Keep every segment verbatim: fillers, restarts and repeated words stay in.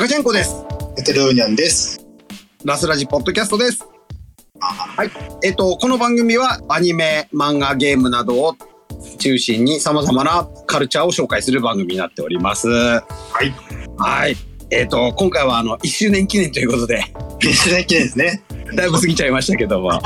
カチェンコです。 エテルーニャンです。 ラスラジポッドキャストです。はい。えっと、この番組はアニメ、漫画、ゲームなどを中心に様々なカルチャーを紹介する番組になっております。 はい。 はい。えっと、今回はあの、いっしゅうねん記念ということで。 いっしゅうねん記念ですね。 だいぶ過ぎちゃいましたけども。はい。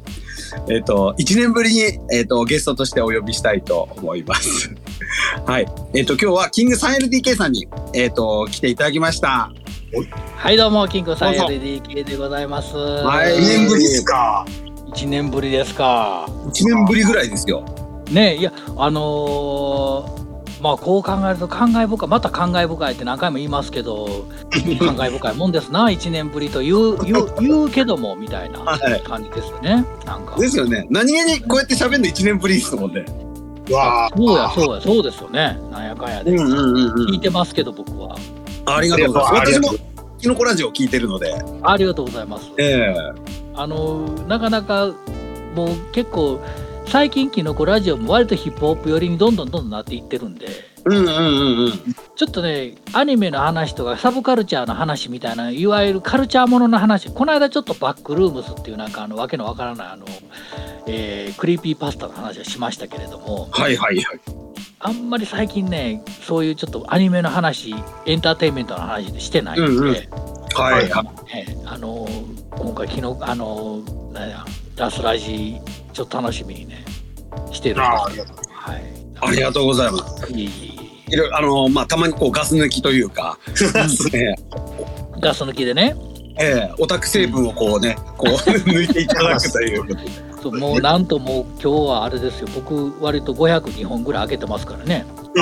えっと、いちねんぶりに、えっと、ゲストとしてお呼びしたいと思います。はい。えっと、今日はキング スリーエルディーケー さんに、えっと、来ていただきました。 はい、どうも、キング スリーエルディーケー でございます。 はい。 いちねんぶりですか。 いちねんぶりですか。 いちねんぶりぐらいですよ。 ね、いや、あのー、まあ、こう考えると感慨深い、また感慨深いって何回も言いますけど、感慨深いもんですな、いちねんぶりと言う、言う、言うけども、みたいな感じですね。なんか。 ですよね。何気にこうやって喋るのいちねんぶりですもんね。 わそうや、そうや、そうですよね。なんやかんやで。 うんうんうんうん、 聞いてますけど、僕は。 ありがとうございます。私もキノコラジオ聞いてるので。 ありがとうございます。 ええー、あの、なかなか、もう結構、最近キノコラジオも割とヒップホップ寄りにどんどんどんどんなっていってるんで、 うんうんうんうん、 ちょっとね、アニメの話とかサブカルチャーの話みたいな、いわゆるカルチャーものの話、この間ちょっとバックルームスっていうなんかあのわけのわからないあの、えー、クリーピーパスタの話はしましたけれども、 はいはいはい、 あんまり最近ね、そういうちょっとアニメの話、エンターテインメントの話でしてないんで、うんうん、はいはい、 えー、あの今回昨日あのなんやラスラジちょっと楽しみにねしてるんですけど、はい、 ありがとうございます。いいいろいろあのまあたまにこうガス抜きというか、 ね、ガス抜きでね、 ええー、オタク成分をこうね、こう抜いていただくという。 そうもうなんともう今日はあれですよ、僕割とごひゃくにほんぐらい開けてますからね。うん、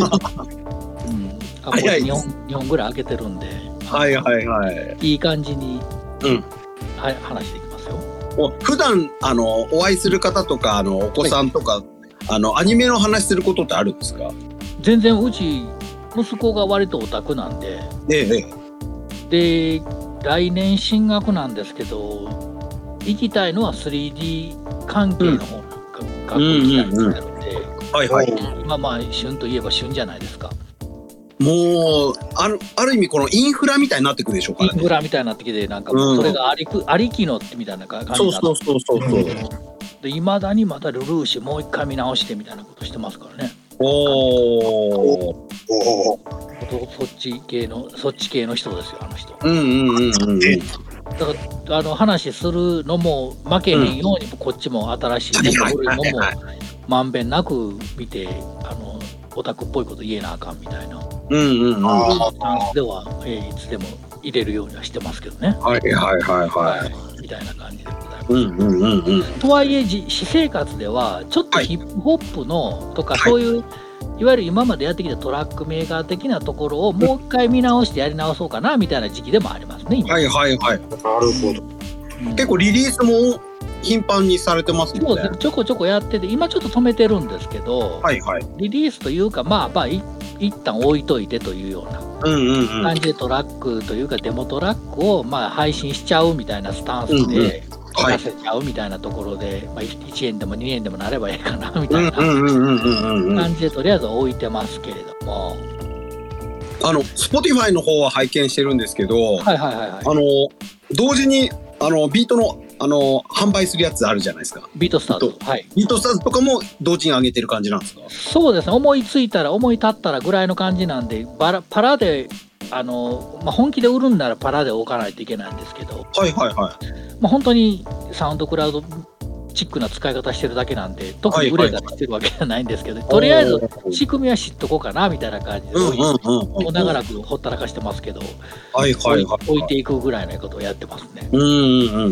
早いです。にほんぐらい開けてるんで、 はいはいはい。 いい感じに、 うん、 はい、話していきますよ。 普段あのお会いする方とかあのお子さんとか、はい、あのアニメの話することってあるんですか？ 全然うち息子が割とオタクなんで、 ええ、で来年進学なんですけど、行きたいのは スリーディー 関係の方の学校に行きたいんですけど、 はいはい。 今まあ旬といえば旬じゃないですか。 もうあるある意味このインフラみたいになってくるでしょうかね。 インフラみたいになってきて、なんかもうそれがありく、うん、ありきのみたいな感じになって、 そうそうそうそうそう。 で未だにまたルルーシュもう一回見直してみたいなことしてますからね。 おお。 そっち系のそっち系の人ですよ、あの人。 うんうんうんうん。 だからあの話するのも負けへんように、うん、こっちも新しいもの古いものもまんべんなく見て、あのオタクっぽいこと言えなあかんみたいな。 うんうんうん。 スタンスでは、えー、いつでも入れるようにはしてますけどね。 はいはいはいはい。はい、 みたいな感じでございます。 うんうんうんうん。 とはいえ私生活ではちょっとヒップホップのとか、はい、そういう、いわゆる今までやってきたトラックメーカー的なところをもう一回見直してやり直そうかなみたいな時期でもありますね。 今はいはいはい。なるほど。うん、結構リリースも頻繁にされてますよね。 そうですね。ちょこちょこやってて、今ちょっと止めてるんですけど、 はいはい、 リリースというかまあまあい一旦置いといてというような感じでトラックというかデモトラックをまあ配信しちゃうみたいなスタンスで、うんうん、出せちゃうみたいなところで、まあ、いちえんでもにえんでもなればいいかなみたいな感じでとりあえず置いてますけれども、 あの Spotify の方は拝見してるんですけど、 はいはいはいはい、 あの同時にあのビートのあの販売するやつあるじゃないですか。 ビートスターズ、はい、 ビートスターズとかも同時に上げてる感じなんですか？ そうですね、思いついたら思い立ったらぐらいの感じなんで、バラパラであの、まあ、本気で売るんならパラで置かないといけないんですけど、 はいはいはい、 まあ、本当にサウンドクラウドチックな使い方してるだけなんで、特に売れたりしてるわけじゃないんですけど、はいはいはい、とりあえず仕組みは知っとこうかなみたいな感じで、もう長らくほったらかしてますけど、 はいはいはい、 置いていくぐらいのことをやってますね。 うんうんうんうん。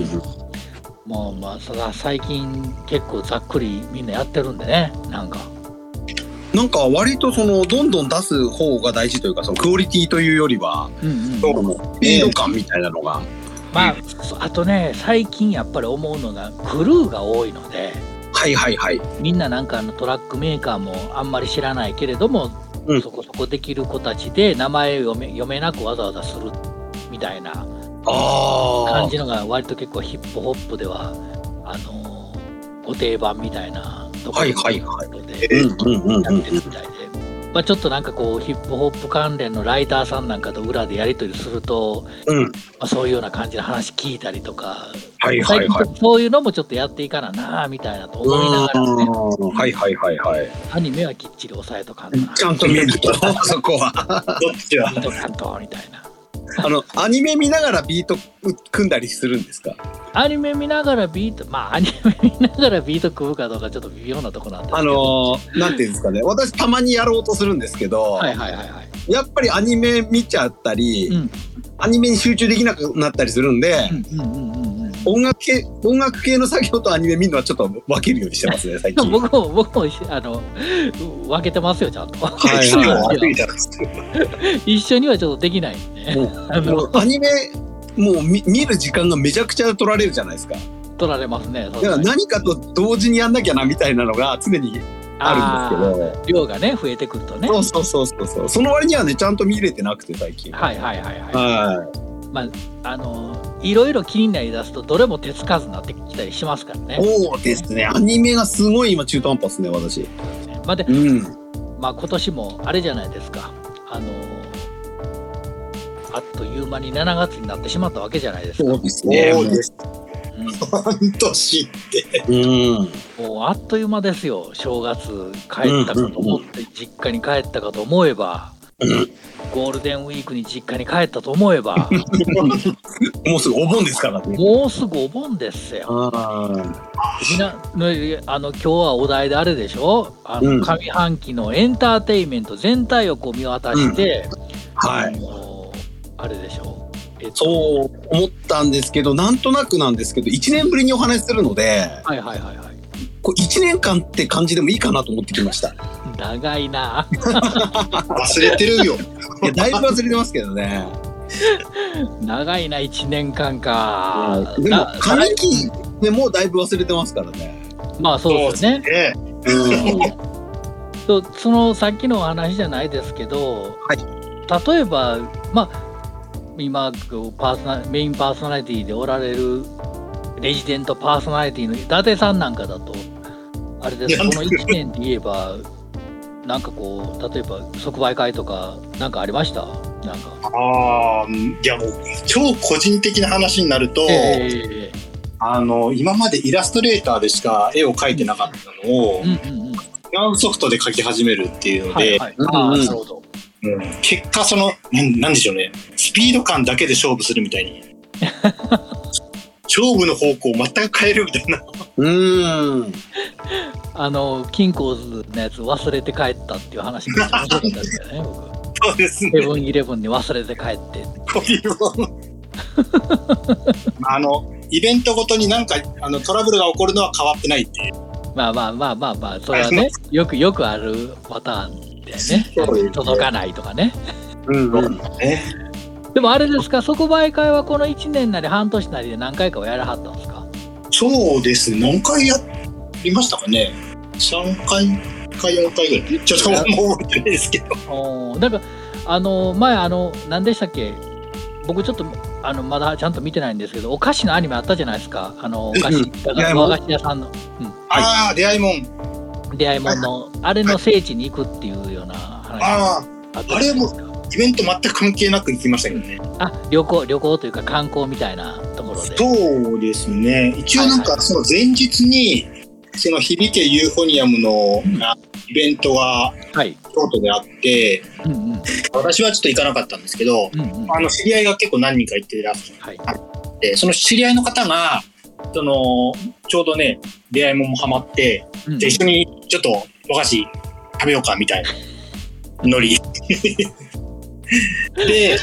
もうまあ最近結構ざっくりみんなやってるんでね、なんか。 なんか割とそのどんどん出す方が大事というか、そのクオリティというよりは、うんうん、スピード感みたいなのが。 まあ、あとね、最近やっぱり思うのがクルーが多いので、 はいはいはい、 みんななんかあのトラックメーカーもあんまり知らないけれども、うん、そこそこできる子たちで名前を読め、読めなくわざわざするみたいな感じのが割と結構ヒップホップではあのご定番みたいなところでやってるみたいで、 まあ、ちょっとなんかこうヒップホップ関連のライターさんなんかと裏でやり取りすると、 うんまあ、そういうような感じの話聞いたりとか、 はいはいはい、 そういうのもちょっとやっていかななみたいなと思いながらね、 はいはいはいはい、 アニメはきっちり抑えとかんな、 ちゃんと見るとそこはどっちは見とかんとみたいな。 あのアニメ見ながらビート組んだりするんですか？ アニメ見ながらビート、まあアニメ見ながらビート組むかどうかちょっと微妙なとこなんですけど、 あのー、なんていうんですかね、私たまにやろうとするんですけど、 はいはいはいはい、 やっぱりアニメ見ちゃったり、うん、アニメに集中できなくなったりするんで、うんうんうんうん、音楽系音楽系の作業とアニメ見るのはちょっと分けるようにしてますね最近。 僕も僕もあの分けてますよちゃんと。 はいはい一緒にはちょっとできないね。 もうあのアニメもう 見, 見る時間がめちゃくちゃ取られるじゃないですか。 取られますね。 だから何かと同時にやんなきゃなみたいなのが常にあるんですけど、 量がね増えてくるとね。 そうそうそうそうそう。その割にはねちゃんと見れてなくて最近。 はいはいはいはい。 はい。 まああのいろいろ気になりだすとどれも手つかずになってきたりしますからね。 そうですね。アニメがすごい今中途半端ですね私。 まあで、 うん、 まあ今年もあれじゃないですか。あのあっという間にしちがつになってしまったわけじゃないですか。 そうですね。 そうです。うん、半年って、 うん、 もうあっという間ですよ。正月帰ったかと思って、うん、実家に帰ったかと思えば、うん、ゴールデンウィークに実家に帰ったと思えばもうすぐお盆ですからね。 もうすぐお盆ですよ。みなあの今日はお題であれでしょ、あの、うん、上半期のエンターテインメント全体をこう見渡して、うん、 はい、 あれでしょう、 えっと、そう思ったんですけど、なんとなくなんですけどいちねんぶりにお話しするので、 はいはいはいはい、 これいちねんかんって感じでもいいかなと思ってきました。 長いな忘れてるよ。 いやだいぶ忘れてますけどね。 長いないちねんかんか。 でも上期でもうだいぶ忘れてますからね。 まあそうですね。うん、とそのさっきのお話じゃないですけど、はい、例えばまあ今パーソナメインパーソナリティでおられるレジデントパーソナリティの伊達さんなんかだとあれです、このいちねんで言えばなんかこう例えば即売会とかなんかありました？なんかああ、いやもう超個人的な話になると、えー、あの今までイラストレーターでしか絵を描いてなかったのを、うんうんうん、違うソフトで描き始めるっていうので、はいはい、ああなるほど。うん、結果そのな ん, なんでしょうね、スピード感だけで勝負するみたいに勝負の方向を全く変えるみたいな。 うーんあのキンコーズのやつ忘れて帰ったっていう話めっちゃ面白かったですよね僕。 そうですね。 セブンイレブンに忘れて帰ってあのイベントごとになんかあのトラブルが起こるのは変わってないっていう。 まあまあまあまあまあそれはねよくよくあるパターンでね、届かないとかね。 うんうん、 でもあれですか、即売会はこのいちねんなり半年なりで何回かはやらはったんですか？ そうですね、何回やりましたかね。さんかいかよんかいぐらい、ちょっともう覚えてないですけど。 おなんかあの前あの何でしたっけ、僕ちょっとあのまだちゃんと見てないんですけど、お菓子のアニメあったじゃないですか。あのお菓子、和菓子屋さんの、 うん、ああ出会いもん出会いもんのあれの聖地に行くっていうような話。 あああれもイベント全く関係なく行きましたけどね。 あ旅行旅行というか観光みたいなところで。 そうですね、一応なんかその前日にその響けユーフォニアムのイベントが京都であって、はいうんうん、私はちょっと行かなかったんですけど、うんうん、あの知り合いが結構何人か行ってらっしゃって、はい、その知り合いの方がそのちょうどね出会いももハマって、うん、で一緒にちょっとお菓子食べようかみたいなノリで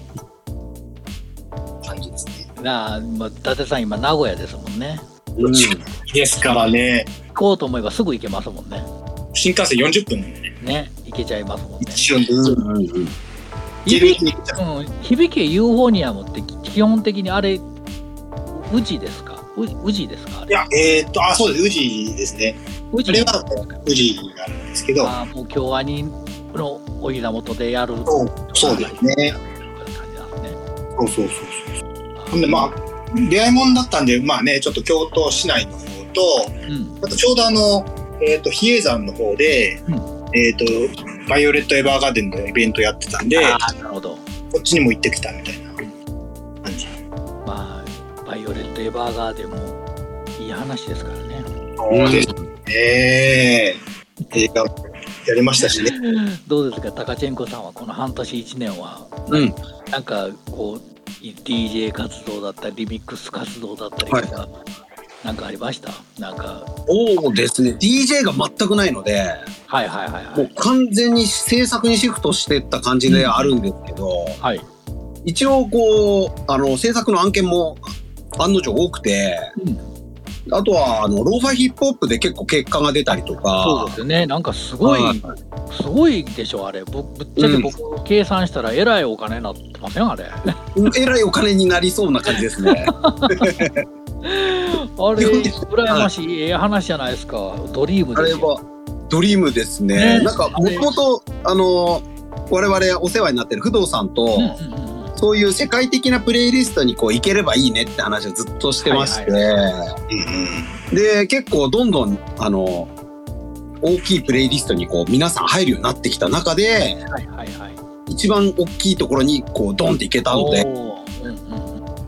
感じですね。 なあ、まあ、伊達さん今名古屋ですもんね。 うん、ですからね、 行こうと思えばすぐ行けますもんね。 新幹線よんじゅっぷんなんでね。 ね、行けちゃいますもんね。 一瞬です。うんうんうん、 響けユーフォニアムって基本的にあれ宇治ですか？宇治ですか？ いや、えー、っとあそうです、宇治ですね。宇治あれは宇治なんですけど、 あもう京アニのお膝元でやる。 そうそうですね。そうそうそうそう。でまあ出会いもんだったんで、まあねちょっと京都市内の方と、うん、あとちょうどあのえー、っと比叡山の方で、うん、えー、っとバイオレット・エヴァーガーデンのイベントやってたんで、 あー、なるほど。 こっちにも行ってきたみたいな感じ。 まあバイオレット・エヴァーガーデンもいい話ですからね。 そうですね。映画やりましたしね。 どうですか、タカチェンコさんはこの半年いちねんは、 うん、 なんかこう ディージェー 活動だったりリミックス活動だったりとか、はい、なんかありました？なんかそうですね、 ディージェー が全くないので、 はいはいはいはい、 もう完全に制作にシフトしてった感じであるんですけど、うん、はい、一応こうあの制作の案件も案の定多くて、うん、あとはあのローファイヒップホップで結構結果が出たりとか。 そうですよね、なんかすごい、はい、すごいでしょあれ。ぶっちゃけ僕、うん、計算したらえらいお金になってませんあれ。 えらいお金になりそうな感じですね。あれ羨ましい、ええ話じゃないですか。ドリームですよ。 あれはドリームですね。ね、なんかもともとあの我々お世話になってる不動さんと、うんうんうん、そういう世界的なプレイリストにこう行ければいいねって話をずっとしてまして、はいはいはい、で結構どんどんあの大きいプレイリストにこう皆さん入るようになってきた中で、はいはいはい、一番大きいところにこうドンっていけたので、うんうん、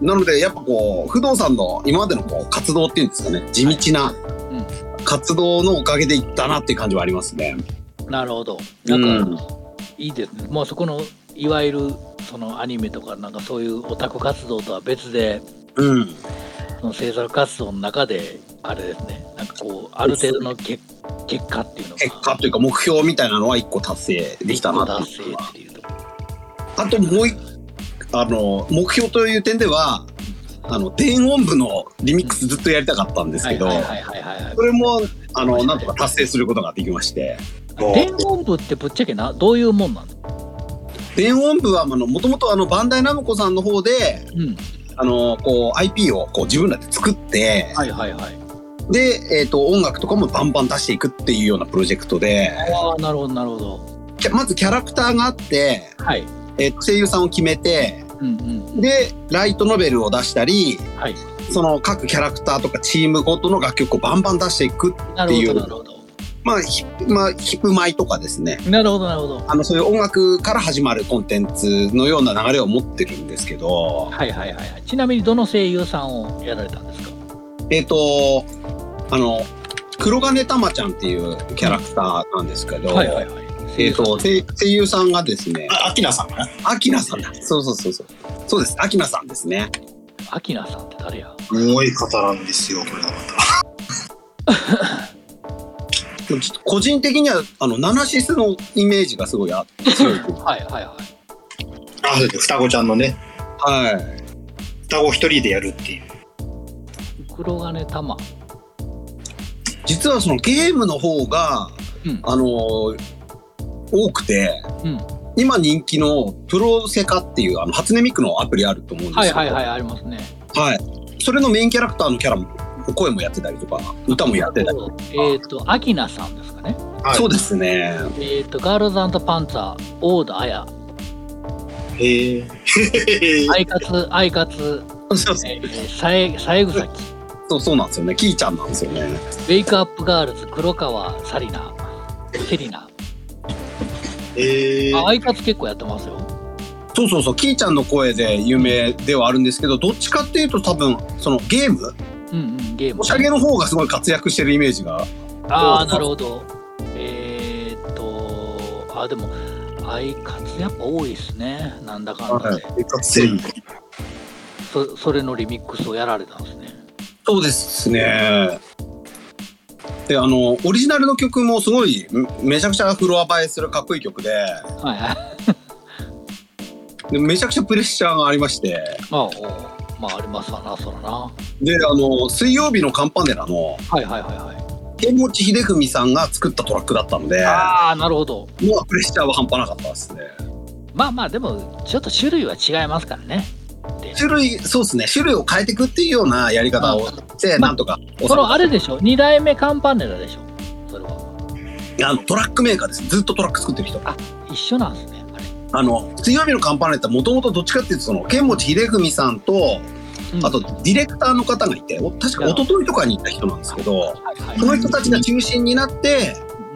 なのでやっぱこう不動産の今までのこう活動っていうんですかね、地道な活動のおかげでいったなっていう感じはありますね。 なるほど。なんか、うん、いいですね。もうそこのいわゆるそのアニメとかなんかそういうオタク活動とは別で、うん、その制作活動の中であれですね、なんかこうある程度の結結果っていうのが結果というか目標みたいなのは一個達成できたな達成っていうところ。 あともう一あの目標という点ではあの電音部のリミックスずっとやりたかったんですけど、それもあのなんとか達成することができまして。 電音部ってぶっちゃけなどういうもんなの？ 電音部はもともとバンダイナムコさんの方で、うん、あのこう アイピー をこう自分らで作って、はいはいはい、で、えーと、音楽とかもバンバン出していくっていうようなプロジェクトで。 ああ、なるほどなるほど。 まずキャラクターがあって、はい、えーと、声優さんを決めて、うんうん、でライトノベルを出したり、はい、その各キャラクターとかチームごとの楽曲をバンバン出していくっていう。なるほどなるほど。まあ、ヒまあ、ヒップマイとかですね。 なるほどなるほど。 あのそういう音楽から始まるコンテンツのような流れを持ってるんですけど。 はいはいはいはい。ちなみにどの声優さんをやられたんですか？ えっとあの黒金たまちゃんっていうキャラクターなんですけど、うん、はいはいはい。えっと声優さんがですね。 あ、アキナさんかな。 アキナさんだ。そうそうそうそう。そうです。アキナさんですね。 アキナさんって誰や？ すごい方なんですよこれはまた。 個人的にはあのナナシスのイメージがすごいあって強い。はいはいはい。 あ、双子ちゃんのね。はい。双子一人でやるっていう。 黒金玉。 実はそのゲームの方が、うん、あの多くて、うん、今人気のプロセカっていうあの初音ミクのアプリあると思うんですけど。 はいはいはいありますね。 はい。それのメインキャラクターのキャラも声もやってたりとか歌もやってたりとか。 えっとアキナさんですかね。 はい、そうですね。 えっとガールズ&パンツァー大田彩。 へえ。 アイカツアイカツ。さえさえぐさき。 そうそうなんですよね。キーちゃんなんですよね。 ウェイクアップガールズ黒川サリナセリナ。 へえ。 アイカツ結構やってますよ。 そうそうそう、キーちゃんの声で有名ではあるんですけど、どっちかっていうと多分そのゲーム。うんうん、ゲーム。おしゃげの方がすごい活躍してるイメージが。 ああ、なるほど。えー、っと、あ、でも、アイカツやっぱ多いですね。なんだかんだで。アイカツそ、それのリミックスをやられたんですね。 そうですね。で、あの、オリジナルの曲もすごい、めちゃくちゃフロア映えするかっこいい曲で。はいはい。でめちゃくちゃプレッシャーがありまして。 ああ。まあありますわな、そらな。 で、あの水曜日のカンパネラのはいはいはいはい剣持秀文さんが作ったトラックだったので、 ああなるほど。 もうプレッシャーは半端なかったですね。 まあまあでもちょっと種類は違いますからね。 種類そうですね、種類を変えていくっていうようなやり方をしてなんとか、 まあ、このあれでしょ、に代目カンパネラでしょそれは。 いやあのトラックメーカーです。ずっとトラック作ってる人。 あ、一緒なんですね。 あの水曜日のカンパネラってもともとどっちかっていうとその剣持秀文さんと、うん、あとディレクターの方がいて確か一昨日とかに行った人なんですけど、はいはい、その人たちが中心になって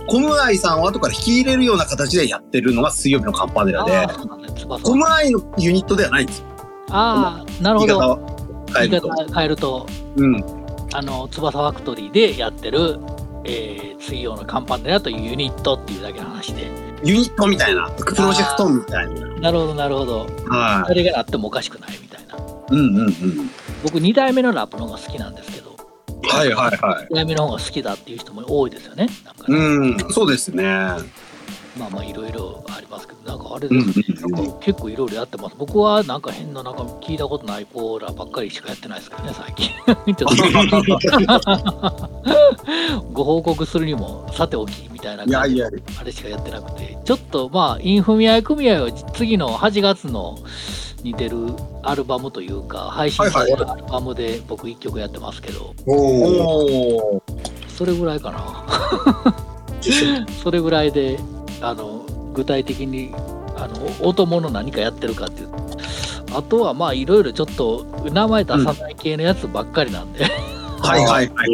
コムアイさんを後から引き入れるような形でやってるのが水曜日のカンパネラで、コムアイのユニットではないんですよ。 ああ、なるほど。 言い方を変えると、うん、あの翼ファクトリーでやってる、えー、水曜のカンパネラというユニットっていうだけの話で。 ユニットみたいな、プロジェクトみたいな。 なるほどなるほど。はい。それがあってもおかしくないみたいな。 うんうんうん。 僕に代目のラップの方が好きなんですけど。 はいはいはい。 に代目の方が好きだっていう人も多いですよね。なんかね、 うん、そうですね。 まあまあいろいろありますけど、なんかあれですね、うんうんうん、結構いろいろやってます。僕はなんか変な、なんか聞いたことないポーラばっかりしかやってないですからね、最近。ちょっとご報告するにもさておきみたいな感じであれしかやってなくて、ちょっとまあインフミアイ組合は次のはちがつのに出るアルバムというか配信されるアルバムで僕いっきょくやってますけど、おそれぐらいかな。それぐらいであの具体的にあの音物何かやってるかっていう、あとはまあいろいろちょっと名前出さない系のやつばっかりなんで、うん、 はいはいはい、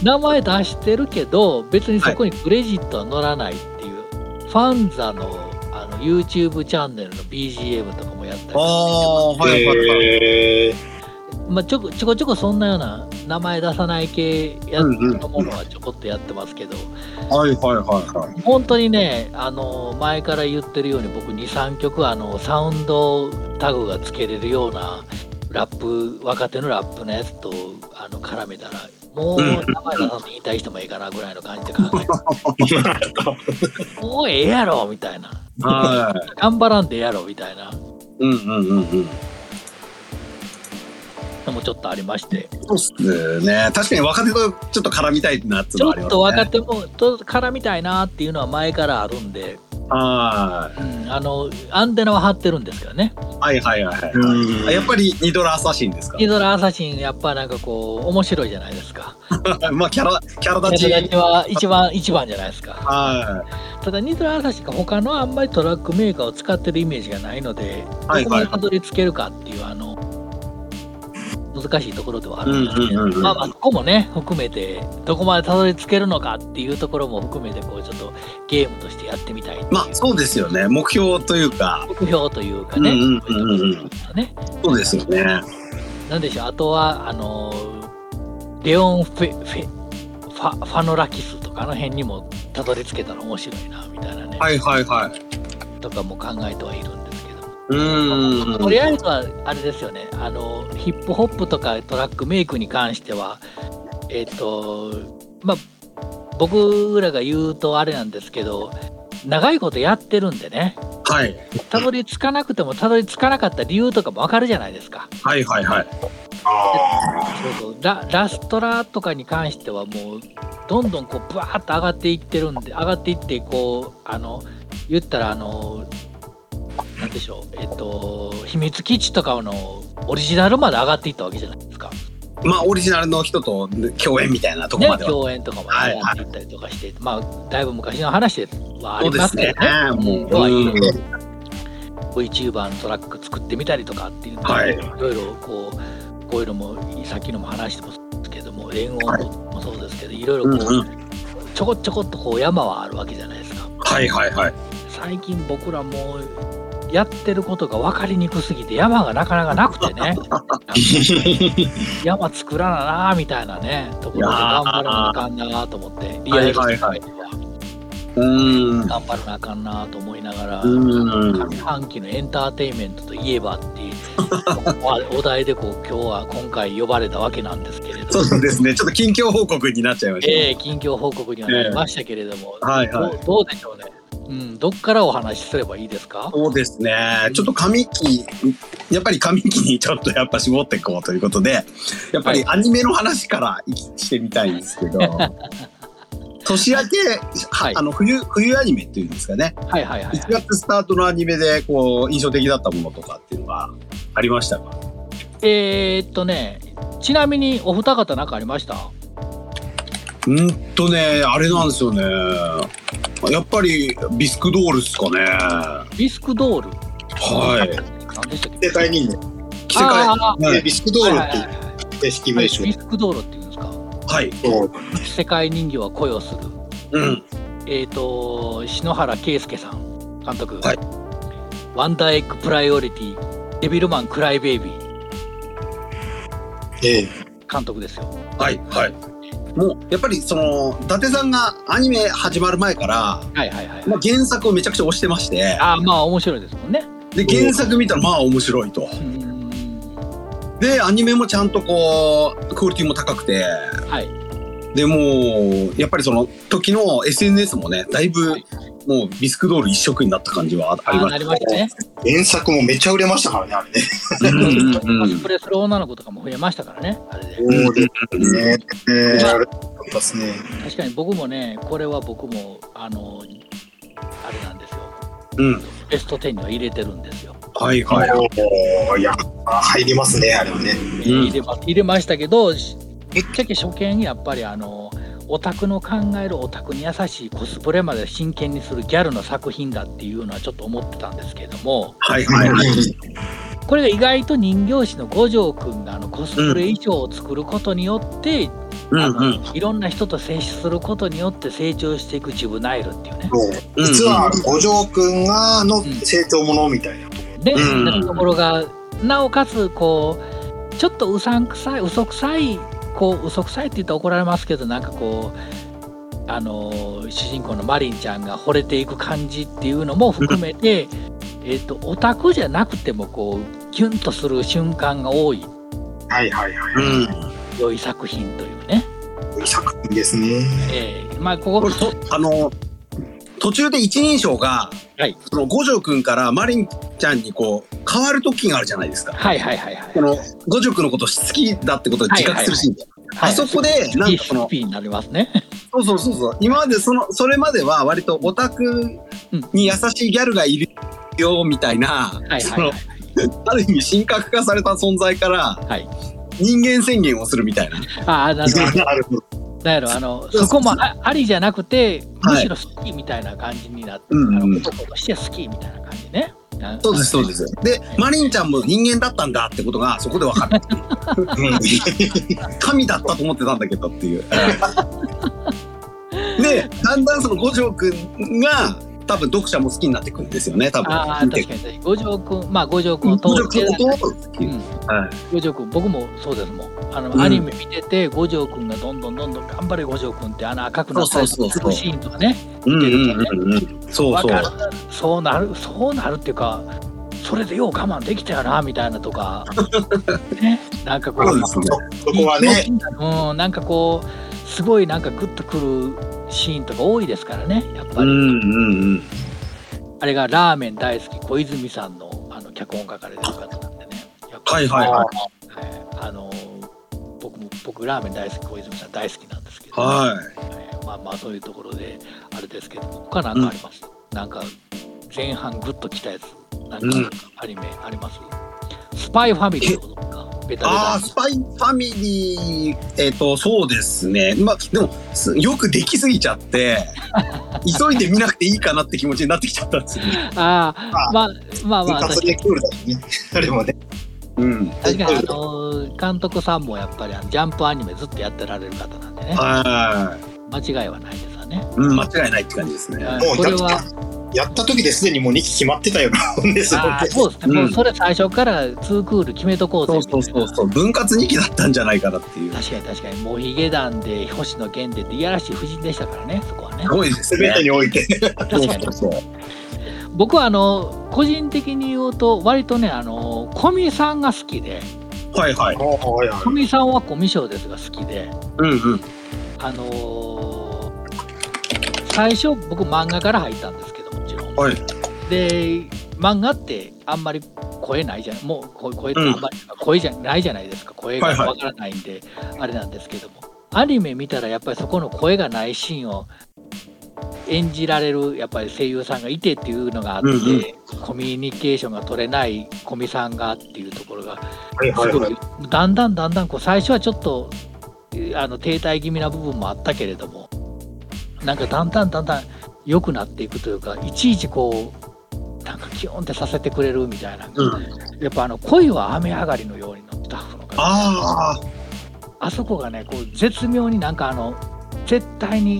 名前出してるけど別にそこにクレジットは載らないっていう、はい、ファンザのあの YouTube チャンネルの ビージーエム とかもやったりしてます。ああ、はいはいはい。まあ、ちょこちょこちょこそんなような名前出さない系やつのものはちょこっとやってますけど、 うんうん、はいはいはいはい。 本当にね、あの前から言ってるように僕にさんきょくあのサウンドタグがつけれるようなラップ、若手のラップのやつとあの絡めたらもう名前出さんと言いたい人もいいかなぐらいの感じで考えてもうええやろみたいな、頑張らんでええやろみたいな。 うんうんうんうん。 もちょっとありまして、 そうっすね。確かに若手とちょっと絡みたいなっていうのはありますね。 ちょっと若手もと絡みたいなっていうのは前からあるんで、 はい、 うん、あのアンテナは張ってるんですけどね。 はいはいはい、はい、やっぱりニドラアサシンですか。 ニドラアサシンやっぱなんかこう面白いじゃないですか。 まあキャラキャラ立ちキャラ立ちは一番一番じゃないですか。 はい。 ただニドラアサシンが他のあんまりトラックメーカーを使ってるイメージがないので、どこまでたどり着けるかっていうあの難しいところではあるんですけど、まあまあそこもね含めてどこまでたどり着けるのかっていうところも含めてこうちょっとゲームとしてやってみたい。 まあそうですよね。目標というか目標というかね、うんうんうんうん、 そうですよね。 なんでしょう、あとはあのレオンフェフェファファノラキスとかあの辺にもたどり着けたら面白いなみたいなね、 はいはいはいとかも考えてはいるんですけど、 うん、 とりあえずはあれですよね、あのヒップホップとかトラックメイクに関してはえっ、ー、とまあ僕らが言うとあれなんですけど、長いことやってるんでね、 はい、 たどり着かなくてもたどり着かなかった理由とかも分かるじゃないですか。 はいはいはい。 そうそう、ラ, ラストラとかに関してはもうどんどんこうブワーッと上がっていってるんで、上がっていってこうあの言ったらあのなんでしょう、えっと秘密基地とかのオリジナルまで上がっていったわけじゃないですか。 まあオリジナルの人と共演みたいなところまでは、 ね、共演とかも上がっていったりとかして、はいはい、まあだいぶ昔の話ではありますけどね。もう要はいろいろ VTuber のトラック作ってみたりとかっていうのを、はい、いろいろこうこういうのもさっきのも話してますけども、連音もそうですけど、はい、いろいろこう、うんうん、ちょこちょこっとこう山はあるわけじゃないですか。 はいはいはい。 最近僕らもやってることが分かりにくすぎて山がなかなかなくてね山作らななみたいなねところで頑張らなあかんなと思って、リアル世界ではうん頑張らなあかんなと思いながら、上半期のエンターテインメントといえばっていうお題でこう今日は今回呼ばれたわけなんですけれども、 そうですね、ちょっと近況報告になっちゃいました、ね。 ええー、近況報告にはなりましたけれども、 えーはいはい、 ど, どうでしょうね。うん、どっからお話しすればいいですか？ そうですね、ちょっと上期やっぱり上期にちょっとやっぱ絞っていこうということで、やっぱりアニメの話からしてみたいんですけど、はい、年明け、はい、あの 冬, 冬アニメっていうんですかね、 はいはいはいはい、 いちがつスタートのアニメでこう印象的だったものとかっていうのがありましたか？ えー、っとねちなみにお二方何かありました？ うんとねあれなんですよね、やっぱりビスクドールですかね。 ビスクドール、 はい、 何でしたっけ？世界人間、 世界、 はい、ビスクドールって正式名称。 ビスクドールっていうんですか？ はい。 世界人魚は恋をする。 うん。 えっ、ー、と篠原圭介さん監督、 はい、 ワンダーエッグプライオリティ、デビルマンクライベイビー、 ええ、 監督ですよ。 はいはい。もうやっぱりその伊達さんがアニメ始まる前から、 はいはいはい、 まあ、原作をめちゃくちゃ推してまして、 ああまあ面白いですもんね。 で原作見たらまあ面白いと。でアニメもちゃんとこうクオリティも高くて、はい、でもうやっぱりその時の エスエヌエス もねだいぶ、はい、もうビスクドール一色になった感じはありました。あなりましたね。 原作もめっちゃ売れましたからねあれね。 コスプレする女の子とかも増えましたからねあれで。 そうですね。えー、あれですね。 確かに僕もねこれは僕もあのあれなんですよ。 うん、 ベストじゅうには入れてるんですよ。 はいはい。 いや入りますねあれはね。 えー、入れま入れましたけど、ぶっちゃけ初見やっぱりあのオタクの考えるオタクに優しいコスプレまで真剣にするギャルの作品だっていうのはちょっと思ってたんですけれども、 はいはいはい。 これが意外と人形師の五条くんがあのコスプレ衣装を作ることによって、うん、あのうんうん、いろんな人と接することによって成長していくジブナイルっていうね。 う実は五条くんがの成長ものみたいなところで、うん、ところがなおかつこうちょっとうさんくさい嘘くさいこう嘘くさいって言ったら怒られますけど、なんかこうあの主人公のマリンちゃんが惚れていく感じっていうのも含めて、えっとオタクじゃなくてもこうキュンとする瞬間が多い。 はいはいはい。 うん、良い作品というね。 良い作品ですね。 ええー、まあここあの途中で一人称が、はい、その五条くんからマリンちゃんにこう変わる時があるじゃないですか。 はいはいはいはい。 この五条くんのこと好きだってことを自覚するシーン、はいはいはい、あそこでなんかそのピーになりますね。 そうそうそうそう。今までそのそれまでは割とオタクに優しいギャルがいるよみたいな、はいはいはい、ある意味神格化された存在から、はい、人間宣言をするみたいな。 ああなるほど。だからあのそこも あ, ありじゃなくてむしろ好きみたいな感じになって、はい、あの男として好きみたいな感じね。 そうですそうです。でマリンちゃんも人間だったんだってことがそこで分かる。神だったと思ってたんだけどっていう。でだんだんその五条くんが多分読者も好きになってくるんですよね多分。 ああ確かに五条くんまあ五条くんを通って五条くん僕もそうですもん。あの、うん、アニメ見てて五条くんがどんどんどんどん頑張れ五条くんってあの赤くなったりするシーンとかね見てるとねそうそうそうなるそうなるっていうかそれでよう我慢できたよなみたいなとかねなんかこう、 ね、そこはねうんなんかこうすごいなんかグッとくるシーンとか多いですからねやっぱり、うんうんうん、あれがラーメン大好き小泉さんのあの脚本書かれてる方なんでねやっぱりはいはいはいあの僕も僕ラーメン大好き小泉さん大好きなんですけど、 はいえー、まあまあそういうところであれですけど他なんかあります、うん、なんか前半グッときたやつなんかアニメあります、うん、スパイファミリーのことかベタベタあスパイファミリーえっ、ー、とそうですねまあでもよくできすぎちゃって急いで見なくていいかなって気持ちになってきちゃったんですよね。 ああまあまあまあ確かにあれもねうん、確かにあの監督さんもやっぱりあのジャンプアニメずっとやってられる方なんでね間違いはないですわね、 うん、間違いないって感じですね。 もうこれはやった時ですでにもうにき決まってたようなもんですよね。 あそうですね、うん、もうそれ最初からにクール決めとこうぜみたいなそうそうそうそう分割にきだったんじゃないかなっていう。 確かに確かにもうヒゲダンで星野源でいやらしい夫人でしたからねそこはねすごいですね全てにおいて確かにそうそう僕はあの個人的に言うと割とねあのコミさんが好きではいはいコミさんはコミショですが好きでうんうんあのー、最初僕漫画から入ったんですけどもちろん、 はい、 で漫画ってあんまり声ないじゃんもう声ってあんまり、うん、声じゃないじゃないですか声がわからないんで、はいはい、あれなんですけどもアニメ見たらやっぱりそこの声がないシーンを演じられるやっぱり声優さんがいてっていうのがあって、うんうん、コミュニケーションが取れないコミさんがっていうところがすごい、はいはい、だんだんだんだんこう最初はちょっとあの停滞気味な部分もあったけれどもなんかだんだんだんだん良くなっていくというかいちいちこうなんかキュンってさせてくれるみたいな、うん、やっぱあの恋は雨上がりのようにのスタッフの方ああそこがねこう絶妙になんかあの絶対に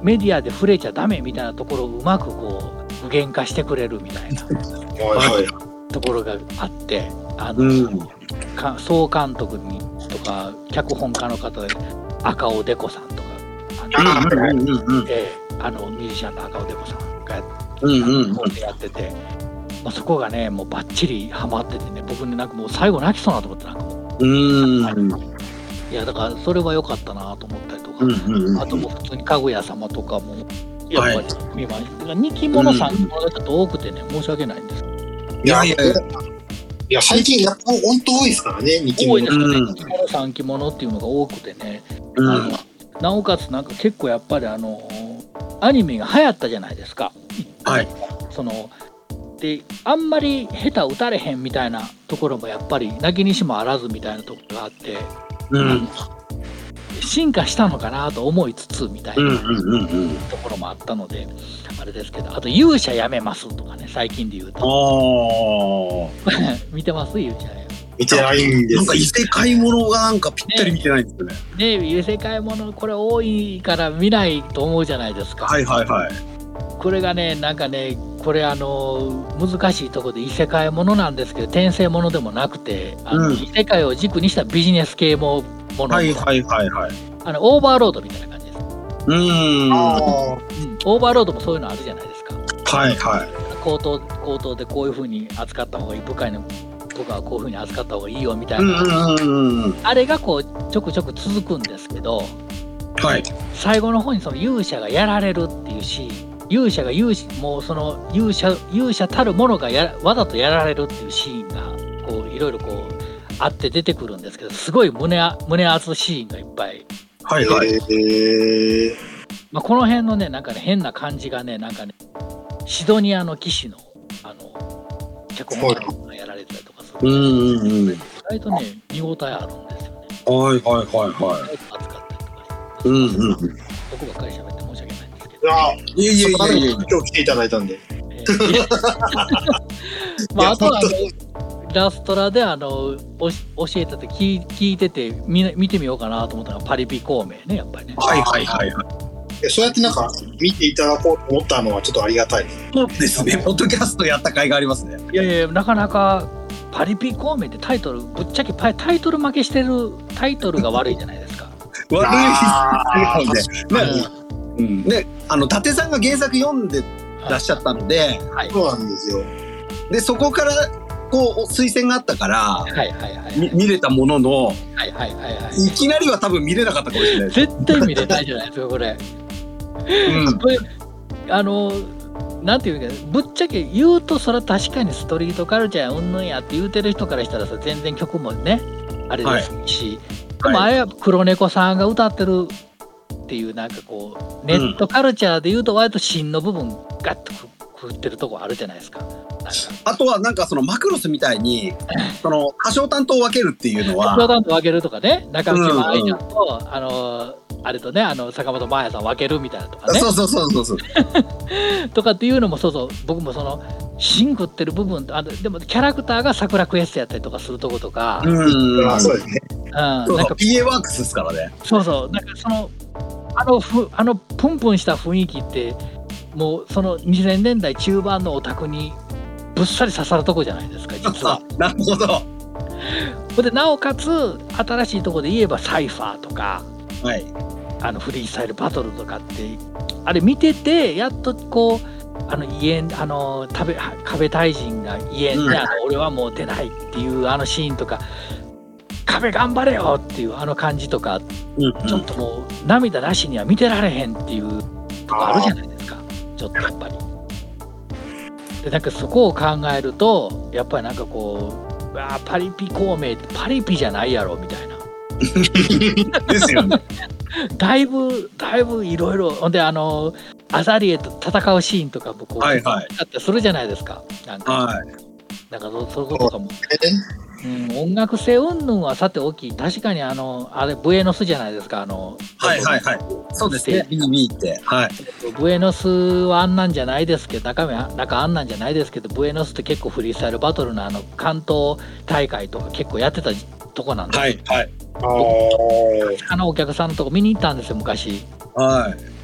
メディアで触れちゃダメみたいなところをうまくこう具現化してくれるみたいなところがあって、あの、うん、か総監督にとか脚本家の方で赤尾デコさんとか、あの、うんうんうん、えー、あのミュージシャンの赤尾デコさんがやって、うんうんうん、やってて、まあ、そこがねもうバッチリハマっててね、僕ねなんかもう最後泣きそうなと思って、なんかもう、うん、いやだからそれは良かったなと思ったりとか、うんうんうん、あともう普通にかぐや様とかもやっぱり見ました。にきものさんきものがちょっと多くてね、申し訳ないんです。 いやいやいや、いや最近やっぱ本当多いですからね、にきもの。 多いですよね、にきものさんきものっていうのが多くてね、うん、あのなおかつなんか結構やっぱりあのアニメが流行ったじゃないですか。 はい。 そのであんまり下手打たれへんみたいなところもやっぱりなきにしもあらずみたいなところがあって、うん、進化したのかなと思いつつみたいなところもあったのであれですけど、あと勇者やめますとかね、最近で言うと見てます？勇者や見てないんです。 なんか異世界ものがなんかぴったり見てないんですよね。 ね、ね、異世界ものこれ多いから見ないと思うじゃないですか。 はいはいはい。 これがねなんかねこれあの難しいところで異世界ものなんですけど、転生ものでもなくて、あの、うん、異世界を軸にしたビジネス系ももの、 はいはいはいはい、 あのオーバーロードみたいな感じです。うーんあ、 うん、オーバーロードもそういうのあるじゃないですか。 はいはい。 口頭口頭でこういう風に扱った方がいい、部下の部下はこういう風に扱った方がいいよみたいな、うんうんうん、あれがこうちょくちょく続くんですけど、 はい、 最後の方にその勇者がやられるっていうシーン、勇者が勇者もうその勇者勇者たるものがやわざとやられるっていうシーンがこういろいろこうあって出てくるんですけど、すごい胸胸熱シーンがいっぱい。 はいはい。えーまあ、この辺のねなんかね変な感じがねなんかねシドニアの騎士のあの脚本家がやられてたりとかするんですけど、意外とね見応えあるんですよね。 はいはいはいはい。 扱ったりとかして、 うんうん。 僕ばっかり喋って申し訳ないんですけど。 いやいやいやいやいや、今日来ていただいたんで。えー、 まああとはあのラストラであの教えてて聞聞いてて見見てみようかなと思ったのがパリピ孔明ね、やっぱりね。 はいはいはいはい。 そうやってなんか見ていただこうと思ったのはちょっとありがたいです。 そうですね。ポッドキャストやった甲斐がありますね。 いやいやなかなかパリピ孔明ってタイトルぶっちゃけタイトル負けしてる、タイトルが悪いじゃないですか。 悪いですね。うん。で、あの伊達さんが原作読んでらっしゃったので、 はい、そうなんですよ。 でそこからこう推薦があったから、はいはいはいはい、見れたものの、はいはいはいはい、いきなりは多分見れなかったかもしれないです。 絶対見れないじゃないですかこれ。うん、これあのなんていうかぶっちゃけ言うとそれは確かにストリートカルチャーやうんぬんやって言うてる人からしたらさ全然曲もねあれですし、はい、でもあれは黒猫さんが歌ってるっていうなんかこうネットカルチャーで言うと割と芯の部分ガッとくくってるとこあるじゃないですか。 あとはなんかそのマクロスみたいにその歌唱担当を分けるっていうのは歌唱担当分けるとかね、中内真愛ちゃんと、うんうん、あのあれとねあの坂本真綾さん分けるみたいなとかね、 そうそうそうそうそうとかっていうのもそうそう僕もその芯食ってる部分あでもキャラクターが桜クエストやったりとかするとことか、 うんあそうですね、 うん、なんかピーエー ワークスですからね。 そうそうなんかそのあのふあのプンプンした雰囲気ってもうそのにせんねんだい中盤のオタクにぶっさり刺さるとこじゃないですか実は。 なるほど。 でなおかつ新しいとこで言えばサイファーとか、 はい、 あのフリースタイルバトルとかってあれ見ててやっとこうあの家あの壁壁大臣が家に、うん、あの俺はもう出ないっていうあのシーンとか壁頑張れよっていうあの感じとか、うんうん、ちょっともう涙なしには見てられへんっていうとこあるじゃないですかちょっとやっぱり。でなんかそこを考えるとやっぱりなんかこうあパリピ孔明ってパリピじゃないやろみたいなですよね。 だいぶだいぶいろいろほんであのアザリエと戦うシーンとかもこう、はいはい、あったりするじゃないですかなんか、はい、なんかそういうことかも、うん、音楽性云々はさておき確かにあのあれブエノスじゃないですかあのはいはいはいそうですね ビービー ってはいブエノスはあんなんじゃないですけど中身は中あんなんじゃないですけどブエノスって結構フリースタイルバトルのあの関東大会とか結構やってたとこなんですよ。 はいはいあのお客さんのとこ見に行ったんですよ昔。 はい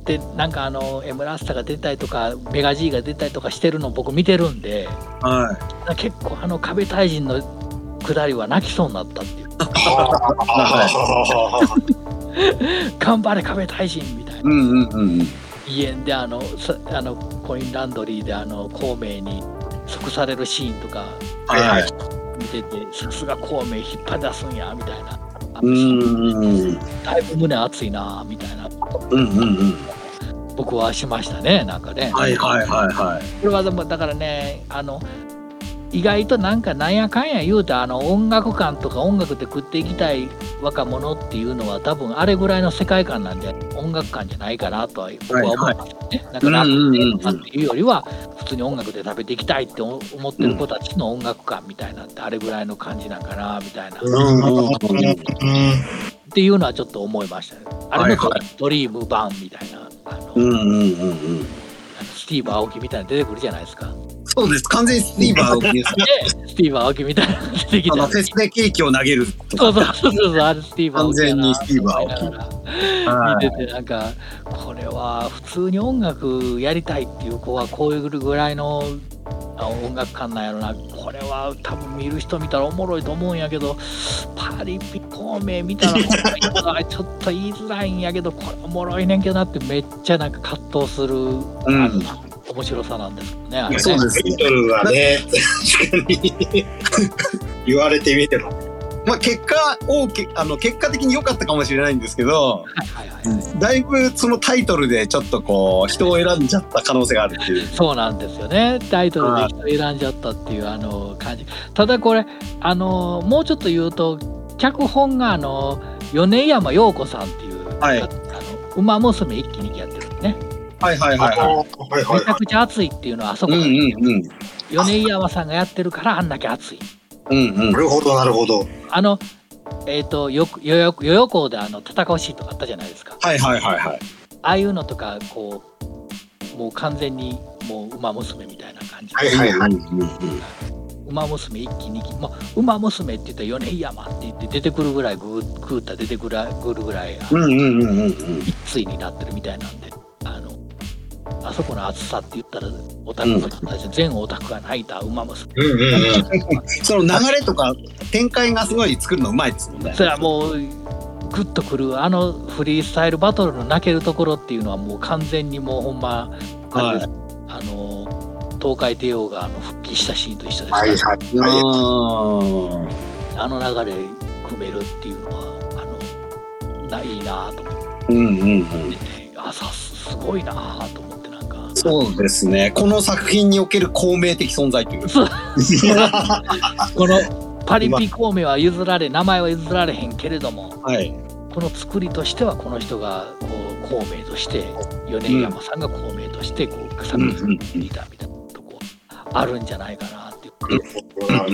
でなんかあの M ラスタが出たりとかメガ G が出たりとかしてるのを僕見てるんで、 はい、 結構あの壁対人の下りは泣きそうになったっていう頑張れ壁対人みたいな、 うんうんうん、 家であのあのコインランドリーであの孔明に即されるシーンとか、はい、見ててさすが孔明引っ張り出すんやみたいな、うんだいぶ胸熱いなみたいな、うんうんうん、僕はしましたねなんかね。 はいはいはいはい。 これはでもだからねあの意外となんかなんやかんや言うてあの音楽館とか音楽で食っていきたい若者っていうのは多分あれぐらいの世界観なんで音楽館じゃないかなとは僕は思いますよね。はいはい、なんかラップでとかっていうよりは普通に音楽で食べていきたいって思ってる子たちの音楽館みたいなってあれぐらいの感じなんかなみたいな。っていうのはちょっと思いましたね。あれのドリーム版みたいなあの、うんうんうんうん、スティーブ・アオキみたいなの出てくるじゃないですか。 そうです。完全にスティーブ・アオキですね。 スティーブ・アオキみたいなの出てきた。 あのフェスでケーキを投げるとか。 そうそうそうそう、あれスティーブ・アオキ。 完全にスティーブ・アオキ。見ててなんかこれは普通に音楽やりたいっていう子はこういうぐらいの音楽館なんやろな。これは多分見る人見たらおもろいと思うんやけど、パリピ孔明見たらちょっと言いづらいんやけど、これおもろいねんけどなってめっちゃなんか葛藤する、うん、面白さなんですね。あれね。 そうです。タイトルはね、確かに言われてみても。 まあ結果をあの結果的に良かったかもしれないんですけど、はいはいはい、だいぶそのタイトルでちょっとこう人を選んじゃった可能性があるっていう。 そうなんですよね。タイトルで人を選んじゃったっていうあの感じ。ただこれあのもうちょっと言うと脚本があの米山陽子さんっていう、はい、あの馬娘一気にやってるね。 はいはいはいはい。 めちゃくちゃ熱いっていうのはあそこ、うんうんうん、米山さんがやってるからあんだけ熱い。 うんうん、なるほどなるほど。 あのえっ、ー、とよよよよよ校であの戦うシーンとかあったじゃないですか。 はいはいはいはい。 ああいうのとかこうもう完全にもう馬娘みたいな感じ。 はいはいはい。 馬娘一気にまあ馬娘って言ったら米山って言って出てくるぐらいグーグータ出てくるぐらい一対になってるみたいなんで、あのあそこの熱さって言ったらオタクの人たち、うん、全オタクが泣いた馬娘、うんうんうん、 その流れとか展開がすごい作るのうまいですもんね。 それはもうグッとくるあのフリースタイルバトルの泣けるところっていうのはもう完全にもうほんまあれ、はい、あの東海帝王があの復帰したシーンと一緒ですから、はいはい、あの流れ組めるっていうのはあのないいなと思って、うんうんうん、あさすごいなと思って。 そうですね。この作品における孔明的存在というこのパリピ孔明は譲られ名前は譲られへんけれども、はい、この作りとしてはこの人がこう孔明として米山さんが孔明としてこう作品を見たみたいなとこあるんじゃないかなっていう、うん、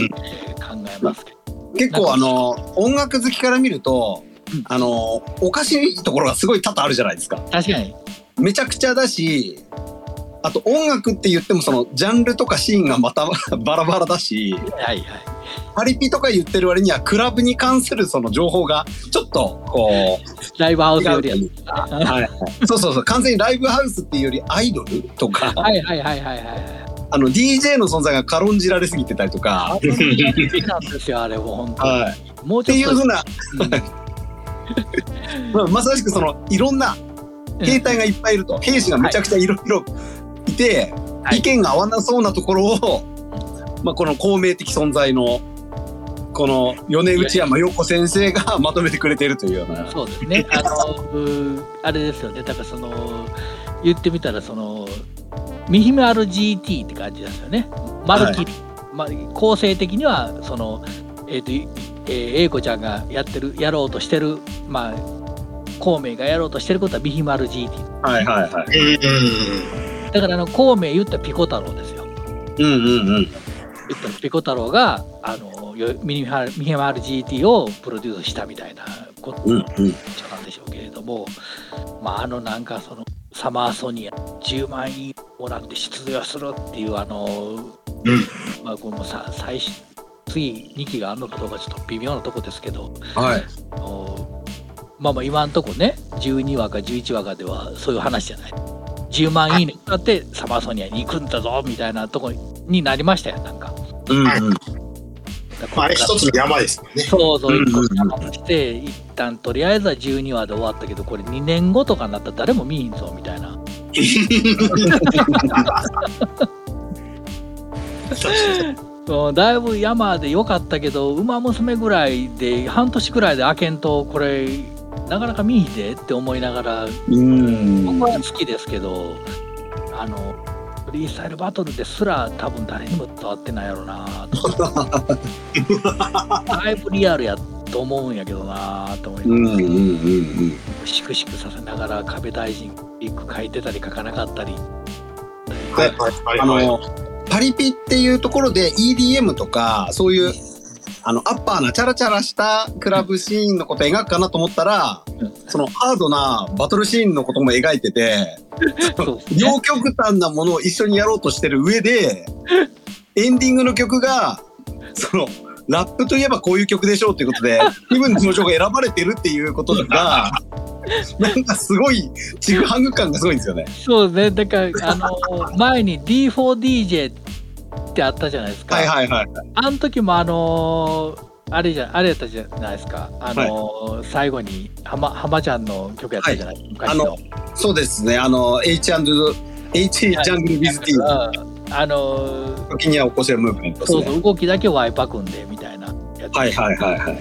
考えますけど、 結構あの音楽好きから見ると、うん、あのおかしいところがすごい多々あるじゃないですか。 確かにめちゃくちゃだし、あと音楽って言ってもそのジャンルとかシーンがまたバラバラだし、はいはい、パリピとか言ってる割にはクラブに関するその情報がちょっとこうライブハウスよりやつ、 はいはい、そうそうそう、完全にライブハウスっていうよりアイドルとか、 はいはいはいはいはい、 あの ディージェー の存在が軽んじられすぎてたりとか、 好きなんですよあれも本当に、はい、 もうちょっとっていうふうな、うん、まさしくそのいろんな兵隊がいっぱいいると、兵士がめちゃくちゃいろいろいて、はい、意見が合わなそうなところを、まあ、この孔明的存在のこの米内山陽子先生がまとめてくれているというような。 そうですね。あのあれですよね。だからその言ってみたらそのミヒメ アールジーティー って感じですよね。まるっきり、はい、まあ、構成的にはそのえっ、ー、と、えー、英子ちゃんがやってるやろうとしてる、まあ孔明がやろうとしてることはミヒメ アールジーティー。 はいはいはい。 だからあの孔明言ったらピコ太郎ですよ。 うんうんうん。 言ったらピコ太郎があのミヒメ アールジーティー をプロデュースしたみたいなことなんでしょうけれども、うんうん、まああのなんかそのサマーソニアじゅうまんいもらって出場するっていうあの、うん、まあこのさ最初次にきがあるのかどうかちょっと微妙なとこですけど、はい、まあまあ今んとこねじゅうにわかじゅういちわかではそういう話じゃない。じゅうまんいいねだってサマーソニアに行くんだぞみたいなとこになりましたよ、なんか。 うんうん。あれ一つの山ですよね。 そうそう、一個の山として一旦とりあえずはじゅうにわで終わったけど、これにねんごとかになったら誰も見んぞみたいな。だいぶ山で良かったけど、馬娘ぐらいで半年ぐらいで開けんとこれなかなか見いでって思いながら、うん僕は好きですけど、あのフリースタイルバトルですら多分誰にも伝わってないやろなとだいぶリアルやと思うんやけどなと思いながら、しくしくさせながら壁大臣リンク書いてたり書かなかったり。 はいはいはいはい。パリピっていうところで イーディーエム とかそういうあのアッパーなチャラチャラしたクラブシーンのことを描くかなと思ったら、うん、そのハードなバトルシーンのことも描いてて、両極端なものを一緒にやろうとしてる上でエンディングの曲がそのラップといえばこういう曲でしょうということで気分の上昇が選ばれてるっていうことがなんかすごいちぐはぐ感がすごいんですよね。 そうね、だからあの前に ディーフォーディージェー ってあったじゃないですか。はいはいはい。あの時もあのあれじゃあれやったじゃないですか。あの、はい、最後に浜浜ちゃんの曲やったじゃないですか。はい、昔の。 あのそうですね。あの H& H ジャングルビズティー。 あの時には起こせるムーブメントですね。 そうそう動きだけワイパ組んでみたいなやつ。 はいはいはいはい。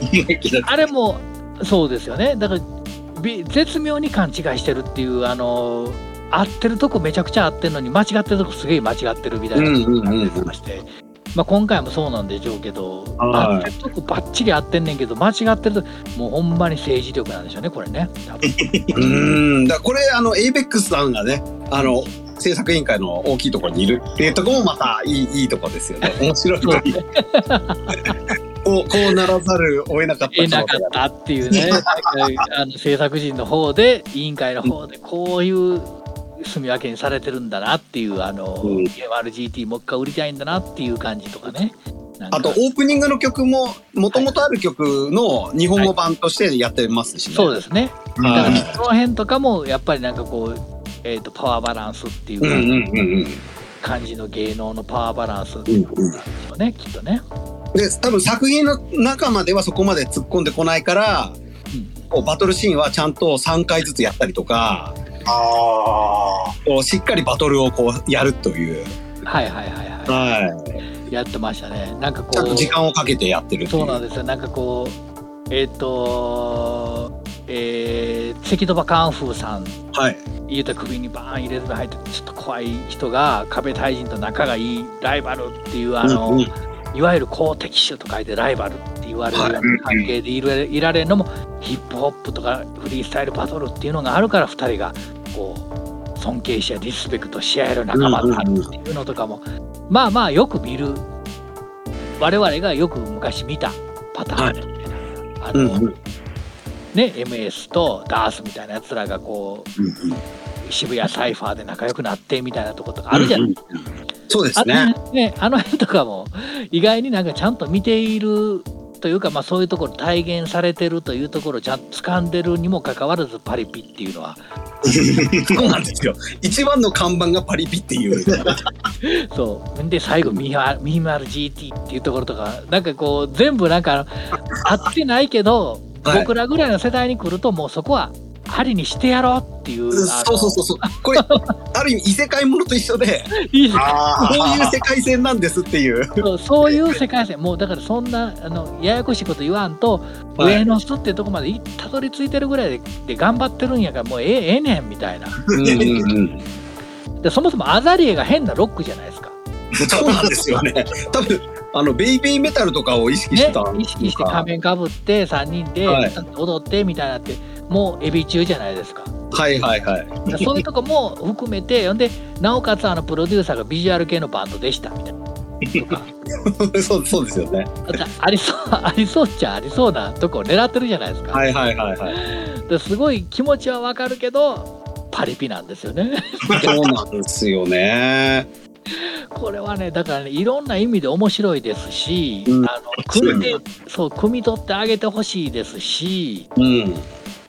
あれもそうですよね。だから絶妙に勘違いしてるっていうあの合ってるとこめちゃくちゃ合ってるのに間違ってるとこすげえ間違ってるみたいなことが出てまして、まあ今回もそうなんでしょうけど、合ってるとこバッチリ合ってんねんけど間違ってるともうほんまに政治力なんでしょうねこれね。多分うんだこれあの エイベックス さんがねあの制作委員会の大きいところにいるっていうところもまたいいいいとこですよね。面白いとここう、こうならざるを得なかった得なかったっていうねあの制作陣の方で委員会の方でこういう住み分けにされてるんだなっていうあの、うん、エムアールジーティー もう一回売りたいんだなっていう感じとかね。 あとオープニングの曲ももともとある曲の日本語版としてやってますしね。 はい、そうですね。だからその辺とかもやっぱりなんかこう、えーと、パワーバランスっていう感じの芸能のパワーバランスっていうのね、うんうん、きっとね。 で多分作品の中まではそこまで突っ込んでこないから、うん、こうバトルシーンはちゃんとさんかいずつやったりとか、あこうしっかりバトルをこうやるという。 はいはいはいはい。はい、やってましたね。なんかこうちゃんと時間をかけてやってるっていう。 そうなんですよ。なんかこうえっ、ー、とえー、関戸場カンフーさん、はい、言うた首にバーン入れ墨入ってちょっと怖い人が壁大臣と仲がいいライバルっていうあの、うんうん、いわゆる好敵手と書いてライバルって言われるような関係でいる、いられるのもヒップホップとかフリースタイルバトルっていうのがあるからふたりがこう尊敬しやリスペクトし合える仲間だっていうのとかもまあまあよく見る我々がよく昔見たパターンみたいな、はい、あの、うんうんね、エムエス とダースみたいなやつらがこう、うんうん、渋谷サイファーで仲良くなってみたいなとことかあるじゃないですか。うんうん、 そうですね。 あのね、あの辺とかも意外になんかちゃんと見ているというか、まあ、そういうところ体現されてるというところをちゃんと掴んでるにもかかわらずパリピっていうのはそうなんですよ。一番の看板がパリピっていうそうで最後ミーマール ジーティー っていうところとかなんかこう全部なんか合ってないけど僕らぐらいの世代に来るともうそこはありにしてやろうっていう。 そうそうそうそう。これある意味異世界ものと一緒でいいこういう世界線なんですっていうそうそういう世界線もうだからそんなあのややこしいこと言わんと、はい、上の人っていうとこまでたどり着いてるぐらい で, で頑張ってるんやからもうええええねんみたいなうんうん、でそもそもアザリエが変なロックじゃないですか。 そうなんですよね。多分あのベイビーメタルとかを意識した、 ね、意識して仮面かぶってさんにんで踊ってみたいなってもうエビ中じゃないですか。 はいはいはい。 そういうとこも含めてほんでなおかつあのプロデューサーがビジュアル系のバンドでしたみたいなそうそうですよね。 ありそうありそうっちゃありそうなとこを狙ってるじゃないですか。 はいはいはいはい。 ですごい気持ちはわかるけどパリピなんですよね。 そうなんですよね。 これはねだからねいろんな意味で面白いですし、うん、あの組んでそう汲み取ってあげてほしいですし、うん、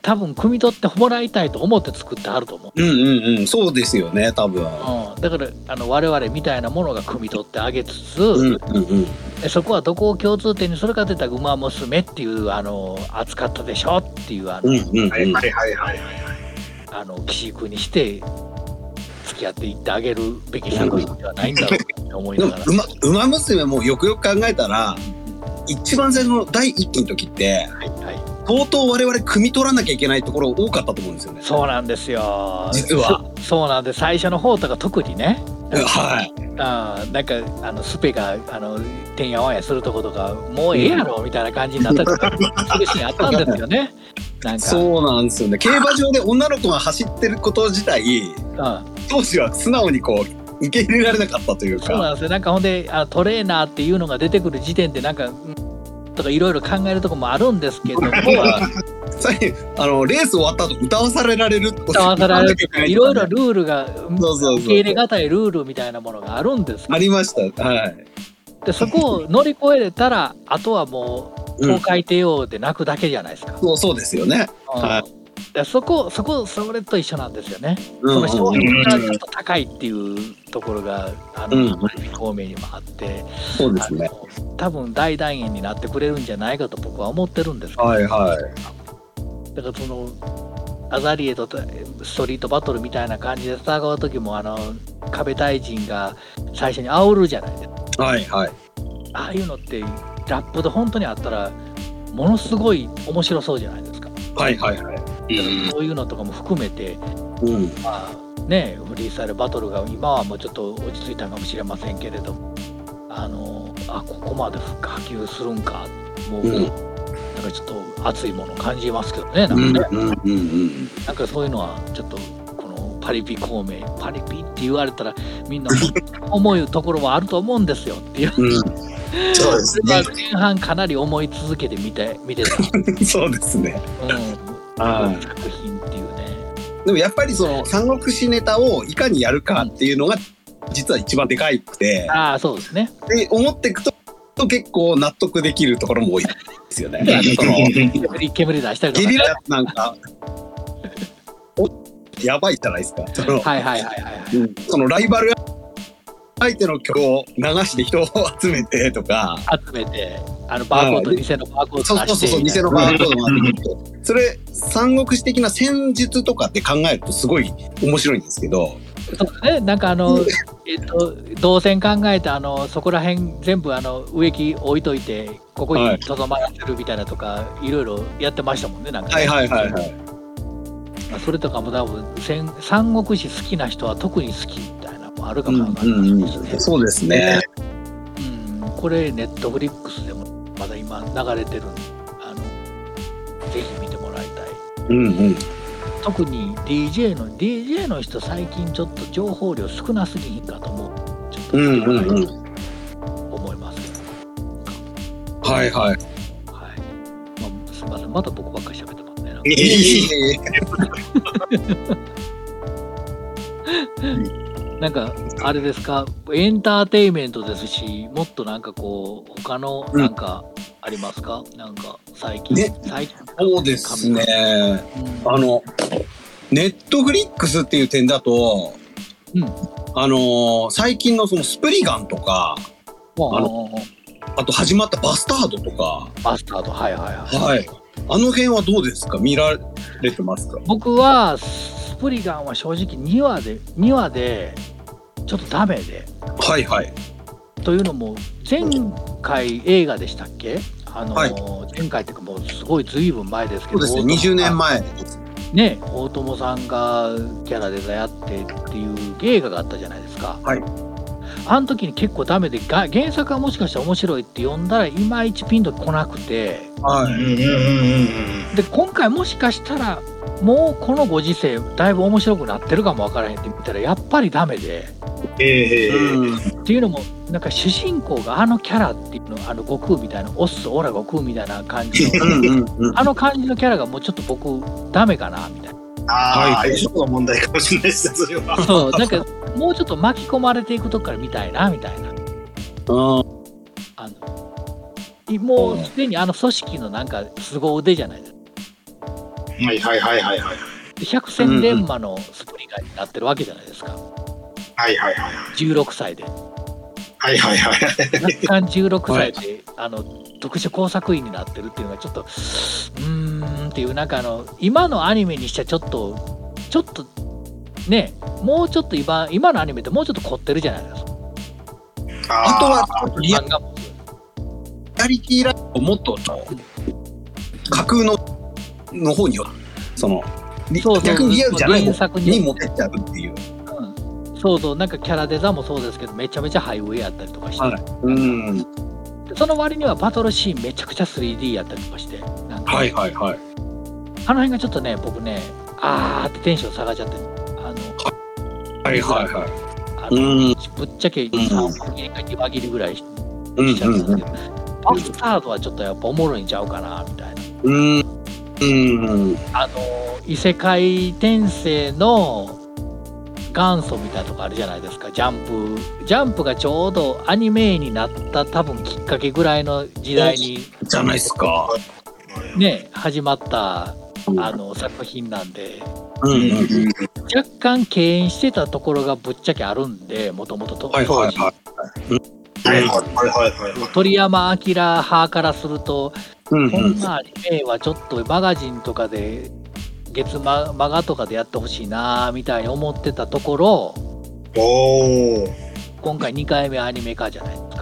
多分汲み取ってもらいたいと思って作ってあると思う。 うんうんうん、そうですよね多分、 うん、だからあの我々みたいなものが汲み取ってあげつつ、 うんうんうん、 でそこはどこを共通点にするかといったら「ウマ娘」っていうあの扱ったでしょっていうあの、 うんうんうん、はいはいはいはいはいあの岸井君にして付き合っていってあげるべき作品ではないんだろうと思いながら。 ウマ、ウマ娘もよくよく考えたら、一番最初の第一期の時って、はいはい、相当我々汲み取らなきゃいけないところ多かったと思うんですよね。 そうなんですよ。 実は。 そうなんで最初の方とか特にね。 はい。 あなんかあのスペがあのてんやわんやするとことかもうええやろみたいな感じになったりとかするシーンあったんですよね。なんかそうなんですよね。競馬場で女の子が走ってること自体、うん、当時は素直にこう受け入れられなかったというか。 そうなんですよ。なんかほんであトレーナーっていうのが出てくる時点でなんか、うん、とかいろいろ考えるとこもあるんですけどもあのレース終わった後歌わされられる歌わされられるとかいろいろルールが受け入れがたいルールみたいなものがあるんですけどありました。はい。 でそこを乗り越えれたらあとはもう東海帝王で泣くだけじゃないですか。 うん、そうそうですよね。 うん、はい。でそこそこそれと一緒なんですよね。うん、その商品がちょっと高いっていうところがあの、うん、方面にもあって、 そうですね。 多分大団円になってくれるんじゃないかと僕は思ってるんですけど。 はいはい。 だからそのアザリエとストリートバトルみたいな感じで戦う時もあの壁大臣が最初に煽るじゃないですか。はいはい。 ああいうのってラップで本当にあったらものすごい面白そうじゃないですか。 はいはいはい。 そういうのとかも含めて、 うん、 まあねフリースタイルバトルが今はもうちょっと落ち着いたかもしれませんけれども、あのあここまで波及するんかもう、うん、なんかちょっと熱いものを感じますけどね。なんかね、うんうんうん、なんかそういうのはちょっとこのパリピ孔明パリピって言われたらみんな思うところはあると思うんですよっていう。うんそうですね。 前半かなり思い続けて見て見てた。 そうですね。 うん。あ作品っていうね。 でもやっぱりその三国志ネタをいかにやるかっていうのが実は一番でかいくて。 ああそうですね。 で思っていくと結構納得できるところも多いですよね。 その煙煙出したりとか、ね。 ゲリラなんかやばいじゃないですか。そのはいはいはいはい、はい。 そのライバル相手の曲を流して人を集めてとか集めてあのバーコード、偽のバーコード出してそうそうそう偽のバーコードが出てきてそれ三国志的な戦術とかって考えるとすごい面白いんですけどそうねなんかあのえっと動線考えてあのそこら辺全部あの植木置いといてここにとどまらせるみたいなとか、はい、いろいろやってましたもんねなんかね。 はいはいはいはい。 それとかも多分三国志好きな人は特に好きみたいな。あるかもわかんないですね。 そうですね。 うん、これネットフリックスでもまだ今流れてるんで、あのぜひ見てもらいたい。 うんうん。 特に ディージェー の ディージェー の人最近ちょっと情報量少なすぎひんかと思う。ちょっと見てもらいたいと思いますけど。はいはい。はい。まあ、すみませんまた僕ばっかり喋ってますね。なんかあれですかエンターテインメントですしもっとなんかこう他のなんかありますか、うん、なんか最近、 ね、 最近そうですね、うん、あのネットフリックスっていう点だと、うん、あの最近のそのスプリガンとか、うん、あのあと始まったバスタードとかバスタードはいはいはい、 はい、あの辺はどうですか見られてますか？ 僕はスプリガンは正直にわでにわでちょっとダメではいはいというのも前回映画でしたっけあの、はい、前回っていうかもうすごいずいぶん前ですけどそうですねにじゅうねんまえですね大友さんがキャラデザやってっていう映画があったじゃないですか。 はいあの時に結構ダメでが原作はもしかしたら面白いって読んだらいまいちピンとこなくて、 はい、 で今回もしかしたらもうこのご時世だいぶ面白くなってるかもわからへんって見たらやっぱりダメで、 えー、 っていうのもなんか主人公があのキャラっていうのあの悟空みたいなオッスオラ悟空みたいな感じのあの感じのキャラがもうちょっと僕ダメかなみたいな。 ああ、相性の問題かもしれないですね、それは。 そう、なんかもうちょっと巻き込まれていくとこから見たいなみたいな。 ああのもうすでにあの組織のなんか凄腕じゃないですか。 はいはいはいはいはい。 百戦錬磨のスプリガンになってるわけじゃないですか。 はいはいはい。 じゅうろくさいで。 はいはいはい。 若干じゅうろくさいで、はい、あの特殊工作員になってるっていうのがちょっとうーんっていう、なんかあの今のアニメにしちゃちょっとちょっとね、もうちょっと今今のアニメってもうちょっと凝ってるじゃないですか。 あ, あとはリアリティラインをもっと架空のの方によその逆にリアルじゃない方に持ってっちゃうっていう。 そうそう、なんかキャラデザもそうですけど、めちゃめちゃハイウェイやったりとかして、はい、 うんその割にはバトルシーンめちゃくちゃ スリーディー やったりとかして、なんかはいはいはい、 あの辺がちょっとね、僕ね、あーってテンション下がっちゃって、あのはいはいはい、 あの、うん、ぶっちゃけさんわ切りかにわ切りぐらいしちゃったんですけど、うんうんうん、バスタードはちょっとやっぱおもろいんちゃうかなみたいな。 うんうん、 あの異世界転生の元祖みたいなとこあるじゃないですか。ジャンプジャンプがちょうどアニメになった多分きっかけぐらいの時代にじゃないですかね、始まったあの作品なんで、 うんうんうん、 若干敬遠してたところがぶっちゃけあるんで、もともと当時鳥山明派からすると、うんうん、こんなアニメはちょっとマガジンとかで月マガとかでやってほしいなみたいに思ってたところ、 お今回にかいめアニメ化じゃないですか。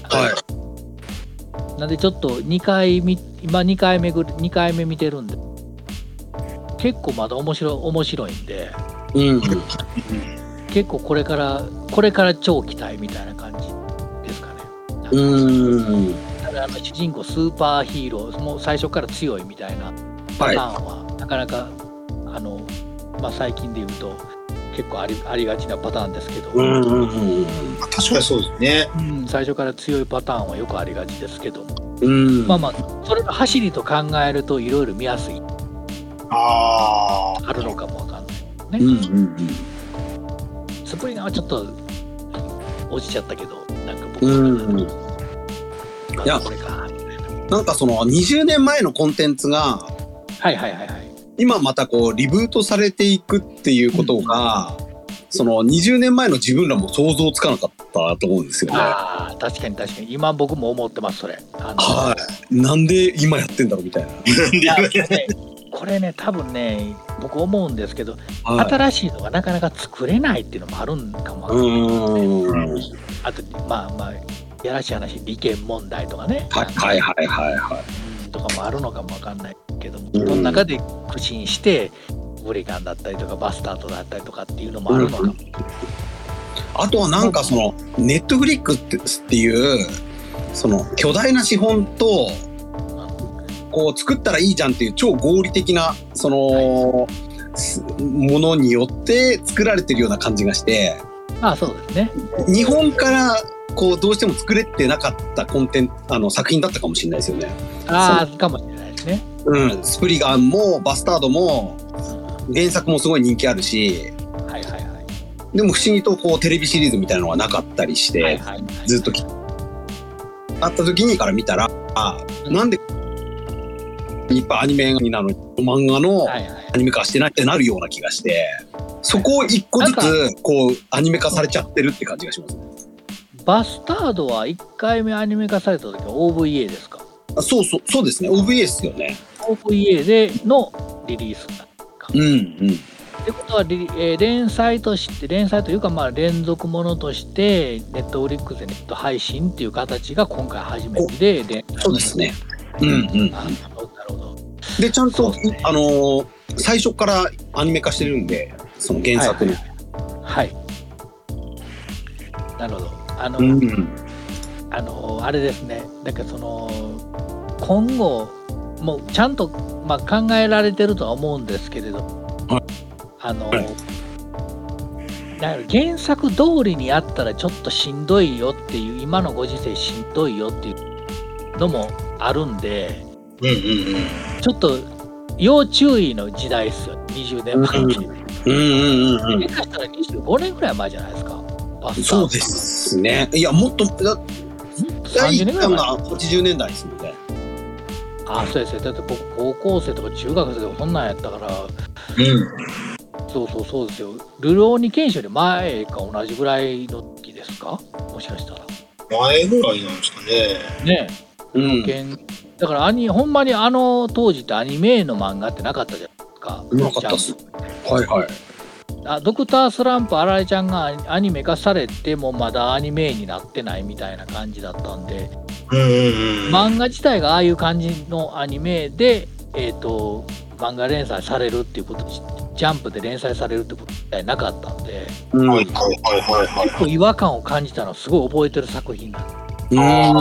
はい。 なんでちょっとにかい今にかいめぐにかいめ見てるんで、結構まだ面白い面白いんで、 うん、 結構これからこれから超期待みたいな感じですかね。 うんだからあの主人公スーパーヒーローもう最初から強いみたいなパターンは、はい、なかなかあの、まあ、最近で言うと結構あり、ありがちなパターンですけど、 うんうんうん、 確かにそうですね、 うん、最初から強いパターンはよくありがちですけども、 うん、 まあまあそれの走りと考えるといろいろ見やすいああるのかもわかんないね、 うんうんうん、 スプリガンはちょっと落ちちゃったけど、なんか僕、 うん、いやこれかなんかそのにじゅうねんまえのコンテンツがはいはいはいはい今またこうリブートされていくっていうことが、うん、そのにじゅうねんまえの自分らも想像つかなかったと思うんですよね。 ああ確かに確かに今僕も思ってますそれ。 あのはい。なんで今やってんだろうみたいな。 いやね、これね多分ね僕思うんですけど、はい、新しいのがなかなか作れないっていうのもあるんかもわかんないですね。あとまあまあやらしい話利権問題とかね。 はいはいはいはいはい。 とかもあるのかもわかんないけども、うん、その中で苦心してブリガンだったりとかバスタートだったりとかっていうのもあるのかも、うん、 あとはなんかそのネットフリックスっていうその巨大な資本とこう作ったらいいじゃんっていう超合理的なその、はい、ものによって作られてるような感じがして、 ああそうですね、 日本からこうどうしても作れてなかったコンテンツあの作品だったかもしれないですよね。 ああかもしれないですね。 うん、スプリガンもバスタードも原作もすごい人気あるし、 はいはいはい、 でも不思議とこうテレビシリーズみたいなのがなかったりして、はいはいはい、ずっとあった時にから見たら、あ、うん、なんでいっぱいアニメになるのに漫画のアニメ化してないってなるような気がして、そこを一個ずつこうアニメ化されちゃってるって感じがしますね。 バスタードはいっかいめアニメ化された時は オーブイエー ですか？ あ、そうそうそうですね、 オーブイエー ですよね。 オーブイエー でのリリースなんか、 うんうん、 ってことは、えー、連載として連載というかまあ連続ものとしてネットフリックスでネット配信っていう形が今回初めてで、 そうですね、うんうん、あ、なるほど。でちゃんと、ね、あのー、最初からアニメ化してるんで、その原作に、はいはいはい、なるほど。あの、うん、あのあれですね、だからその今後もうちゃんと、まあ、考えられてるとは思うんですけれど、はい、あの、はい、だから原作通りにやったらちょっとしんどいよっていう、今のご時世しんどいよっていうのもあるんで、 うんうんうん、 ちょっと要注意の時代ですよ、にじゅうねんまえに。 うんうんうんうん。 もしかしたらにじゅうごねんぐらい前じゃないですか。 そうですね。いやもっとだ、第一巻がはちじゅうねんだいですもんね。 あ、そうですよ。だって僕高校生とか中学生とかそんなんやったから。うん。そうそうそうですよ。ルローニケンションより前か同じぐらいの時ですか？もしかしたら。 前ぐらいなんですかね。 ねえ。うん。だからアニほんまにあの当時ってアニメの漫画ってなかったじゃないですか。 なかったっす。はいはい。 あ、ドクタースランプ新井ちゃんがアニメ化されてもまだアニメになってないみたいな感じだったんで、うんうんうん、漫画自体がああいう感じのアニメで、えーと、漫画連載されるっていうことジャンプで連載されるってこと自体なかったんで、うん、結構違和感を感じたのすごい覚えてる作品なんです。うん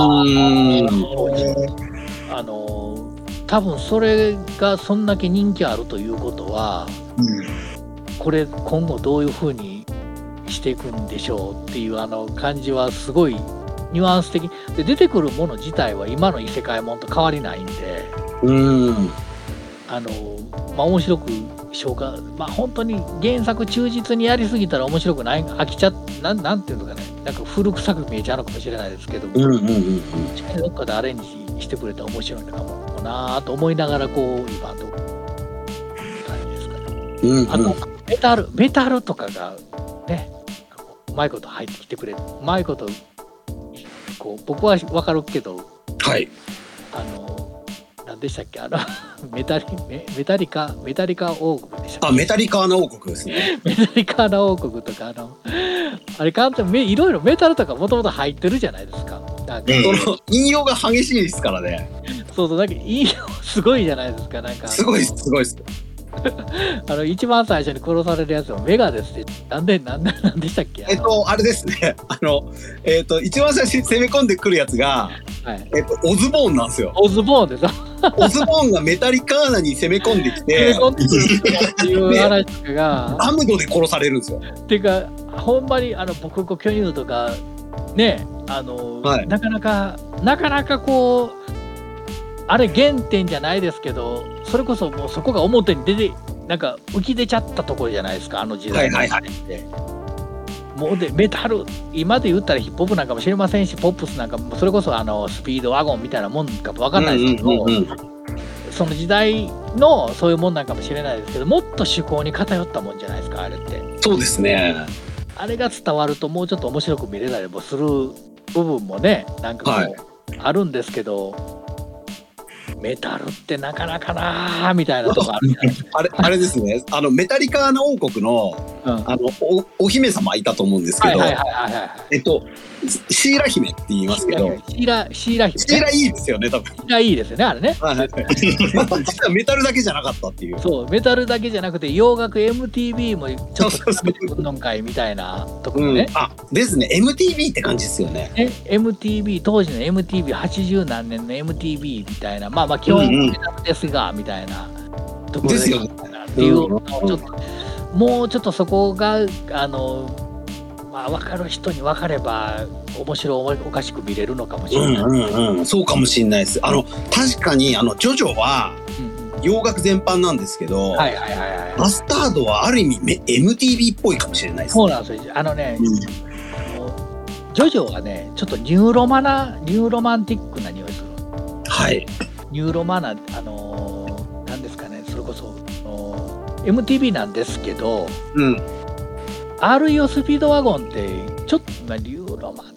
あの多分それがそんだけ人気あるということは、うん、これ今後どういう風にしていくんでしょうっていうあの感じはすごいニュアンス的で出てくるもの自体は今の異世界もんと変わりないんで、うんあのまあ面白く消化まあ本当に原作忠実にやりすぎたら面白くない飽きちゃな ん, なんていうのかねなんか古臭く見えちゃうのかもしれないですけど、うんうんうんうん、どっかでアレンジしてくれたら面白いのかもなと思いながらこう今と感じですかね、うんうん、あとメタルメタルとかがねうまいこと入ってきてくれるうまいことこう僕は分かるけど、はい、あの何でしたっけあのメタリ メ, メタリカメタリカ王国でしたっけあメタリカーナ王国ですねメタリカーナ王国とかあのあれ簡単いろいろメタルとかもともと入ってるじゃないですか。なんか、 うん、その引用が激しいですからね。 そうそうだけど引用すごいじゃないですかなんかすごいですすごいですあの一番最初に殺されるやつはメガですってなんでなんでなんでしたっけえっとあれですねあのえっと一番最初に攻め込んでくるやつが、はいえっと、オズボーンなんですよ。 オズボーンですオズボーンがメタリカーナに攻め込んできて攻め込んでくるっていう話とかがアムドで殺されるんですよ。 っていうかほんまにあの僕こ巨乳とかねあの、はい、なかなかなかなかこうあれ原点じゃないですけどそれこそもうそこが表に出てなんか浮き出ちゃったところじゃないですかあの時代の時代って、はいはいはい、もうでメタル今で言ったらヒップホップなんかもしれませんしポップスなんかもそれこそあのスピードワゴンみたいなもんか分かんないですけど、うんうんうんうん、その時代のそういうもんなんかもしれないですけどもっと趣向に偏ったもんじゃないですかあれって。 そうですねあれが伝わるともうちょっと面白く見れたりもする部分もねなんかこう、はい、あるんですけどメタルってなかなかなーみたいなとこあるじゃないですかあれあれですねあのメタリカーナ王国の、うん、あの お, お姫様いたと思うんですけどえっとシーラ姫って言いますけどシーラシーラ姫、ね、 シーラいいですよね多分シーラいいですよねあれね、はいはい、 実はメタルだけじゃなかったっていうそうメタルだけじゃなくて洋楽 エムティービー もちょっと食べてくんのんかいみたいなところね、 うん、あですね エムティービー って感じですよねえ エムティービー 当時の エムティービーはちじゅう 何年の エムティービー みたいなまあまあ基本メタルですが、うんうん、みたいなところでですよねっていうのをちょっと、うん、もうちょっとそこがあのまあ分かる人に分かれば面白おかしく見れるのかもしれない、うんうんうん、そうかもしれないです。あの確かにあのジョジョは洋楽全般なんですけど、はいはいはいはい、バスタードはある意味 エムティービー っぽいかもしれないですね。 そうなんですよ。あのね、うん、あのジョジョはねちょっとニューロマなニューロマンティックな匂いする。 はい。 ニューロマなあのなんですかねそれこそ エムティービー なんですけど。うん。アールイーオー スピードワゴンってちょっとまあニューロマ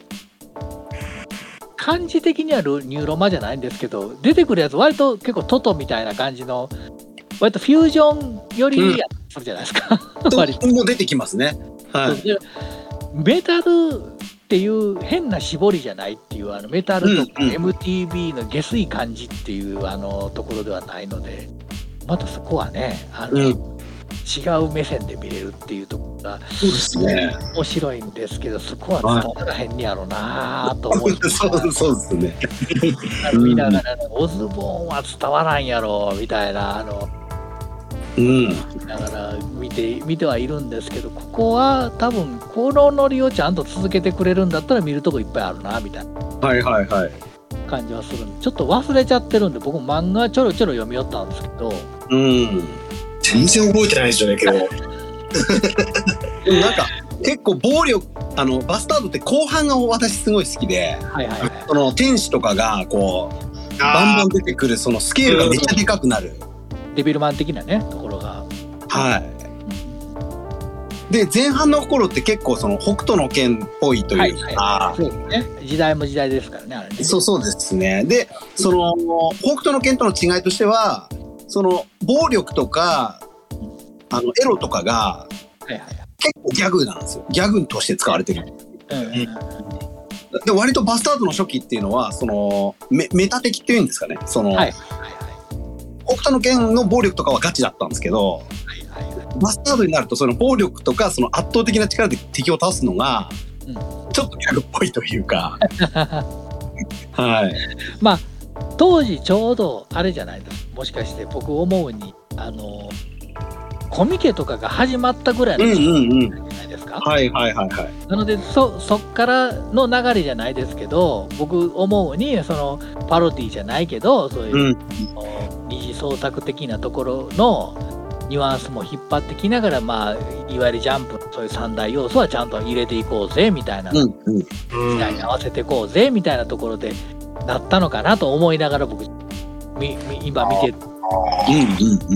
漢字的にはニューロマじゃないんですけど出てくるやつ割と結構トトみたいな感じの割とフュージョンよりやつじゃないですか、 うん、割とも出てきますね、はい、 メタルっていう変な絞りじゃないっていうあのメタルとか エムティービー の下水感じっていうあのところではないのでまたそこはねあの、うん違う目線で見れるっていうところがそうですね面白いんですけどそこは伝わらへんにやろうなと思って、 はい、そうですね見ながら、ね、オズボーンは伝わらんやろみたいなあの、うん、見ながら見て見てはいるんですけどここは多分このノリをちゃんと続けてくれるんだったら見るとこいっぱいあるなみたいなはいはいはい感じはするんでちょっと忘れちゃってるんで僕も漫画ちょろちょろ読み寄ったんですけどうん全然覚えてないですよね、今日。 なんか結構暴力あのバスタードって後半が私すごい好きで、はいはいはい、その天使とかがこバンバン出てくるそのスケールがめっちゃでかくなる。 デビルマン的なねところが。 はい。で前半の頃って結構その北斗の拳っぽいというか、 はいはい、そうですね、時代も時代ですからねあれね。 そうそうですね。でその北斗の拳との違いとしてはその暴力とかあのエロとかが、はいはい、結構ギャグなんですよ。ギャグとして使われてる。うんうん、で割とバスタードの初期っていうのはその メ, メタ的っていうんですかね。その、はいはいはい、北斗の拳の暴力とかはガチだったんですけど、はいはいはい、バスタードになるとその暴力とかその圧倒的な力で敵を倒すのが、うん、ちょっとギャグっぽいというかはい。 まあ当時ちょうどあれじゃないですか。もしかして僕思うにあのコミケとかが始まったぐらいの時期じゃないですか。 はいはいはいはい。 なので そ, そっからの流れじゃないですけど、僕思うにそのパロディじゃないけどそういう、うん、二次創作的なところのニュアンスも引っ張ってきながら、まあいわゆるジャンプそういう三大要素はちゃんと入れていこうぜみたいな、うんうん、時代に合わせていこうぜみたいなところでなったのかなと思いながら僕みみ今見てる、うんうんうん、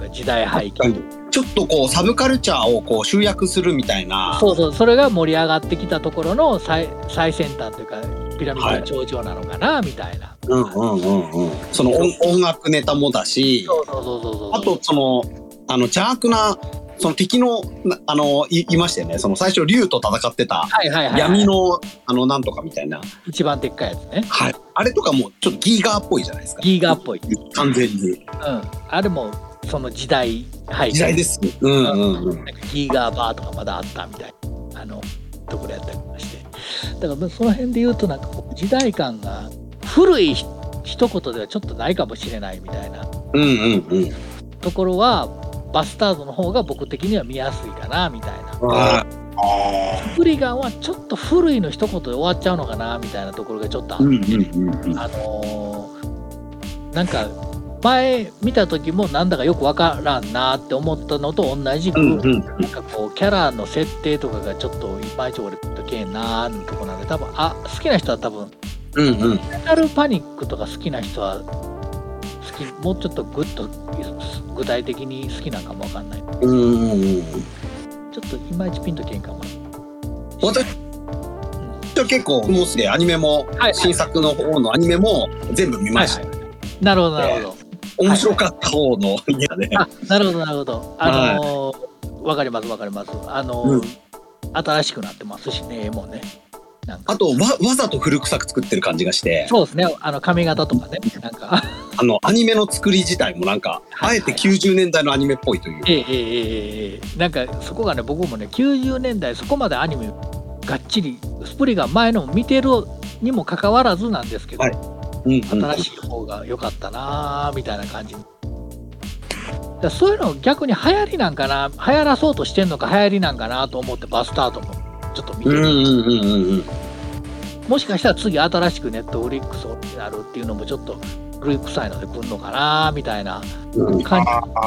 時代背景ちょっとこうサブカルチャーをこう集約するみたいな。 そうそう、それが盛り上がってきたところの 最, 最先端というかピラミッドの頂上なのかな、はい、みたいな。 うんうんうんうん。その 音, 音楽ネタもだし、そうそうそうそうそう。あとそのあの邪悪なその敵のあの い, いましたよね。その最初竜と戦ってた闇のあのなんとかみたいな。 一番でっかいやつね。 はい。あれとかもちょっとギーガーっぽいじゃないですか。 ギーガーっぽい。 完全に。うん。 あれもその時代背景。 時代です。うんうんうん。 なんかギーガーバーとかまだあったみたいなあのところやったりとかして。だからその辺で言うとなんかこう時代感が古い一言ではちょっとないかもしれないみたいな。うんうんうん。ところは。バスタードの方が僕的には見やすいかなみたいな。スプリガンはちょっと古いの一言で終わっちゃうのかなみたいなところがちょっとあって、うんうんうんうん、あのー、なんか前見た時もなんだかよくわからんなって思ったのと同じく、うんうん、なんかこうキャラの設定とかがちょっといまいち俺とけえなーのとこなんで多分あ好きな人は多分、うんうん、メタルパニックとか好きな人は好きもうちょっとグッと具体的に好きなんかもわかんない。うんうん、ちょっといまいちピンとけんかも。 私は結構もうすでアニメも、はいはい、新作の方のアニメも全部見ました。はいはい、 なるほどなるほど。 面白かった方のいやね。あ、なるほどなるほど。あのー、わ、はい、かりますわかります。あのーうん、新しくなってますしね、もうね。 なんかあと わ, わざと古臭く作ってる感じがして。 そうですね。あの髪型とかね、なんかあのアニメの作り自体もなんか、はいはい、あえてきゅうじゅうねんだいのアニメっぽいという。 ええええええなんかそこがね僕もねきゅうじゅうねんだいそこまでアニメがっちりスプリガン前の見てるにもかかわらずなんですけど、はいうんうんうん、新しい方が良かったなみたいな感じ。だそういうの逆に流行りなんかな流行らそうとしてんのか流行りなんかなと思ってバスタートもちょっと見てる、うんうんうんうん、もしかしたら次新しくネットフリックスになるっていうのもちょっと古い臭いので来るのかなみたいな感じ、うん、思って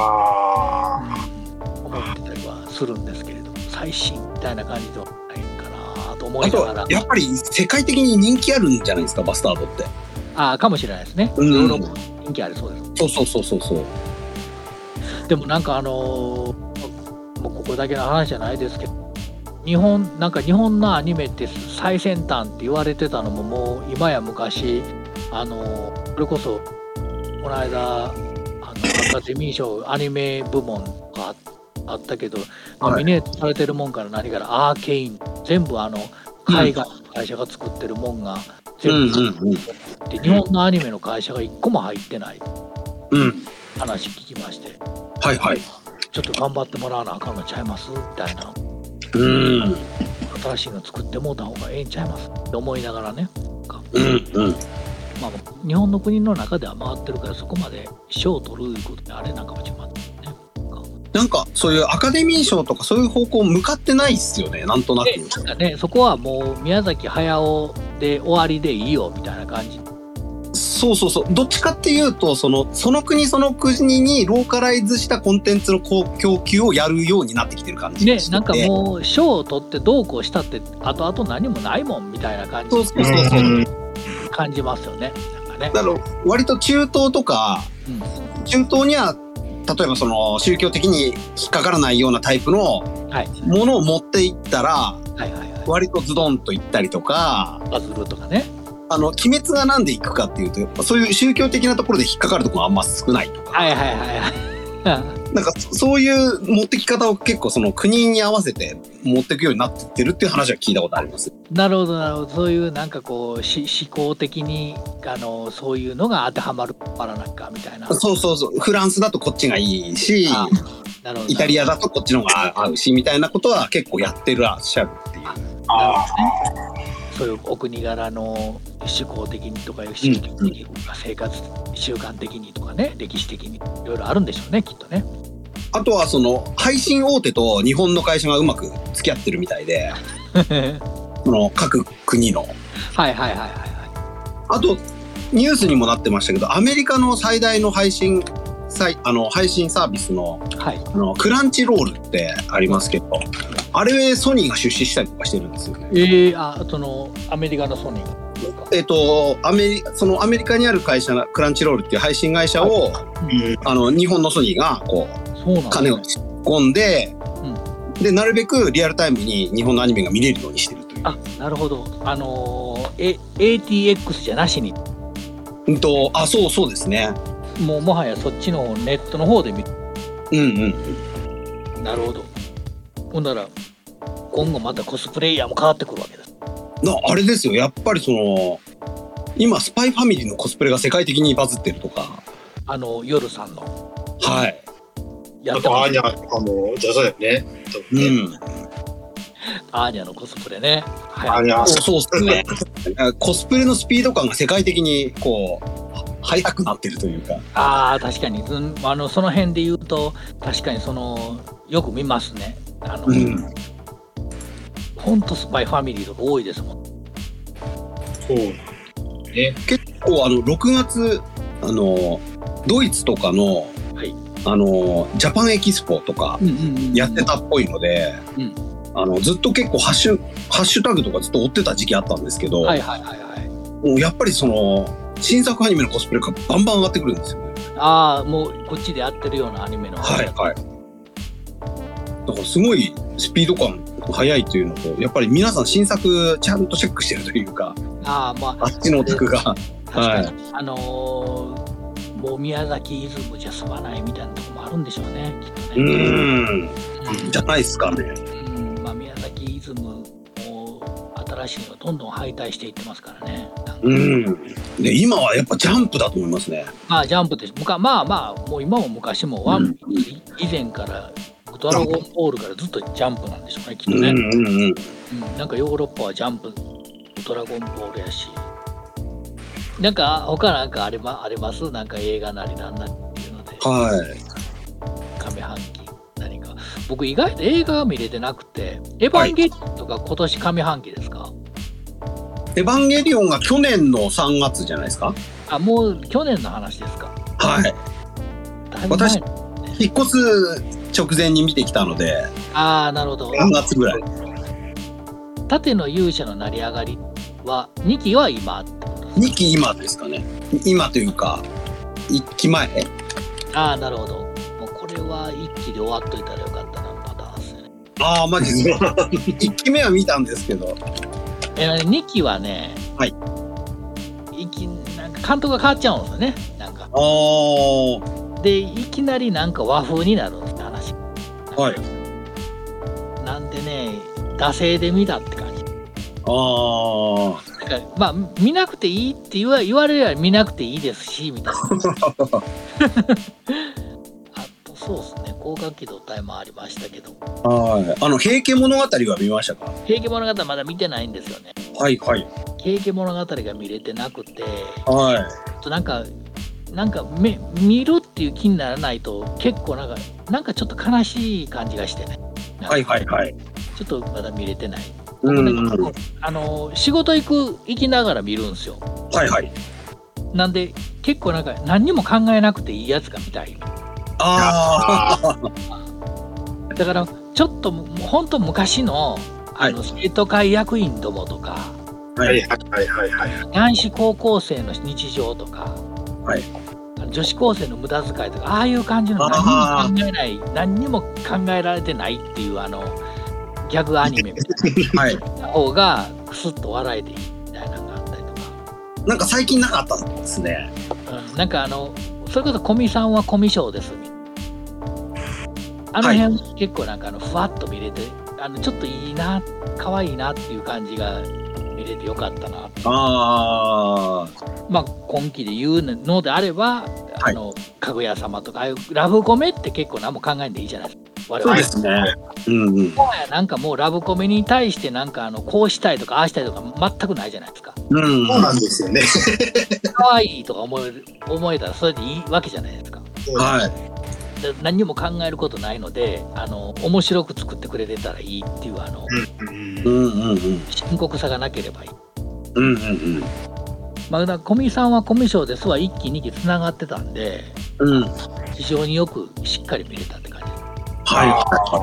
たりはするんですけれども最新みたいな感じではないかなと思いながら。 やっぱり世界的に人気あるんじゃないですかバスタードって。 ああかもしれないですね。ヨーロッパ人気ありそうです。 そうそうそうそうそう。 でもなんかあのー、もうここだけの話じゃないですけど日本なんか日本のアニメって最先端って言われてたのももう今や昔あのー、それこそこの間あのアカデミー賞アニメ部門があったけど、ノミネートされてるもんから何からアーケイン全部あの海外の会社が作ってるもんが全部、うんうんうん、で日本のアニメの会社がいっこも入ってない、うん、話聞きまして、 はいはい、 ちょっと頑張ってもらわなあかんのちゃいますみたいな、うん、新しいの作ってもうた方がええんちゃいますって思いながらね、うんうんまあ、日本の国の中では回ってるからそこまで賞を取ることであれなんかもちまってね。 なんかそういうアカデミー賞とかそういう方向向かってないっすよねなんとなく。 なんかねそこはもう宮崎駿で終わりでいいよみたいな感じ。 そうそうそうどっちかっていうとそのその国その国にローカライズしたコンテンツの供給をやるようになってきてる感じね。なんかもう賞を取ってどうこうしたって後々何もないもんみたいな感じ。そうそうそうそう感じますよね。なんかね。 だから割と中東とか、うん、中東には例えばその宗教的に引っかからないようなタイプのものを持っていったら、はいはいはいはい、割とズドンといったりとか、 バズるとかね。 あの鬼滅がなんでいくかっていうと、やっぱそういう宗教的なところで引っかかるところがあんま少ないとか。 はいはいはいはい。 なんかそういう持ってき方を結構その国に合わせて持っていくようになってってるっていう話は聞いたことあります。 なるほどなるほど。そういうなんかこうし思考的にあのそういうのが当てはまるからなんかみたいな。 そうそうそう。フランスだとこっちがいいし、なるほどイタリアだとこっちの方が合うしみたいなことは結構やってらっしゃるっていう。 ああ。そういうお国柄の思考的にとかいう宗教的にとか生活習慣的にとかね、歴史的にいろいろあるんでしょうねきっとね。 あとはその配信大手と日本の会社がうまく付き合ってるみたいでその各国のはいはいはいはいはい。 あとニュースにもなってましたけど、アメリカの最大の配信あの配信サービス の,、はい、あのクランチロールってありますけど、あれソニーが出資したりとかしてるんですよね。 えー、あそのアメリカのソニーがえっとアメリそのアメリカにある会社クランチロールっていう配信会社を、はい、あの日本のソニーがこう、ね、金を突っ込んで、うん、でなるべくリアルタイムに日本のアニメが見れるようにしてるという。 あ、なるほど。あのー、エーティーエックス じゃなしに。 うんとあそうそうですね。 もうもはやそっちのネットの方で見る。 うんうん。 なるほど。ほんなら今後またコスプレイヤーも変わってくるわけです。 なあれですよ。やっぱりその今スパイファミリーのコスプレが世界的にバズってるとか。 あの夜さんの。 はい。 やっぱアーニャとかもじゃそうよね。 うん。 アーニャのコスプレね。 はい。アーニャそうですね。コスプレのスピード感が世界的にこう。速くなってるというか。 ああ確かに、うん、あのその辺で言うと確かにそのよく見ますね。あの、うん、ほんとスパイファミリーとか多いですもん。 そうね。 結構あのろくがつあのドイツとかの、はい、あのジャパンエキスポとかやってたっぽいので、うんうんうん、あのずっと結構ハッシュハッシュタグとかずっと追ってた時期あったんですけど、はいはいはいはい、もうやっぱりその新作アニメのコスプレがバンバン上がってくるんですよね。 ああ、もうこっちでやってるようなアニメの。 はいはい。だからすごいスピード感速いというのと、やっぱり皆さん新作ちゃんとチェックしてるというか。ああ、まあ。あっちのオタクが。 確かに、はい、あのー、もう宮崎イズムじゃ済まないみたいなところもあるんでしょうね。きっとね。うーん。じゃないですかね。 うん、まあ宮崎イズムも新しいのどんどん敗退していってますからね。 うん。で今はやっぱジャンプだと思いますね。 まあジャンプです。まあまあもう今も昔もワンピース以前からドラゴンボールからずっとジャンプなんでしょうねきっとね。うんうんうん。うん、なんかヨーロッパはジャンプドラゴンボールやし、なんか他なんかありまありますなんか映画なりなんなりっていうので。はい。上半期何か僕意外と映画が見れてなくて、エヴァンゲリオンとか今年上半期ですか？はいエヴァンゲリオンが去年のさんがつじゃないですか。 あ、もう去年の話ですか。 はい。私引っ越す直前に見てきたので。 ああ、なるほど。 さんがつぐらい。 盾の勇者の成り上がりはにきは今ってことですか。 にき今ですかね。今というかいっきまえ。 ああ、なるほど。もうこれはいっきで終わっといたらよかったなパターンですね。 ああ、マジですか。いっきめは見たんですけど。 えー、にきはね、はい、いきなんか監督が変わっちゃうんですよね。なんかでいきなりなんか和風になるんですね話。はい。なんでね惰性で見たって感じ。ああ。なんかまあ見なくていいって言わ言われれば見なくていいですしみたいな。あとそうですね。広角機動隊もありましたけど。 はい。あの平家物語は見ましたか？ 平家物語まだ見てないんですよね。 はいはい。 平家物語が見れてなくて、 はい。 となんかなんかめ見るっていう気にならないと結構なんかなんかちょっと悲しい感じがしてね。 はいはいはい。 ちょっとまだ見れてない。僕ね、うんうん、あの仕事行く行きながら見るんですよ。 はいはい。 なんで結構なんか何にも考えなくていいやつが見たい。 ああ。 だからちょっともう本当昔のあの、はい、生徒会役員どもとか、 はいはいはいはい。 男子高校生の日常とか、 はい、 女子高生の無駄遣いとか、ああいう感じの何にも考えない、何にも考えられてないっていうあのギャグアニメみたいな方がクスッと笑えていいみたいなのがあったりとか。 なんか最近なかったですね。 うん、なんかあのそれこそ古見さんはコミュ障ですあの辺、はい、結構なんかあのふわっと見れて、あのちょっといいな、可愛いなっていう感じが見れてよかったな。ああ。まあ今期で言うのであれば、はい、あのかぐや様とかああいうラブコメって結構何も考えんでいいじゃないですか。我々 そうですね。うんうん。 なんかもうラブコメに対してなんかあのこうしたいとかああしたいとか全くないじゃないですか。 うん、そうなんですよね。 可愛いとか思える思えたらそれでいいわけじゃないですか。 はい。 何にも考えることないので、あの面白く作ってくれてたらいいっていうあの、うんうんうん、深刻さがなければいい。うんうんうん。まあだ小見さんはコミュ障ですはいっきにきつながってたんで、うん、非常によくしっかり見れたって感じです。はい。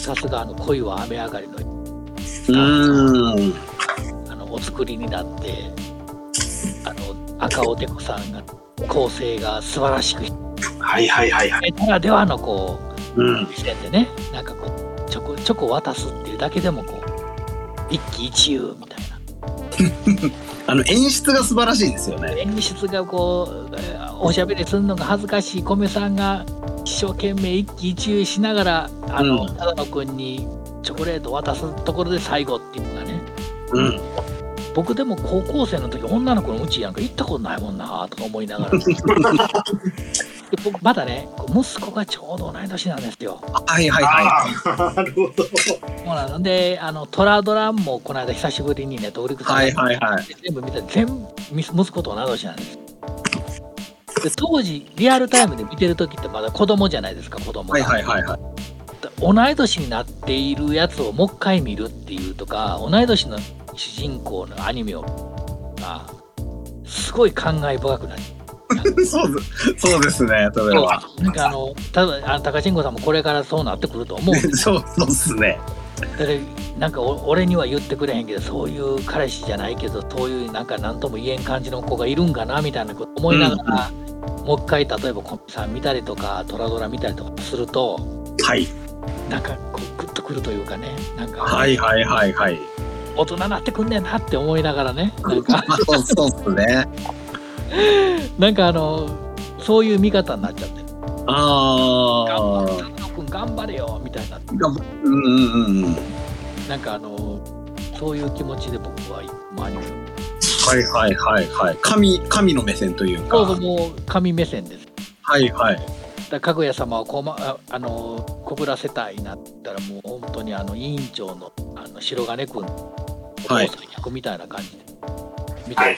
さすがあの恋は雨上がりのうんあのお作りになって、あの赤尾てこさんが構成が素晴らしく。 はいはいはいはい。 ならではのこう、うん、視点でね、なんかこうチョコチョコ渡すっていうだけでもこう一喜一憂みたいな。 あの演出が素晴らしいですよね。 演出がこうおしゃべりするのが恥ずかしい米さんが一生懸命一喜一憂しながらあの、うん、忠野くんにチョコレート渡すところで最後っていうのがね。うん。僕でも高校生の時女の子のうちなんか行ったことないもんなとか思いながら。で僕まだね息子がちょうど同い年なんですよ。 はいはいはい。 なるほど。 そうなのであのトラドラもこの間久しぶりにねトリックさんはいはいはい、 全部見た全部息子と同い年なんです。で当時リアルタイムで見てる時ってまだ子供じゃないですか子供が。はいはいはいはい。同い年になっているやつをもう一回見るっていうとか同い年の主人公のアニメをがすごい感慨深くなる。 そうそうですね、それは。 なんかあのただあの高慎吾さんもこれからそうなってくると思う。 そうそうですね。 だからなんかお俺には言ってくれへんけどそういう彼氏じゃないけどそういうなんか何とも言えん感じの子がいるんかなみたいなこと思いながら、うん、もう一回例えばコンピさん見たりとかトラドラ見たりとかすると、 はい、 なんかこうグッとくるというかね、なんかはいはいはいはい。 大人になってくんねんなって思いながらね、なんかそうそうですね。 なんかあのそういう見方になっちゃってる。 ああ。 頑張君頑張れよみたいな。 うんうんうんうん。 なんかあのそういう気持ちで僕はアニメ。 はいはいはいはい。神神の目線というか。 そうそうもう神目線です。 はいはい。 だかぐや様をこまああのこぶらせたいなったらもう本当にあの委員長のあの白金君のお父さん役みたいな感じで見てる。はい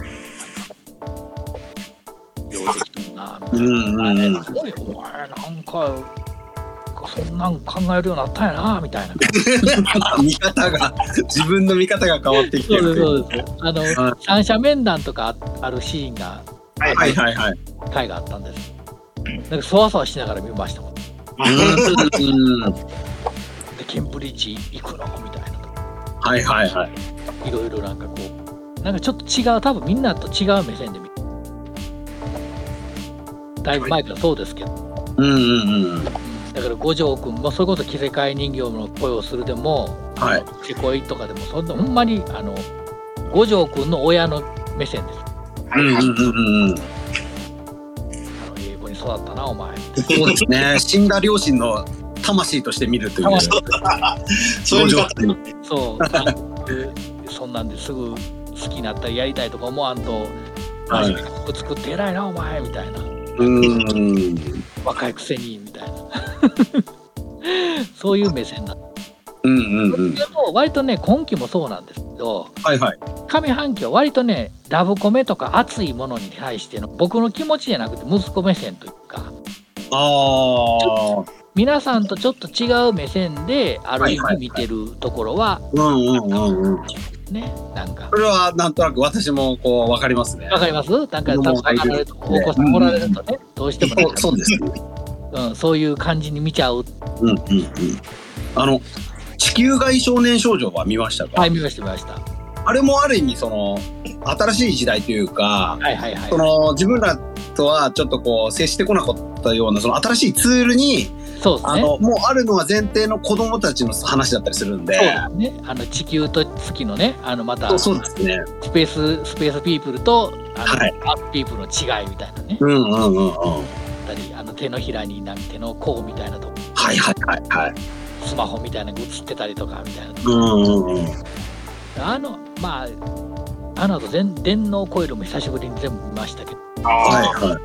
ようできてるなみたいな。うんうん、すごいお前なんかそんなん考えるようになったんやなみたいな見方が自分の見方が変わってきてる。 そうですそうです。あの、はい、三者面談とかあるシーンがはいはいはいはい回があったんです。なんかそわそわしながら見ましたもん。 うんでケンブリッジ行くのみたいなとか。 はいはいはい。 いろいろなんかこうなんかちょっと違う多分みんなと違う目線で見て。だいぶ前からそうですけど、うんうんうん、だから五条くんもそれこそ着せ替え人形の声をするでも、はい、せこいとかでもそんなほんまにあの五条くんの親の目線です。 うんうんうんうん。 英語に育ったなお前。 そうですね。死んだ両親の魂として見るという。 そういうこと。 そうそんなんですぐ好きになったりやりたいとか思わんと、はい、服作って偉いなお前みたいな。うん若いくせにみたいなそういう目線だった。うんうんうん。でも割とね今期もそうなんですけど、はいはい。上半期は割とねラブコメとか熱いものに対しての僕の気持ちじゃなくて息子目線というか、ああ皆さんとちょっと違う目線である意味見てるところは、うんうんうんうん。ね、なんかそれはなんとなく私もこう分かりますね。 分かります？なんか多分お子さんおられるとね、どうしてもね、 そうですね。 うん、そういう感じに見ちゃう。 うんうんうん。あの地球外少年少女は見ましたか？ はい、見ました見ました。 あれもある意味その新しい時代というか、 はいはいはい、 その自分らとはちょっとこう接してこなかったようなその新しいツールに、 そうですね、 あのもうあるのは前提の子供たちの話だったりするんで、そうですね、あの地球と月のね、あのまたそうですね、 スペーススペースピープルとあの、 はい、 アースピープルの違いみたいなね、 うんうんうんうん、 あの手のひらになん手の甲みたいなとこ、 はいはいはいはい、 スマホみたいなのが映ってたりとかみたいな、 うんうんうん、 あのまああの後全電脳コイルも久しぶりに全部見ましたけど、 はいはい、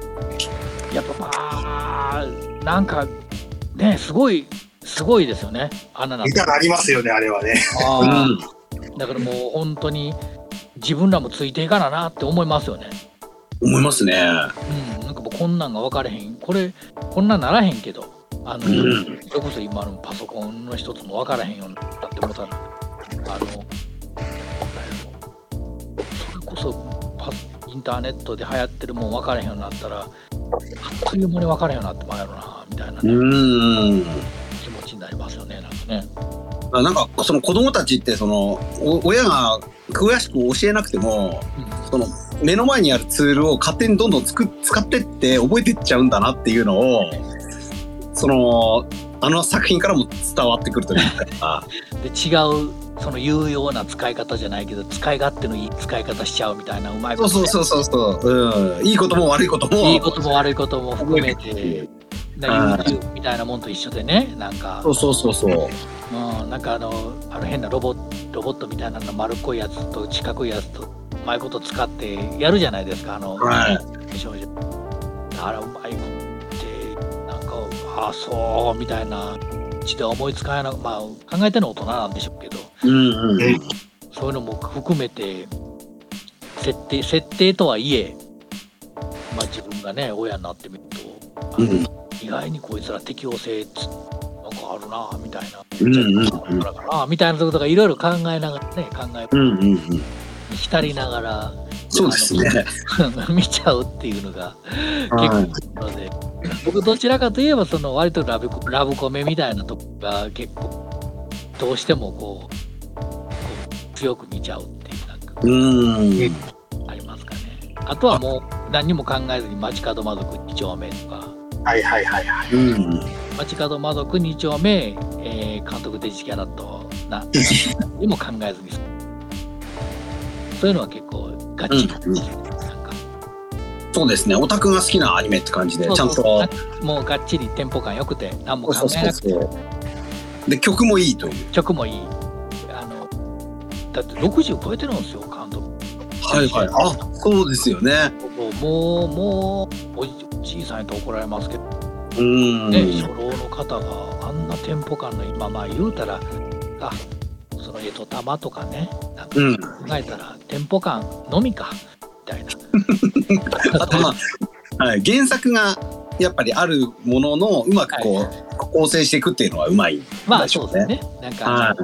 やっぱまあなんかねすごいすごいですよね。あんななん見たくありますよねあれはね。 あ、うん、だからもう本当に自分らもついていかななって思いますよね。 思いますね。 うん、なんかもうこんなんが分かれへん、これこんなんならへんけど、あの、うん、それこそ今のパソコンの一つも分からへんようになったって思ったら、あのそれこそパインターネットで流行ってるもん分からへんようになったら、あっという間に分からへんようになってまいるなみたいな、ね、うん気持ちになりますよね。なんかね。 なんかその子供たちってその親が詳しく教えなくても、うん、その目の前にあるツールを勝手にどんどんつく使ってって覚えてっちゃうんだなっていうのをそのあの作品からも伝わってくるというかで違うその有用な使い方じゃないけど使い勝手のいい使い方しちゃうみたいなうまいこと、 ね、そうそうそうそう、うん、いいことも悪いこともいいことも悪いことも含めてYouTubeみたいなもんと一緒でね、なんかそうそうそうそう、 うん、なんかあのあの変なロボロボットみたいなの丸っこいやつと四角いやつとうまいこと使ってやるじゃないですか、あの、 はい、 少女だからうまいことってなんかああそうみたいなうちで思いつかないな、まあ考えての大人なんでしょうけど、 うんうんうん、 そういうのも含めて設定設定とはいえ、まあ自分がね親になってみると、うん、意外にこいつら適応性つなんかあるなみたいな、うんうんうん、だからなみたいなことがいろいろ考えながらね考え、うんうんうん、浸りながらそうですね見ちゃうっていうのが結構あるので、僕どちらかといえばその割とラブラブコメみたいなとこが結構どうしてもこう、こう強く見ちゃうっていうなんかうんありますかね。あとはもう何にも考えずに街角魔族に丁目とか、 はいはいはいはい、 うん、街角魔族に丁目、えー、監督デジキャラとなにも考えずにそういうのは結構ガチリ、うん、なんかそうですね、オタクが好きなアニメって感じでそうそうちゃんともうがっちりテンポ感良くて何も考えなくて、そうそうそうで曲もいいという曲もいい、あのだってろくじゅう超えてるんですよ監督。 はいはい、あそうですよね。 もうもうおじいさんやと怒られますけど、 うんね、初老の方があんなテンポ感の今まあ言うたらあそのえと玉とかねなんか考えたら、うん、テンポ感のみかみたいなあとまあ、はい、原作がやっぱりあるもののうまくこう、はい、構成していくっていうのはうまいんでしょうね。 まあそうですね。なんか、はい、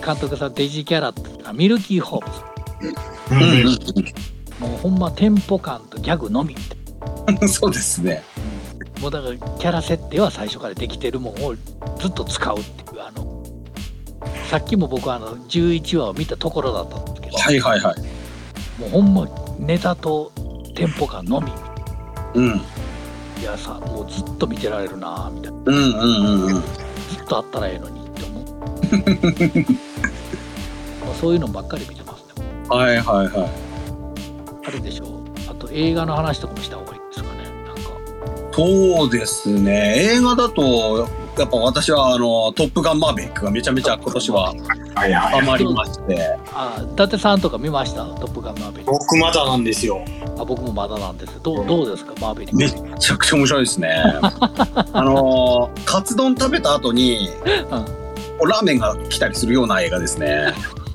監督さんデジキャラとかミルキーホームズ、うんうん、もうほんまテンポ感とギャグのみってそうですね、 うん、もうだからキャラ設定は最初からできてるもんをずっと使うっていうあのさっきも僕はあのじゅういちわを見たところだったんですけど、 はいはいはい、 もうほんまネタとテンポ感のみ、 うん、 いやさもうずっと見てられるなみたいな、 うんうんうんうん、ずっとあったらええのにって思うまあそういうのばっかり見てますね。 はいはいはい。 あれでしょう。あと映画の話とかもした方がいいですかね。なんか。 そうですね。映画だとやっぱ私はあのトップガンマーヴェリックがめちゃめちゃ今年はハマりまして。 あ、伊達さんとか見ました？トップガンマーヴェリック。 僕まだなんですよ。 あ、僕もまだなんです。どうどうですかマーヴェリック。 めちゃくちゃ面白いですね。あのカツ丼食べた後に、うん、ラーメンが来たりするような映画ですね。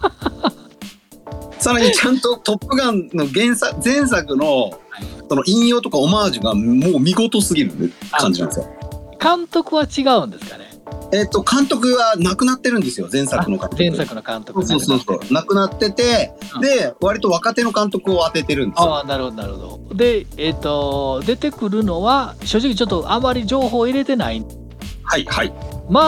さらにちゃんとトップガンの原作前作のその引用とかオマージュがもう見事すぎる感じなんですよ。 監督は違うんですかね。 えっと監督は亡くなってるんですよ。前作の監督。 前作の監督。 そうそうそう。亡くなってて、うん、で割と若手の監督を当ててるんですよ。 ああなるほどなるほど。でえっと出てくるのは正直ちょっとあまり情報を入れてない。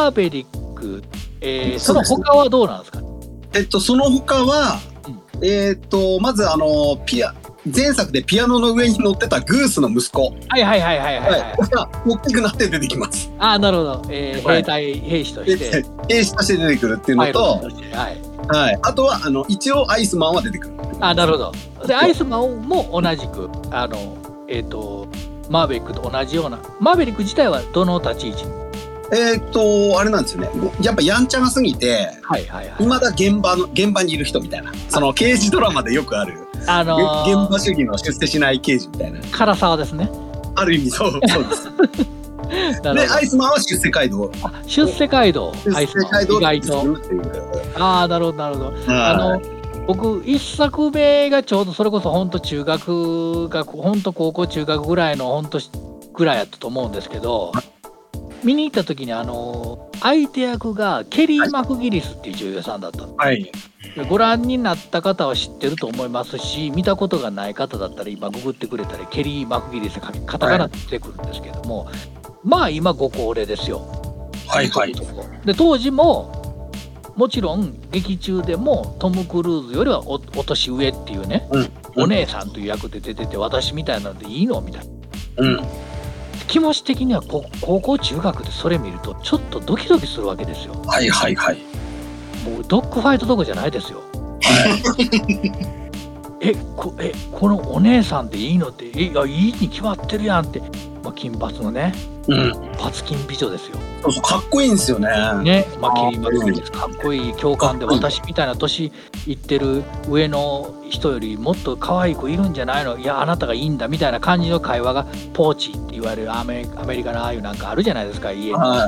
はいはい。 マーヴェリック、えー、その他はどうなんですか。 えっとその他は、うん、えっとまずあのピア前作でピアノの上に乗ってたグースの息子、 はいはいはいはいはい、はい、 が大きくなって出てきます。 ああなるほど、えーはい、兵隊兵士として兵士として出てくるっていうのと、はいはい、あとはあの一応アイスマンは出てくる。 あなるほど。でアイスマンも同じくあのえっ、ー、とマーベリックと同じような。マーベリック自体はどの立ち位置？ えっとあれなんですよね。やっぱやんちゃが過ぎて、はいはいはい、未だ現場の現場にいる人みたいな。その刑事ドラマでよくある、あのー、現場主義の出世しない刑事みたいな。 唐沢ですね。 ある意味そうそうです。でアイスマンは出世街道。 出世街道。 出世街道意外と。ああなるほどなるほど。あの僕一作目がちょうどそれこそ本当中学が本当高校中学ぐらいの本当ぐらいやったと思うんですけど、見に行った時にあの相手役がケリー・マクギリスっていう女優さんだったの、はい、ご覧になった方は知ってると思いますし、見たことがない方だったら今ググってくれたらケリー・マクギリスカタカナで出てくるんですけども、はい、まあ今ご高齢ですよ。 はいはい。 で当時ももちろん劇中でもトム・クルーズよりは お, お年上っていうね、うん、お姉さんという役で出てて、私みたいなのでいいのみたいな、うん、気持ち的には高校中学でそれ見るとちょっとドキドキするわけですよ。 はいはいはい。 もうドッグファイトどころじゃないですよ。え こ, えこのお姉さんでいいのって、えいやいいに決まってるやんって、まあ、金髪のね、うん、パツキン美女ですよ。 そうそうかっこいいんですよね。 ね、まあキリマクギリスかっこいい共感で、私みたいな年いってる上の人よりもっと可愛い子いるんじゃないの、いやあなたがいいんだみたいな感じの会話がポーチって言われるアメ、アメリカのああいうなんかあるじゃないですか、家に、はい、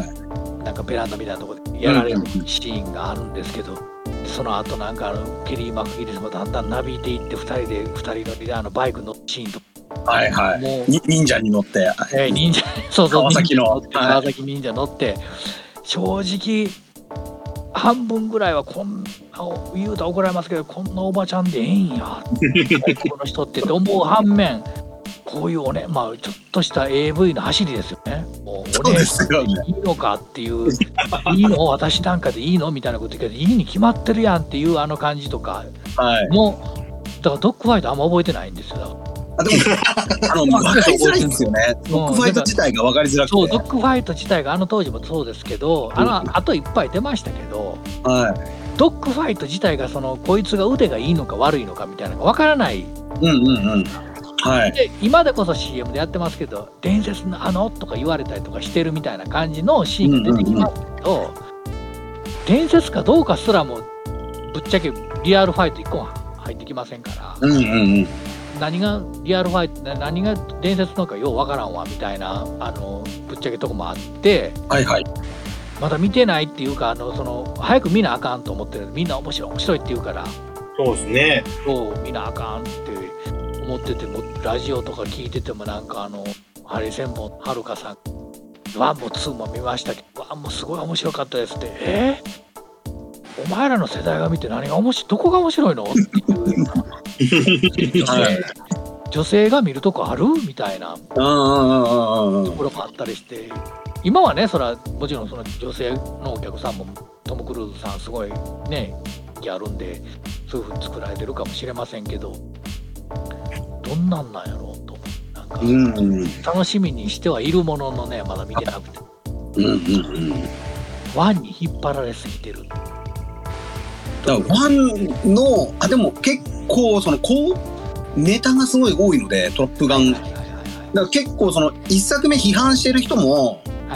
なんかベランダみたいなところでやられるシーンがあるんですけど、うん、その後なんかあのケリー・マクギリスもだんだんなびいていってふたりでふたり乗りであのバイクのシーンとか。 はいはい、もう忍者に乗って、 えー、忍者そうそう川崎の川崎忍者乗って、はい、正直半分ぐらいはこんな言うたら怒られますけど、こんなおばちゃんでええんやこの人ってって思う反面、こういうおね、まあちょっとした エーブイ の走りですよね。もうお姉さんでいいのかっていう、いいの私なんかでいいのみたいなこと言うけど、いいに決まってるやんっていうあの感じとかも、はい、だからドッグファイトあんま覚えてないんですよ。 あでもあの分かりづらいんですよね。ドッグファイト自体が分かりづらくて、 そうドッグファイト自体があの当時もそうですけど、あのあといっぱい出ましたけど、はい、ドッグファイト自体がそのこいつが腕がいいのか悪いのかみたいなのが分からない。うんうんうん。はい。で今でこそ シーエム でやってますけど、伝説のあのとか言われたりとかしてるみたいな感じのシーンが出てきますけど、うんうんうん、伝説かどうかすらもぶっちゃけリアルファイトいっこも入ってきませんから。うんうんうん。何がリアルファイト、何が伝説のかようわからんわみたいなあのぶっちゃけとこもあって、はいはい、まだ見てないっていうか、あのその早く見なあかんと思ってる、みんな面白い面白いって言うから、 そうですね、 そう見なあかんって思ってても、ラジオとか聞いててもなんかあのハリセンボンはるかさんワンもツーも見ましたけど、ワンもすごい面白かったですって、えー、お前らの世代が見て何が面白い、どこが面白いのっていう女性が見るとこあるみたいなところもあったりして、今はねそれはもちろんその女性のお客さんもトム・クルーズさんすごいね人気あるんでそういう風に作られてるかもしれませんけど、どんなんなんやろうとなんか、うんうん、楽しみにしてはいるもののねまだ見てなくて、うんうんうん、ワンに引っ張られすぎてる。 だからワンのあでも結構そのこうネタがすごい多いので、トラップガンだから結構そのいっさくめ批判してる人も、はい、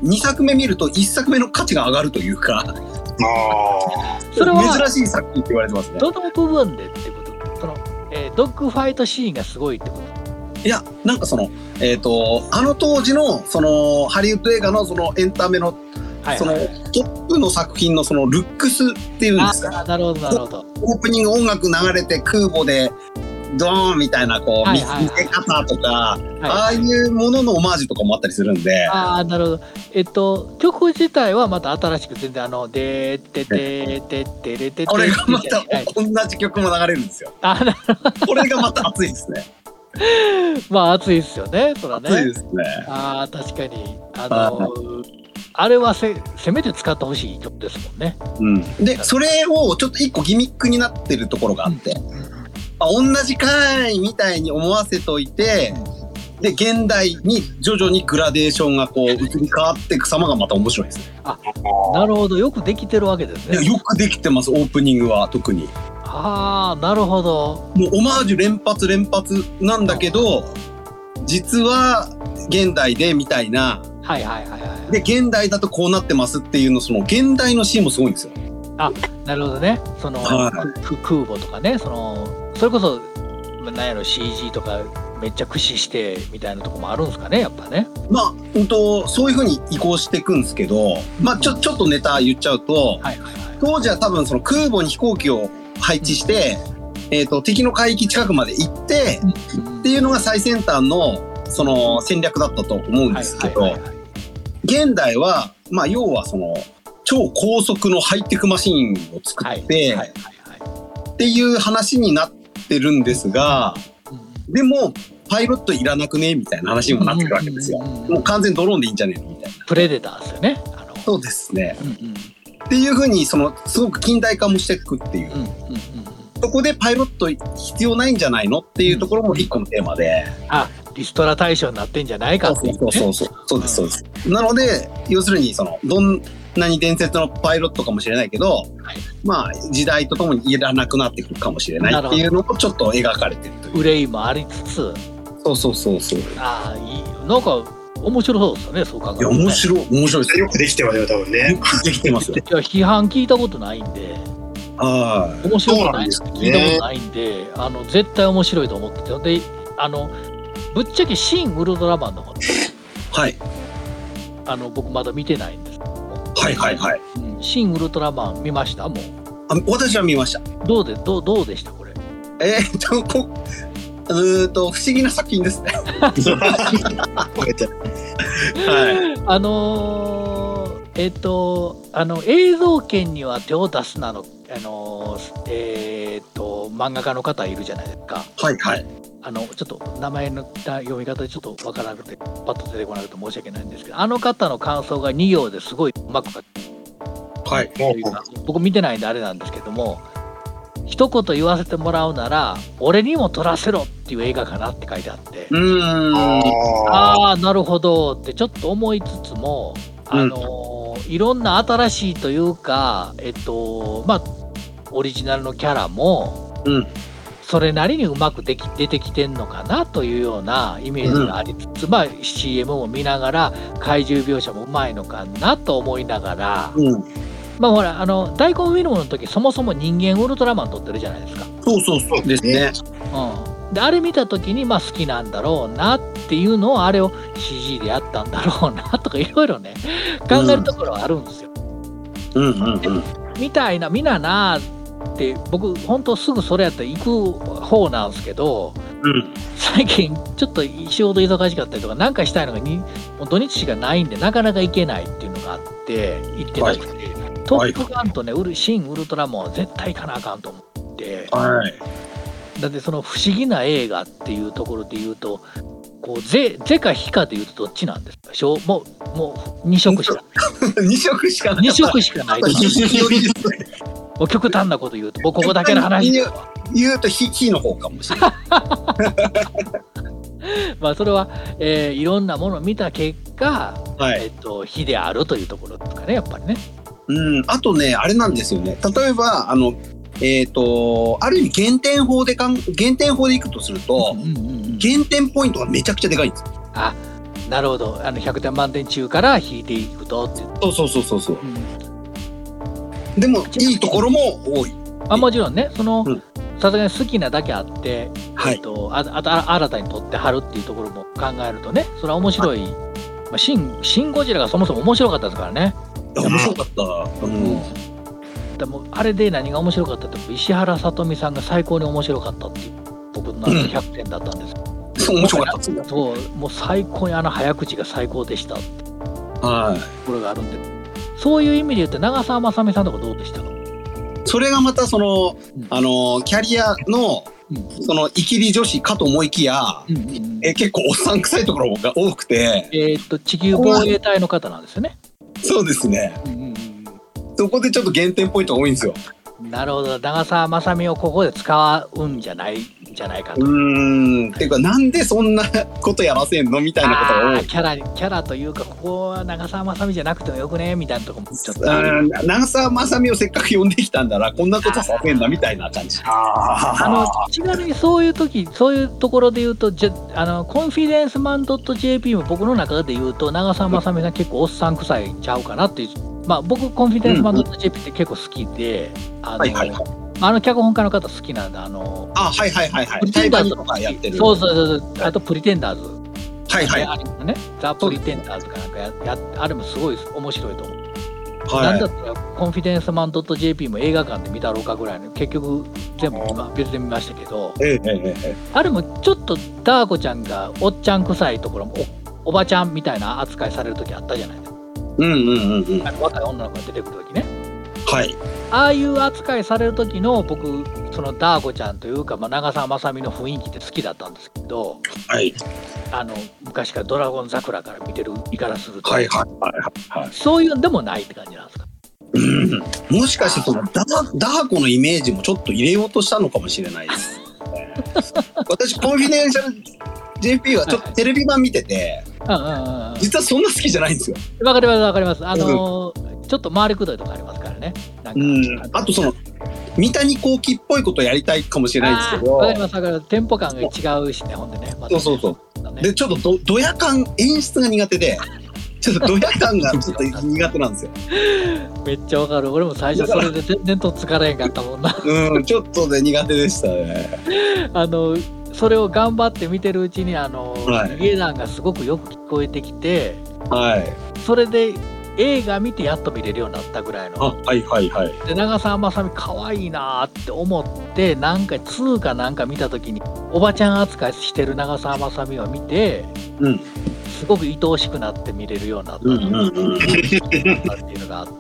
にさくめ見るといっさくめの価値が上がるというか、あそれは珍しい作品って言われてますね。 どの部分でってことその、えー、ドッグファイトシーンがすごいってこと？ いやなんかそのえっとあの当時のそのハリウッド映画のそのエンタメのそのトップの作品のそのルックスっていうんですか。 なるほどなるほど。 オープニング音楽流れて空母でドーンみたいなこう見せ方とか、はいはいはい、ああいうもののオマージュとかもあったりするんで。 ああなるほど。えっと曲自体はまた新しく全然あのでーててててれててこれがまた同じ曲も流れるんですよ。あなるほど。これがまた熱いですね。 まあ熱いですよね。そらね。 熱いですね。 ああ確かにあのーあれはせせめて使ってほしい曲ですもんね。 うん、でそれをちょっと一個ギミックになってるところがあって、うんあ、同じかいみたいに思わせといて、うん、で現代に徐々にグラデーションがこう移り変わっていく様がまた面白いですね。 あ、なるほど、よくできてるわけですね。 いやよくできてます、オープニングは特に。 ああ、なるほど。 もうオマージュ連発連発なんだけど、実は現代でみたいな。 はいはいはいはい。 で現代だとこうなってますっていうの、その現代のシーンもすごいんですよ。 あ、なるほどね。その、はい、空母とかね、そのそれこそなんやろ シージー とかめっちゃ駆使してみたいなとこもあるんですかね、やっぱね。 まあ本当そういう風に移行していくんですけど、まあちょちょっとネタ言っちゃうと、はいはいはい、当時は多分その空母に飛行機を配置して、うん、えっと敵の海域近くまで行って、うん、っていうのが最先端のその戦略だったと思うんですけど、はいはいはいはい、現代はまあ要はその超高速のハイテクマシンを作って、はいはいはいはい、っていう話になってるんですが、うん、でもパイロットいらなくねみたいな話にもなってるわけですよ、うんうんうんうん、もう完全ドローンでいいんじゃねえのみたいな。 プレデターですよね。あのそうですね、うんうん、っていう風にそのすごく近代化もしていくっていう、うんうんうん、そこでパイロット必要ないんじゃないのっていうところも一個のテーマで、うん、 あ、リストラ対象になってんじゃないかっていう、ね、 そうそうそうそうですそうです、うん、なので要するにそのどんなに伝説のパイロットかもしれないけど、はい、まあ時代とともにいらなくなってくるかもしれないっていうのをちょっと描かれてるという。 憂いもありつつ、 そうそうそうそう。 ああ、いい、なんか面白そうですよね、そう考えると、ね。 いや面白い面白いです。 よくできてますよ多分ね。 よくできてますよ。 いや批判聞いたことないんで。はい。面白くないです聞いたことないんで、あの絶対面白いと思ってて、で、あのぶっちゃけ新ウルトラマンの方、 はい。 あの僕まだ見てないんです。 はいはいはい。 うん、新ウルトラマン見ましたもう。 あ、私は見ました。 どうでどうどうでしたこれ。 えー、っとこうーと不思議な作品ですね。はい。 あのー、えっ、ー、とあの映像権には手を出すなの、あのー、えっ、ー、と漫画家の方いるじゃないですか。 はいはい。 あのちょっと名前の読み方でちょっとわからなくてパッと出てこなくて申し訳ないんですけど、あの方の感想がに行ですごいうまく書いて、 はい、 僕見てないんであれなんですけども、一言言わせてもらうなら俺にも撮らせろっていう映画かなって書いてあって、うーん、ああなるほどってちょっと思いつつも、あのーうん、いろんな新しいというか、えっとまあオリジナルのキャラも、うん、それなりにうまくでき出てきてんのかなというようなイメージがありつつ、うん、まあ シーエム も見ながら怪獣描写もうまいのかなと思いながら、うん、まあほらあの大根フィルムの時そもそも人間ウルトラマン撮ってるじゃないですか。 そうそうそうですね。 うん、であれ見た時にまあ好きなんだろうなっていうのをあれを シージー でやったんだろうなとかいろいろね考えるところはあるんですよ。うんうんうん、みたいなみんななって僕本当すぐそれやったら行く方なんですけど、うん、最近ちょっと仕事忙しかったりとかなんかしたいのがにもう土日しかないんでなかなか行けないっていうのがあって行ってなくて、はい、トップガンとね、はい、新ウルトラマンは絶対行かなあかんと思って、はい、だってその不思議な映画っていうところで言うとこうゼゼかヒかで言うとどっちなんですか。もうもうに色しかに色しかないに色しかないもう極端なこと言うともうここだけの話言う、言うと火、火の方かもしれないまあそれは、えー、いろんなものを見た結果、はい、えっと火であるというところですかねやっぱりね。 うん、あとねあれなんですよね。例えばあのえっとある意味減点法でかん減点法でいくとすると、うんうんうん、減点ポイントがめちゃくちゃでかいんですよ。 あ、なるほど。あのひゃくてん満点中から引いていくとって。 そうそうそうそうそう。うん、でもいいところも多い。 あ、もちろんね、そのさすがに好きなだけあって、はい、えっとああと新たに取ってはるっていうところも考えるとね、それは面白い。はい、まあ、シンシンゴジラがそもそも面白かったですからね。 面白かった。うん。 でもあれで何が面白かったって石原さとみさんが最高に面白かったっていう僕のひゃくてんだったんですよ。 うん、そう面白かったですね。 そう、もう最高にあの早口が最高でしたって。はい。ところがあるんで、そういう意味で言って長澤まさみさんとかどうでしたか。 それがまたその、うん、あのキャリアの、うん、そのイキリ女子かと思いきや、うんうんうん、え結構おっさん臭いところが多くて、 えー、っと地球防衛隊の方なんですよね。 そうですね、うんうん、そこでちょっと減点ポイントが多いんですよ。 なるほど、長澤まさみをここで使うんじゃないじゃないかと。 うーん、っていうかなんでそんなことやらせんのみたいなことが多い。 キャラキャラというか、ここは長澤まさみじゃなくてもよくねみたいなとこもちょっと。 長澤まさみをせっかく呼んできたんだらこんなことさせんなみたいな感じ。 あのちなみにそういう時そういうところで言うと、じゃあのコンフィデンスマン .jp も僕の中で言うと長澤まさみさん結構おっさん臭いちゃうかなっていう。まあ僕コンフィデンスマン .jp って結構好きで、うん、あの、はいはいはい、あの脚本家の方好きなんで、あのあはいはいはいはい、プリテンダーズとかやってる。 そうそうそうそう、あとプリテンダーズ、 はいはい、 あれもね、ザ・プリテンダーズかなんか や, やあれもすごい面白いと思う。はい、なんだったらコンフィデンスマン .jp も映画館で見たろうかぐらいの、結局全部今別で見ましたけど、ええええ、あれもちょっとダー子ちゃんがおっちゃん臭いところも お, おばちゃんみたいな扱いされる時あったじゃないですか。うんうんうんうん、あの若い女の子が出てくる時ね。 はい。 ああいう扱いされる時の僕そのダー子ちゃんというか、まあ、長澤まさみの雰囲気って好きだったんですけど、 はい、 あの昔からドラゴン桜から見てる身からすると、 はいはいはいはい、 そういうんでもないって感じなんですか。 うん、もしかしてそのダー、ダー子のイメージもちょっと入れようとしたのかもしれないです。私コンフィデンシャル ジェーピー はちょっとテレビ版見てて、はい、実はそんな好きじゃないんですよ。 わかりますわかります。あのーうん、ちょっと回りくどいとかありますからね。なんか、うん、 あとその三谷幸喜っぽいことやりたいかもしれないですけど、 わかりますわかります。テンポ感が違うしね、ほんでね。 そうそうそう。ね、でちょっとどドヤ感演出が苦手で、ちょっとドヤ感がちょっと苦手なんですよ。 めっちゃわかる。俺も最初それで全然とっつかれへんかったもんな。 うん、ちょっとで苦手でしたね。 あのそれを頑張って見てるうちにあの、はい、家団がすごくよく聞こえてきて、はい、それで映画見てやっと見れるようになったぐらいの。 あ、はいはいはい。 で長澤まさみ可愛いなって思って、なんかツーかなんか見た時におばちゃん扱いしてる長澤まさみを見て、うん、すごく愛おしくなって見れるようになったっていうのがあって、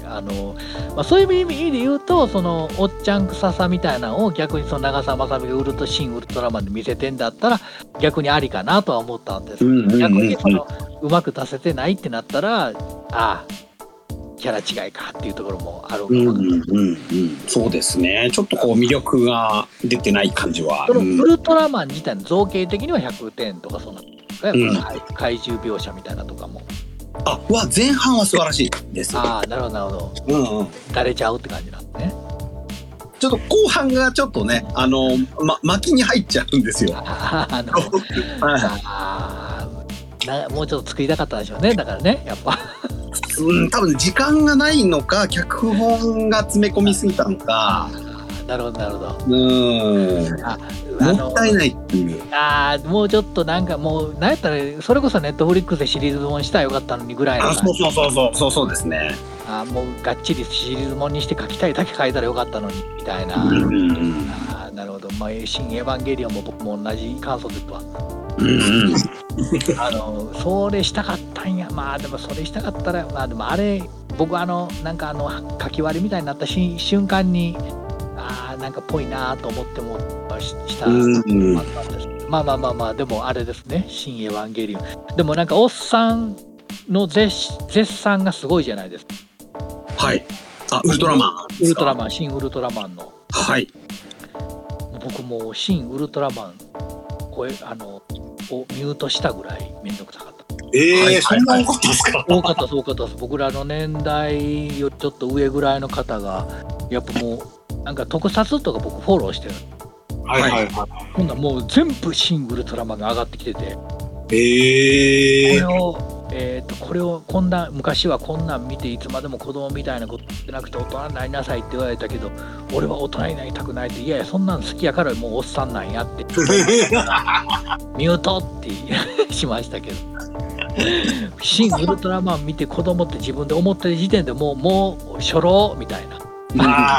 あの、まあ、そういう意味で言うとそのおっちゃん臭さみたいなのを逆にその長澤まさみがウルトシン・ウルトラマンで見せてんだったら逆にありかなとは思ったんですけど、逆にそのうまく出せてないってなったら、ああキャラ違いかっていうところもあるかも、うんうんうん、 そうですね。ちょっとこう魅力が出てない感じは。 そのウルトラマン自体の造形的にはひゃくてんとかそんな、うん、怪獣描写みたいなとかも。 あ、は前半は素晴らしいです。 ああ、なるほどなるほど。うんうん。垂れちゃうって感じなんですね。 ちょっと後半がちょっとね、あのま巻きに入っちゃうんですよ。ああのあなもうちょっと作りたかったでしょうね。だからね、やっぱ。 うん、多分時間がないのか脚本が詰め込みすぎたのか。 なるほどなるほど。 うんあもったいないっていう。 ああもうちょっとなんかもうなんやったらそれこそネットフリックスでシリーズもんしたらよかったのにぐらいの。 あそうそうそうそうそうそうですね。 あもうがっちりシリーズもんにして書きたいだけ書いたらよかったのにみたいな。 うんうんうん、 あなるほど。まあ新エヴァンゲリオンも僕も同じ感想ですわ。 うんうん、 あのそれしたかったんや。まあでもそれしたかったらまあでもあれ僕あのなんかあの書き割りみたいになったし瞬間にあなんかぽいなと思ってもしたのもあったんです、うんうん、まあまあまあまあでもあれですね新エヴァンゲリオンでもなんかおっさんの 絶, 絶賛がすごいじゃないですか。 はいあウルトラマンウルトラマン新ウルトラマンのはい僕も新ウルトラマン声あのをミュートしたぐらいめんどくさかった。 えー、はい、そんな多かったですか。 多かった多かったです。僕らの年代よりちょっと上ぐらいの方がやっぱもうなんか特撮とか僕フォローしてる。 はいはいはい。 今度はもう全部新ウルトラマンが上がってきてて。 えー、 これをえー、とこれをこんな昔はこんなん見ていつまでも子供みたいなこと言ってなくて大人になりなさいって言われたけど俺は大人になりたくないっていやいやそんなん好きやからもうおっさんなんやってミュートってしましたけど新ウルトラマン見て子供って自分で思ってる時点でもうもう初老みたいな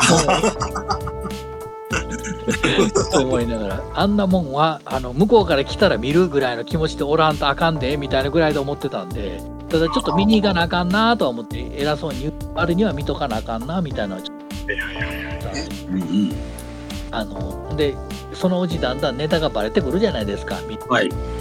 と思いながらあんなもんはあの向こうから来たら見るぐらいの気持ちでおらんとあかんでみたいなぐらいで思ってたんでただちょっと見に行かなあかんなとは思って偉そうに言うあれには見とかなあかんなみたいなのはちょっとあのでそのうちだんだんネタがバレてくるじゃないですか、 はい、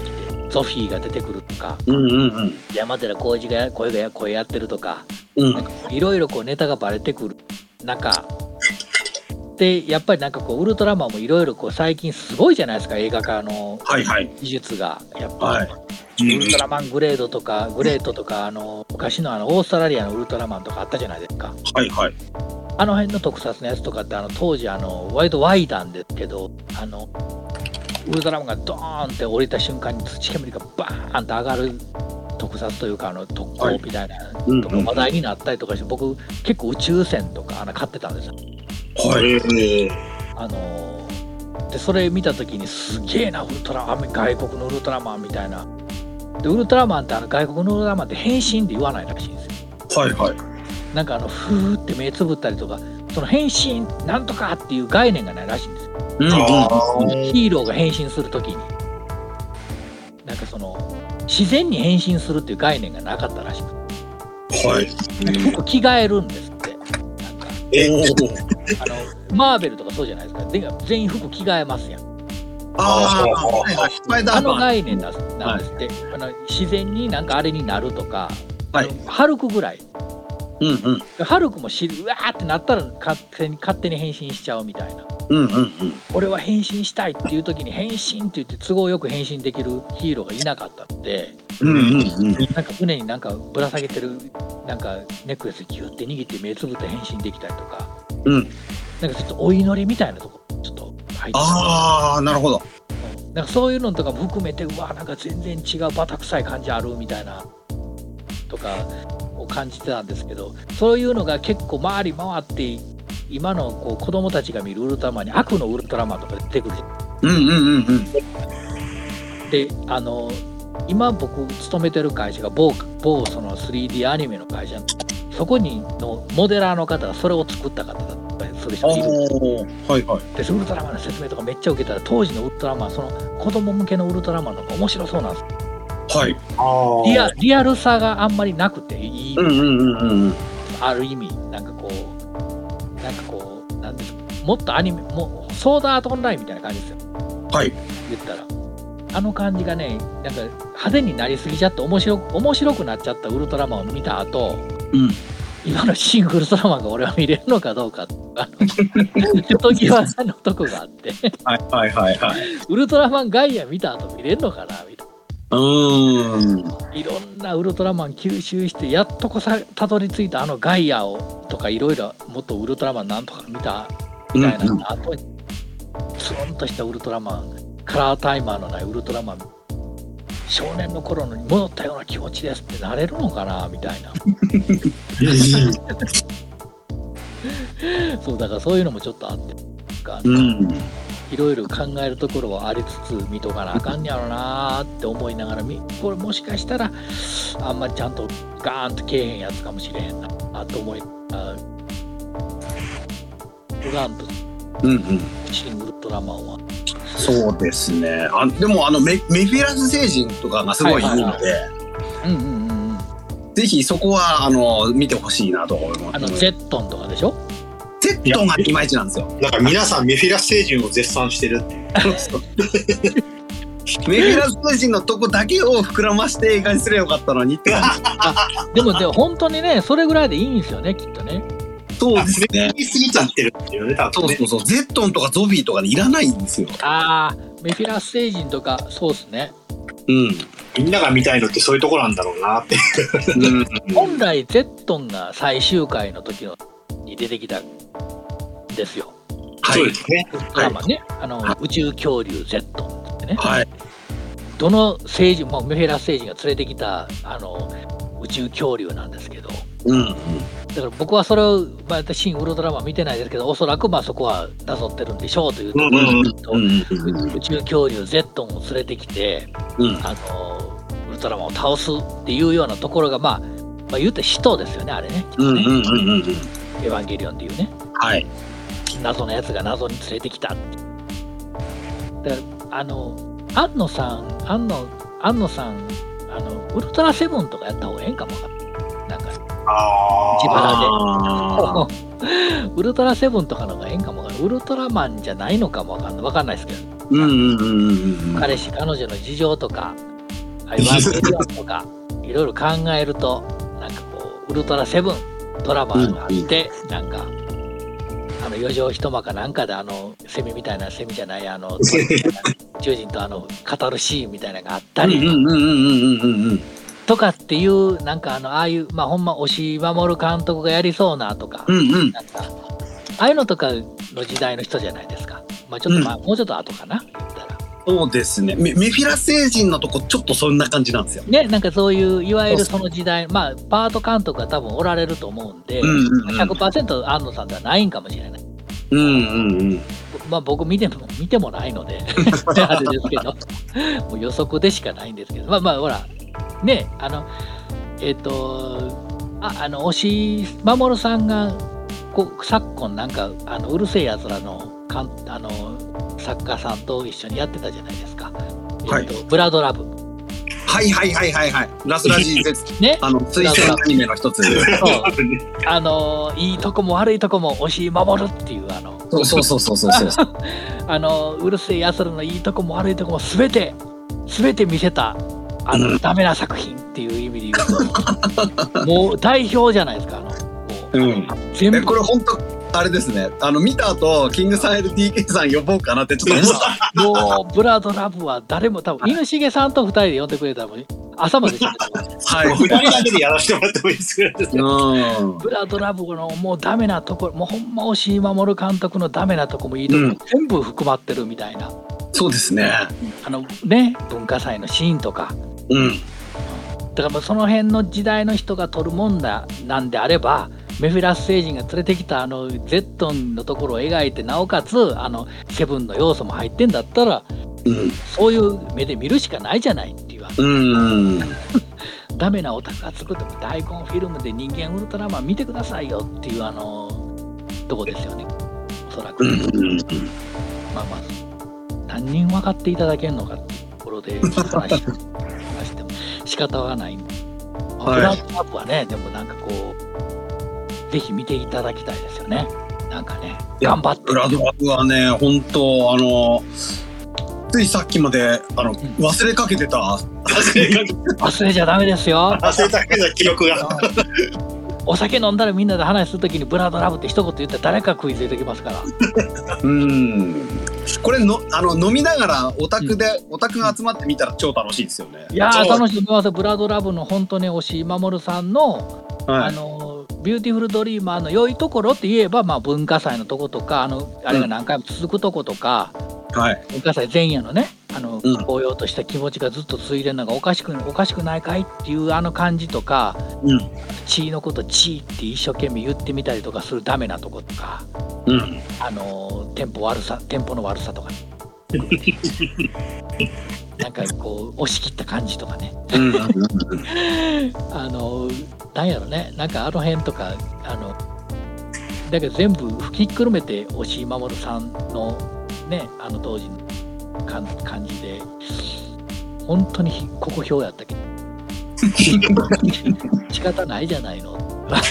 ゾフィーが出てくるとか、 うんうんうん、 山寺浩二が声が声やってるとか、 うん、 いろいろこうネタがバレてくる中で、やっぱりなんかこうウルトラマンもいろいろこう最近すごいじゃないですか、映画化の技術が、はいはい、やっぱ、はい、ウルトラマングレードとかグレートとかあの昔のあのオーストラリアのウルトラマンとかあったじゃないですか。 はいはい。 あの辺の特撮のやつとかってあの当時あの割とワイダンですけど、あのウルトラマンがドーンって降りた瞬間に土煙がバーンと上がる特撮というかあの特攻みたいなとか話題になったりとかして、僕結構宇宙船とかあの買ってたんですよ。 はい。 あのでそれ見た時にすげえなウルトラマン、外国のウルトラマンみたいな。でウルトラマンってあの外国のウルトラマンって変身って言わないらしいんですよ。 はいはい。 なんかあのふーって目つぶったりとか、その変身なんとかっていう概念がないらしいんですよ。 うん、 ヒーローが変身するときになんかその自然に変身するっていう概念がなかったらしく、 はい、 服着替えるんですって。なんかえあのマーベルとかそうじゃないですか、全員服着替えますやん。 あああの概念なんですって、はい、あの自然になんかあれになるとか、はい、ハルクぐらい、 うんうん、 ハルクもしうわーってなったら勝手に勝手に変身しちゃうみたいな。 うんうんうん、 俺は変身したいっていう時に変身って言って都合よく変身できるヒーローがいなかったので、 うんうんうん、 なんか胸になんかぶら下げてるなんかネックレスギュッて握って目つぶって変身できたりとか、 うん、 なんかちょっとお祈りみたいなとこちょっと入って、 ああなるほど、 なんかそういうのとかも含めて、うわなんか全然違うバタ臭い感じあるみたいなとかを感じてたんですけど、そういうのが結構回り回って今のこう子供たちが見るウルトラマンに悪のウルトラマンとか出てくるじゃん。 うんうんうんうん。 で、あの今僕勤めてる会社が某某その スリーディー アニメの会社、そこにのモデラーの方がそれを作った方だったりする人がいるんですよ。 はいはい。 で、ウルトラマンの説明とかめっちゃ受けたら、当時のウルトラマン、その子供向けのウルトラマンの方が面白そうなんですよ。 はい。 リアリアルさがあんまりなくていい、 うんうんうんうん、ある意味なんかこうなんかこうなんですか、もっとアニメもうソードアートオンラインみたいな感じですよ。 はい。 言ったらあの感じがね、なんか派手になりすぎちゃって面白く面白くなっちゃったウルトラマンを見た後、 うん、 今のシン・ウルトラマンが俺は見れるのかどうかあの時はのとこがあってはいはいはいはい。 ウルトラマンガイア見た後見れるのかなみたいな。 うーん、 いろんなウルトラマン吸収してやっとこさたどり着いたあのガイアをとかいろいろもっとウルトラマンなんとか見たみたいな、うんうん、あとツーンとしたウルトラマン、カラータイマーのないウルトラマン、少年の頃に戻ったような気持ちですってなれるのかなみたいなそうだからそういうのもちょっとあってか、うん、いろいろ考えるところはありつつ見とかなあかんやろなって思いながら、これもしかしたらあんまりちゃんとガーンとけえへんやつかもしれへんなと思い、あウランとシン・ウルトラマンはそうですね。あでもあの メ, メフィラス星人とかがすごいいいので、ぜひそこはあの見てほしいなと思います。 あのゼットンとかでしょ。 ゼットンがいまいちなんですよ。 だから皆さんメフィラス星人を絶賛してるっていう。 メフィラス星人のとこだけを膨らまして映画にすればよかったのにって感じ。でもでも本当にね、それぐらいでいいんですよね、きっとね。 そうですね。 言い過ぎちゃってるっていうね、多分ね。 そうそうそう。ゼットンとかゾビーとかでいらないんですよ。 ああ、メフィラス星人とかそうですね。 うん。 みんなが見たいのってそういうところなんだろうなって。 うん、本来ゼットンが最終回の時のに出てきたんですよ。 はい。そうですね。 ドラマね、はい、あの、はい、宇宙恐竜ゼットンってね。 はい。 どの星人もメフィラス星人が連れてきたあの宇宙恐竜なんですけど。 うん。うんだから僕はそれを、まあ、シン・ウルトラマン見てないですけど、おそらくまあそこはなぞってるんでしょうというところと、宇宙恐竜ゼットンを連れてきて、うん、あのウルトラマンを倒すっていうようなところが、まあ、まあ言うて使徒ですよね、あれね。ねうんうんうんうん、エヴァンゲリオンっていうね、 はい、 謎のやつが謎に連れてきた。だからあの庵野さん、庵野庵野さんあのウルトラセブンとかやった方がええんかもわかんない。なんか自腹でウルトラセブンとかの方がええんかもわかんない。ウルトラマンじゃないのかもわかんないわかんないですけど、 うんうんうんうん、 彼氏彼女の事情とかワンビリオンとかいろいろ考えるとなんかこうウルトラセブンドラマがあって、うん、なんかあの四畳一間かなんかであのセミみたいなセミじゃないあの獣人とあの語るシーンみたいなのがあったりとかっていうなんかあのああいうまあほんま押井守監督がやりそうなとか、うんうん、なんかああいうのとかの時代の人じゃないですか。まあちょっとまあ、うん、もうちょっと後かな。 そうですね。メ, メフィラ星人のとこちょっとそんな感じなんですよね。なんかそういういわゆるその時代、まあパート監督が多分おられると思うんで、うんうんうん、ひゃくパーセント 安野さんではないんかもしれない。うんうんうん。まあ僕見ても見てもないのであれですけど、もう予測でしかないんですけど、まあまあほらね、あのえっ、ー、とああの押井守さんがこう昨今なんかあのうるせえやつらのかんあの作家さんと一緒にやってたじゃないですか。はい、えーとブラドラブ。 はいはいはいはいはい。ラスラジー絶ね。あの推薦アニメの一つ。そうあのいいとこも悪いとこも押井守るっていうあの。 そうそうそうそうそうそう。 あのうるせえやつらのいいとこも悪いとこもすべてすべて見せたあの、うん、ダメな作品っていう意味で言うともう代表じゃないですか。あのもう、うん、 全部えこれ本当。あれですね、あの見た後キングサイエル ティーケー さん呼ぼうかなってちょっと思ったもうブラドラブは誰も多分犬重さんとふたりで呼んでくれたら朝までしゃべってますはいふたりだけでやらせてもらってもいいですけどブラドラブのもうダメなところもうほんま押井守監督のダメなとこもいいところ、うん、全部含まってるみたいな。 そうですね。 あのね文化祭のシーンとか、うん、だからその辺の時代の人が撮るもんだなんであればメフィラス星人が連れてきたあのゼットンのところを描いてなおかつあのセブンの要素も入ってんだったら、うん、そういう目で見るしかないじゃないっていう話、うんダメなオタクが作っても大根フィルムで人間ウルトラマン見てくださいよっていうあのとこですよねおそらく、うん、まあまあ何人分かっていただけるのかっていうところで話しても仕方がないんで、まあ、ブラックアップはねでもなんかこうぜひ見ていただきたいですよね。なんかね、頑張って。 ブラドラブはね、本当あのついさっきまであの、うん、忘れかけてた。 忘れちゃダメですよ。 忘れたけど記憶が。 お酒飲んだらみんなで話するときにブラドラブって一言言ったら誰か食いついてきますから。 うん。これのあの飲みながらオタクで、うん、オタクが集まってみたら超楽しいですよね。 いやー楽しいと思います。ブラドラブの本当ね押井守さんの、はい、あの。ビューティフルドリーマーの良いところって言えば、まあ、文化祭のとことか あのあれが何回も続くとことか、うんはい、文化祭前夜のねあの、うん、高揚とした気持ちがずっと続いてるのがおかしくおかしくないかいっていうあの感じとか、うん、地位のこと地位って一生懸命言ってみたりとかするダメなとことか、うん、あのテンポ悪さテンポの悪さとか、ね、なんかこう押し切った感じとかねあのなんやろねなんかあの辺とかあのだけど全部吹きくるめて押井守さんのねあの当時の感じで本当に国評やったけど仕方ないじゃないの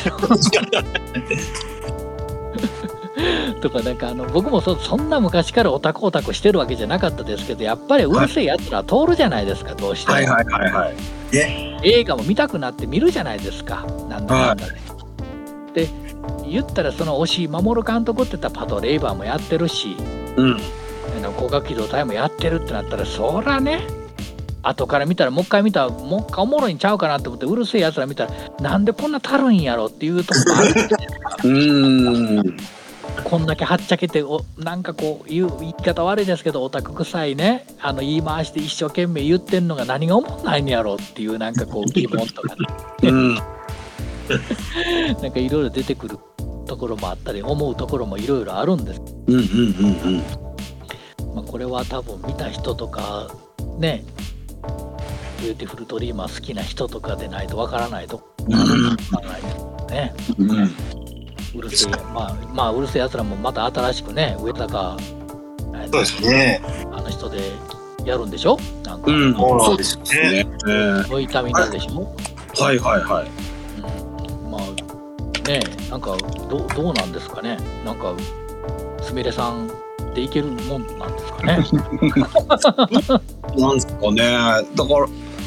とかなんかあの僕も そ, そんな昔からオタクオタクしてるわけじゃなかったですけどやっぱりうるせえやつら通るじゃないですかどうしても、はいはいはいはい、映画も見たくなって見るじゃないですかなんだかんだね、はい、で言ったらその押井守監督って言ったらパトレイバーもやってるし、うん、広角機動隊もやってるってなったらそらね後から見たらもう一回見たらもう一回おもろいんちゃうかなって思ってうるせえやつら見たらなんでこんなたるんやろっていうとこもあるんですうーんこんだけはっちゃけておなんかこう言う言い方悪いですけどオタク臭いねあの言い回して一生懸命言ってんのが何がおもんないんやろっていうなんかこう疑問とかね、うん、なんかいろいろ出てくるところもあったり思うところもいろいろあるんです、うんうんうんうんまあ、これは多分見た人とかねビューティフルドリーマー好きな人とかでないとわからないところもあるないですね、うんうんうるせえ、まあ、まあうるせえやつらもまた新しくね上高そうですねあの人でやるんでしょなんか、 うん、そうですねノイタミナでしょはいはいはい、 うん、まあねなんか ど, どうなんですかねなんかすみれさんでいけるもんなんですかねなんですかねだから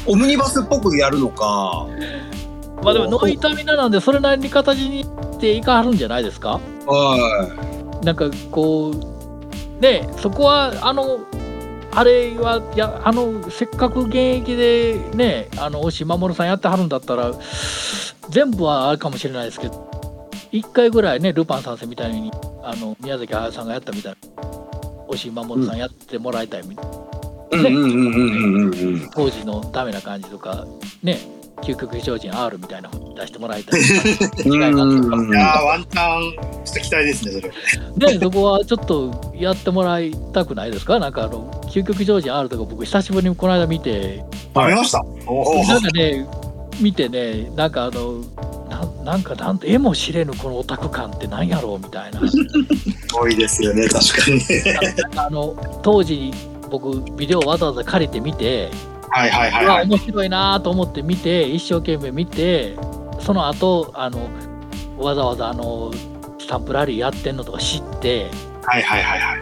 オムニバスっぽくやるのか。 まあでもノイタミナなんでそれなりに形にしていかはるんじゃないですか。 はい。 なんかこうね、そこはあのあれはいやあのせっかく現役でね、あの押井守さんやってはるんだったら全部はあるかもしれないですけど、いっかいぐらいねルパン三世みたいにあの宮崎駿さんがやったみたいな押井守さんやってもらいたいみたいな。当時のダメな感じとかね、究極非常人 アール みたいなの出してもらいたい。いやワンチャンちょっと期待ですねそれ。 でそこはちょっとやってもらいたくないですか。なんかあの究極非常人 アール とか僕久しぶりにこの間見て。 あ、見ました。 なんかね見てね、なんかあのな, なんかなんと絵も知れぬこのオタク感ってなんやろうみたいな。 多いですよね確かに。 なんかあの当時僕ビデオわざわざ借りて見て、 はいはいはい、はい、 面白いなと思って見て一生懸命見て、その後あのわざわざあのスタンプラリーやってんのとか知って、 はいはいはいはい、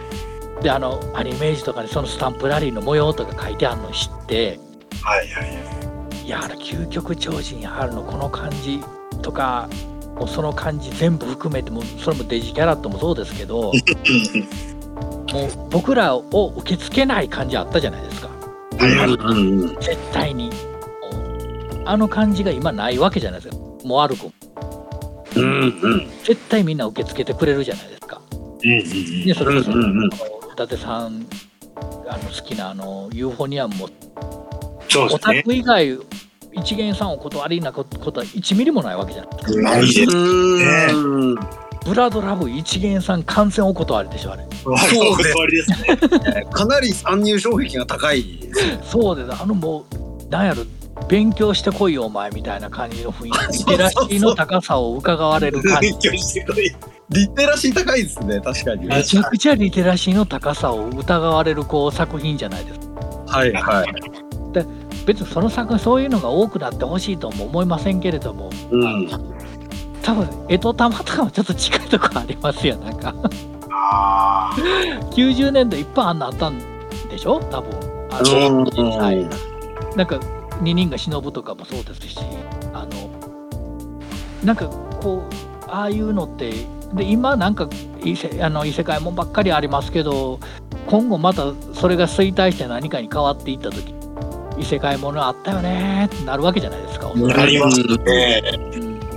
であのアニメージとかにそのスタンプラリーの模様とか書いてあるの知って、 はいはいはい、 いやあの究極超人 アール のこの感じとかもうその感じ全部含めてもそれもデジキャラットもそうですけどもう僕らを受け付けない感じあったじゃないですか。絶対にあの感じが今ないわけじゃないですか。もうある子、うんうん、絶対みんな受け付けてくれるじゃないですか。でそれこそ、うんうん、伊達さんあの好きなあのユーフォニアムもそうですね、オタク以外一元さんお断りなことはいちミリもないわけじゃないですか。ないですね。ブラドラブ一元さん完全お断りでしょあれ。 そうですね。かなり参入障壁が高い。 そうです。あのもうなんやろ、勉強してこいよお前みたいな感じの雰囲気、リテラシーの高さを伺われる感じ。 勉強してこい。リテラシー高いですね、確かに。 めちゃくちゃリテラシーの高さを疑われるこう作品じゃないですか。 はいはい。 で別にその作品そういうのが多くなってほしいとも思いませんけれども、うん、多分江戸玉とかもちょっと近いところありますよ。なんかあきゅうじゅうねんだいいっぱいあんなあったんでしょ多分。あの、うんはい、なんか二人が忍ぶとかもそうですし、あのなんかこうああいうのってで今なんか異世、あの異世界もんばっかりありますけど、今後またそれが衰退して何かに変わっていった時異世界ものあったよねってなるわけじゃないですか。 なりますね、 うん、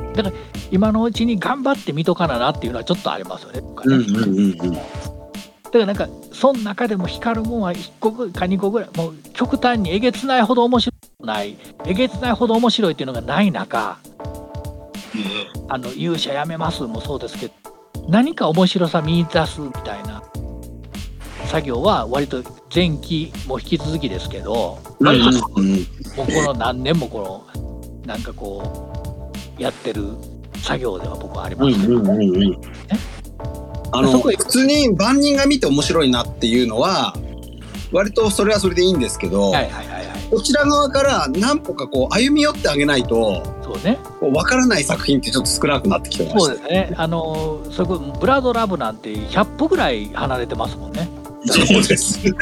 だから今のうちに頑張って見とかななっていうのはちょっとありますよね。うんうんうんうん、だからなんかその中でも光るもんはいっこかにこぐらい、もう極端にえげつないほど面白くない、えげつないほど面白いっていうのがない中、うん、あの勇者やめますもそうですけど、何か面白さ見出すみたいな作業は割と前期も引き続きですけど、うんうん、もうこの何年もこのなんかこうやってる作業では僕はありますけど、うんうんうんね、 あの普通に万人が見て面白いなっていうのは割とそれはそれでいいんですけど、はいはいはいはい、こちら側から何歩かこう歩み寄ってあげないとそうね、 こう分からない作品ってちょっと少なくなってきてました。 そうですね。あのそれこそブラッドラブなんてひゃっぽぐらい離れてますもんね。 そうですね。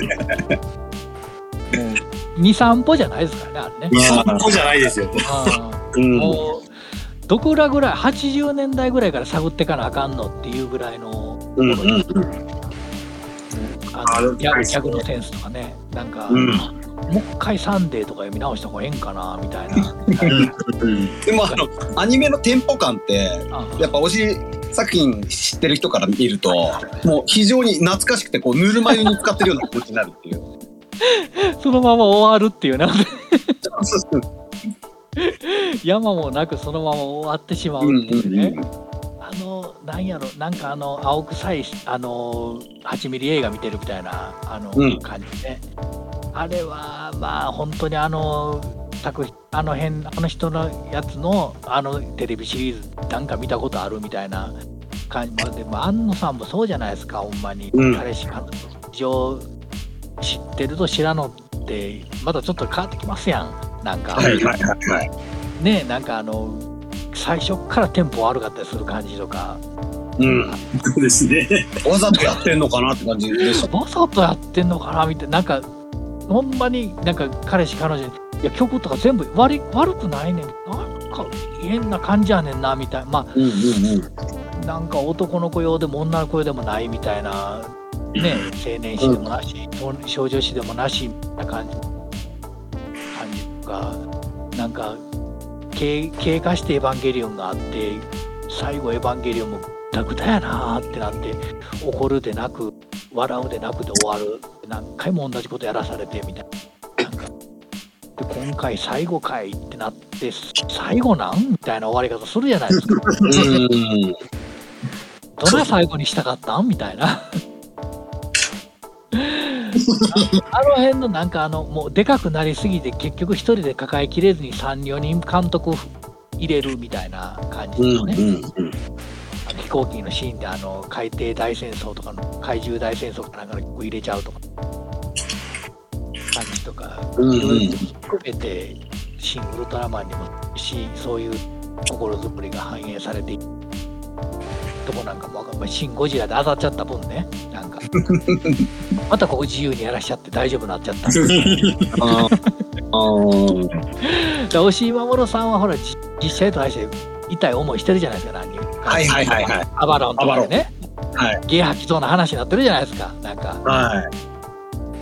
に、さんぽじゃないですからね、あれね。 に、さんぽじゃないですよ。 うん、もうどこらぐらいはちじゅうねんだいぐらいから探ってかなあかんのっていうぐらいの、うんうん、あのギャグのセンスとかね、なんか、うん、もう一回サンデーとか読み直した方がええんかなみたいな。 でもあのアニメのテンポ感ってやっぱ推し作品知ってる人から見るともう非常に懐かしくてこうぬるま湯に使ってるような気持ちになるっていうそのまま終わるっていうね山もなくそのまま終わってしまうっていうね、うんうんうん、あのなんやろなんかあの青臭いあのはちミリ映画見てるみたいなあの、うん、感じね。あれはまあ本当にあの作品あの辺あの人のやつのあのテレビシリーズなんか見たことあるみたいな感じで、まあ、安野さんもそうじゃないですかほんまに、うん、彼氏彼女知ってると知らのってまだちょっと変わってきますやんなんか、はいはいはいはい、ねなんかあの最初からテンポ悪かったりする感じとか、 うん、そうですね。わざとやってんのかなって感じでしょ。 わざとやってんのかなみたいななんかほんまになんか彼氏彼女にいや曲とか全部悪悪くないねん、なんか変な感じやねんなみたいな、まあ、うんうんうん、なんか男の子用でも女の子用でもないみたいなね、青年誌でもなし、うん、少女誌でもなしみたいな感じ感じとか、なんか経経過してエヴァンゲリオンがあって最後エヴァンゲリオンもグダグダやなーってなって怒るでなく笑うでなくで終わる、何回も同じことやらされてみたいな、なんかで今回最後かいってなって最後なんみたいな終わり方するじゃないですか。うんどの最後にしたかったんみたいなあの辺のなんかあのもうでかくなりすぎて結局一人で抱えきれずにさん、よにん監督入れるみたいな感じのね、うんうんうん、飛行機のシーンであの海底大戦争とかの怪獣大戦争かなんかの曲入れちゃうとか感じとか、うんうん、含めてシン・ウルトラマンにもしそういう心づくりが反映されているとこなんかも分かんない。シン・ゴジラで当たっちゃった分ね、なんかまたここ自由にやらしちゃって大丈夫になっちゃったああ押井守さんはほら実際と対して痛い思いしてるじゃないですか、何人はいはいはいはいアバロンとかでね、はい、ゲイ吐きそうな話になってるじゃないですか、なんか、はい、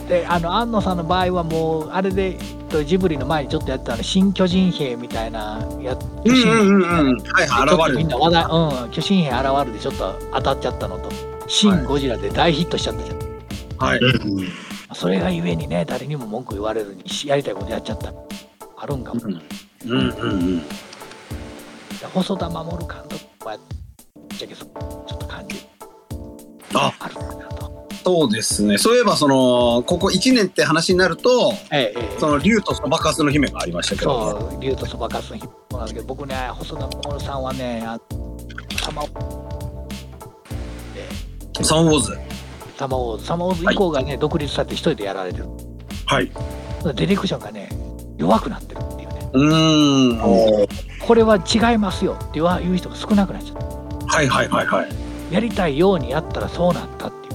であの庵野さんの場合はもうあれでジブリの前にちょっとやってたの新巨人兵みたいなやつ、うんうんうんはいはい現るみんな話題、うん巨人兵現るでちょっと当たっちゃったのと新ゴジラで大ヒットしちゃったじゃん、はい、それがゆえにね誰にも文句言われずにやりたいことやっちゃったあるんかも、うんうんうんうん細田守監督はちょっと感じああるかなと。そうですね。そういえばそのここいちねんって話になると、ええ、その竜とそばかすの姫がありましたけど、 そう竜とそばかすの姫なんだけど、僕ね細田守さんはねサマーサマーウォーズサマーウォーズサマーウォーズ以降がね、はい、独立されて一人でやられてる。はい。ディレクションがね弱くなってるっていうね。うーん。これは違いますよって言う人が少なくなっちゃった。 はいはいはいはい。 やりたいようにやったらそうなったっていう。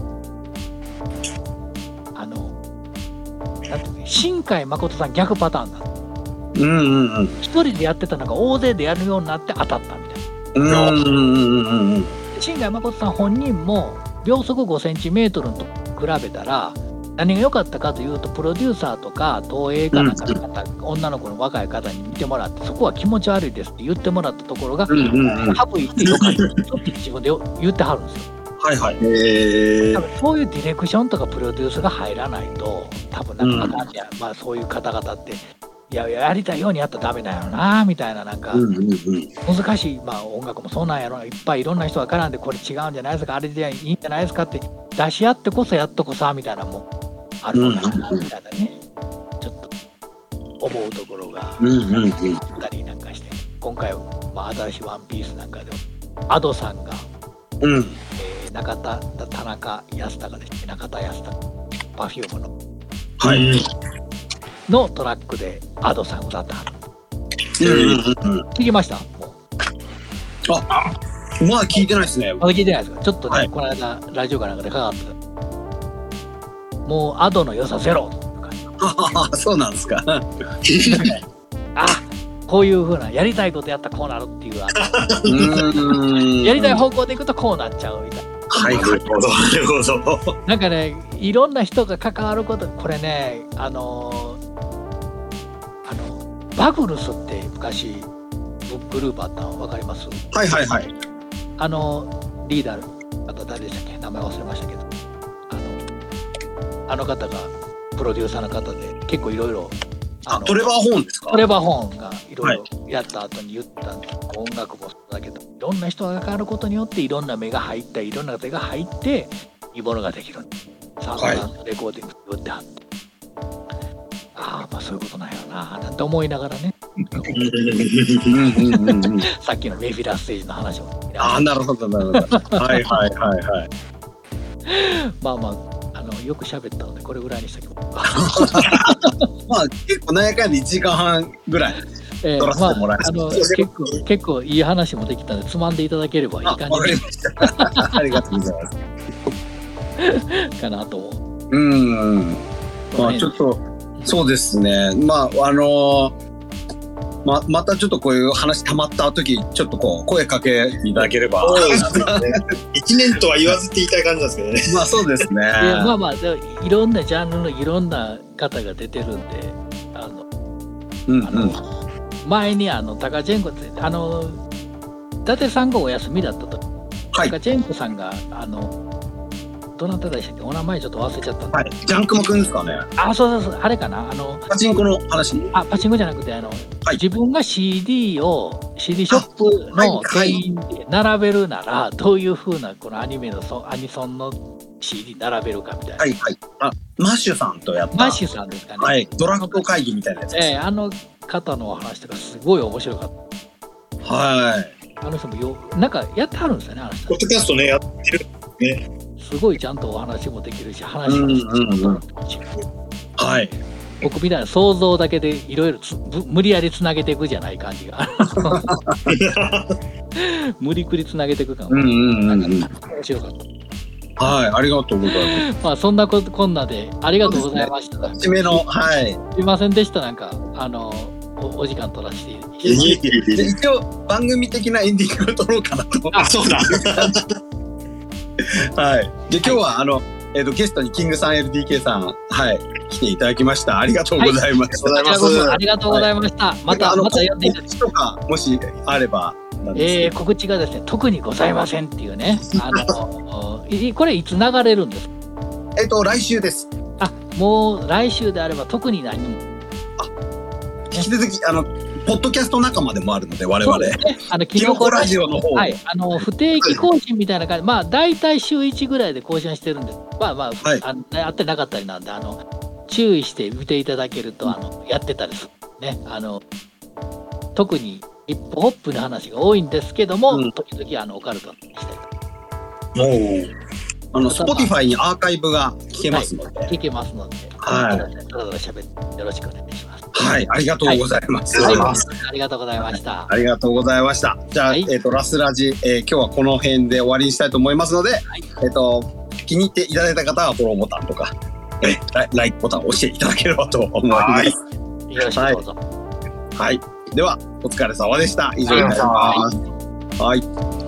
あの、なんていうの、新海誠さん逆パターンだ。うんうんうん。一人でやってたのが大勢でやるようになって当たったみたいな。うんうんうんうん。新海誠さん本人も秒速ごセンチメートルと比べたら。何が良かったかというとプロデューサーとか東映かなんかの方、うん、女の子の若い方に見てもらってそこは気持ち悪いですって言ってもらったところが、うんうんうん、省いてよかったって自分で言ってはるんですよ。はいはい。へ多分そういうディレクションとかプロデュースが入らないと多分なんか、うん、まあそういう方々っていややりたいようにやったらダメだよなみたいななんか、うんうんうん、難しい、まあ音楽もそうなんやろいっぱいいろんな人が絡んでこれ違うんじゃないですかあれでいいんじゃないですかって出し合ってこそやっとこさみたいなもんあるのかなみたいなね、うん、ちょっと思うところがあったりなんかして、今回は、まあ、新しいワンピースなんかでも Ado さんが、うんえー、中田田中康隆ですね中田康隆 Perfume の、はい、のトラックで Ado さん歌ったはる、うんうんうん、聞きましたもうあまだ聞いてないですね。 まだ聞いてないですか。ちょっとね、はい、この間ラジオかなんかでかかってたもうアドの良さゼロそうなんですかあこういう風なやりたいことやったらこうなるっていうあのやりたい方向でいくとこうなっちゃうみたいな。はいなるほどなるほど。なんかねいろんな人が関わることこれねあのあのバグルスって昔グループあったの分かります？ はいはいはい。 あのリーダーあと誰でしたっけ名前忘れましたけどあの方がプロデューサーの方で結構いろいろトレバー・ホーンですか？ トレバー・ホーンがいろいろやった後に言ったんで、はい、音楽もそうだけどいろんな人が関わることによっていろんな目が入ったいろんな手が入っていいものができるサウンドレコーディングって言ってはって、はい、ああまあそういうことなんやななんて思いながらねさっきのメフィラステージの話もああなるほどなるほどはいはいはいはいまあまあよく喋ったのでこれぐらいにしときますまあ結構なんやかんでいちじかんはんぐらい撮らせてもらいました、えーまあ、あの結構結構いい話もできたのでつまんでいただければいい感じ。わかりましたありがとうございますかなと思う。 うんまあちょっとそうですね。まああのーま, またちょっとこういう話たまった時ちょっとこう声かけていただければ。 いちねんとは言わずって言いたい感じなんですけどね。 まあそうですね。 まあまあいろんなジャンルのいろんな方が出てるんで、あの、うんうん、あの前にあのタカチェンコってあの伊達さんがお休みだったと、はい、タカチェンコさんがあのどなたでしたっけ、お名前ちょっと忘れちゃったんで、 はい、ジャンクモくんですかね。 あ、そうそうそう、あれかな、あのパチンコの話。 あ、パチンコじゃなくてあの、はい、自分が シーディー を シーディー ショップの店員で並べるなら、はい、どういう風なこのアニメのアニソンの シーディー 並べるかみたいな。 はいはい。あ、マッシュさんとやった。 マッシュさんですかね。 はい。ドラフト会議みたいなやつです。 ええー、あの方のお話とかすごい面白かった。 はい。 あの人もよなんかやってはるんですよね、あの人。 ポッドキャストねやってるね。 すごいちゃんとお話もできるし、話もできるし、うんうんうん、 はい。 僕みたいな想像だけでいろいろ無理やりつなげていくじゃない感じが無理くりつなげていく感が、うんうんうん、面白かった。 はい、ありがとうございます。 まあそんなここんなでありがとうございました。 締めの、はい。 すいませんでした、なんかあの お, お時間取らせて一応番組的なエンディングを取ろうかなと。 あ、そうだ。 はい。で今日はあの、えー、とゲストにキングさん エルディーケー さん、はい、来ていただきました。ありがとうございました。 はい、ありがとうございました。はい、またまた呼んでいただきとかもしあれば。 えー、告知がですね、特にございませんっていうね。あのこれいつ流れるんですか。 えっと来週です。 あ、もう来週であれば特に何も。 あ、引き続きあの。ポッドキャスト仲間でもあるので我々、ね、あのキノコラジオの方、 はい、あの不定期更新みたいな感じ、まあ大体週いちぐらいで更新してるんです。まあまあ、はい、あのあってなかったりなんで、あの注意して見ていただけると、あのやってたりするね。あの特にヒップホップの話が多いんですけども、うん、時々あのオカルトにしたりとか。 おー、あの Spotify にアーカイブが聞けますので、はい、 聞けますので、 はい、 ただただ喋ってよろしくお願いします。 はい、ありがとうございます。 はいはい、ありがとうございました。 ありがとうございました。じゃあ、はい、えっ、ー、とラスラジ、えー、今日はこの辺で終わりにしたいと思いますので、はい、えっ、ー、と気に入っていただいた方はフォローボタンとか、えー、ライクボタンを押していただければと思います。はい、 よろしくどうぞ。 はい、はい、ではお疲れ様でした。以上になります。はい。はい。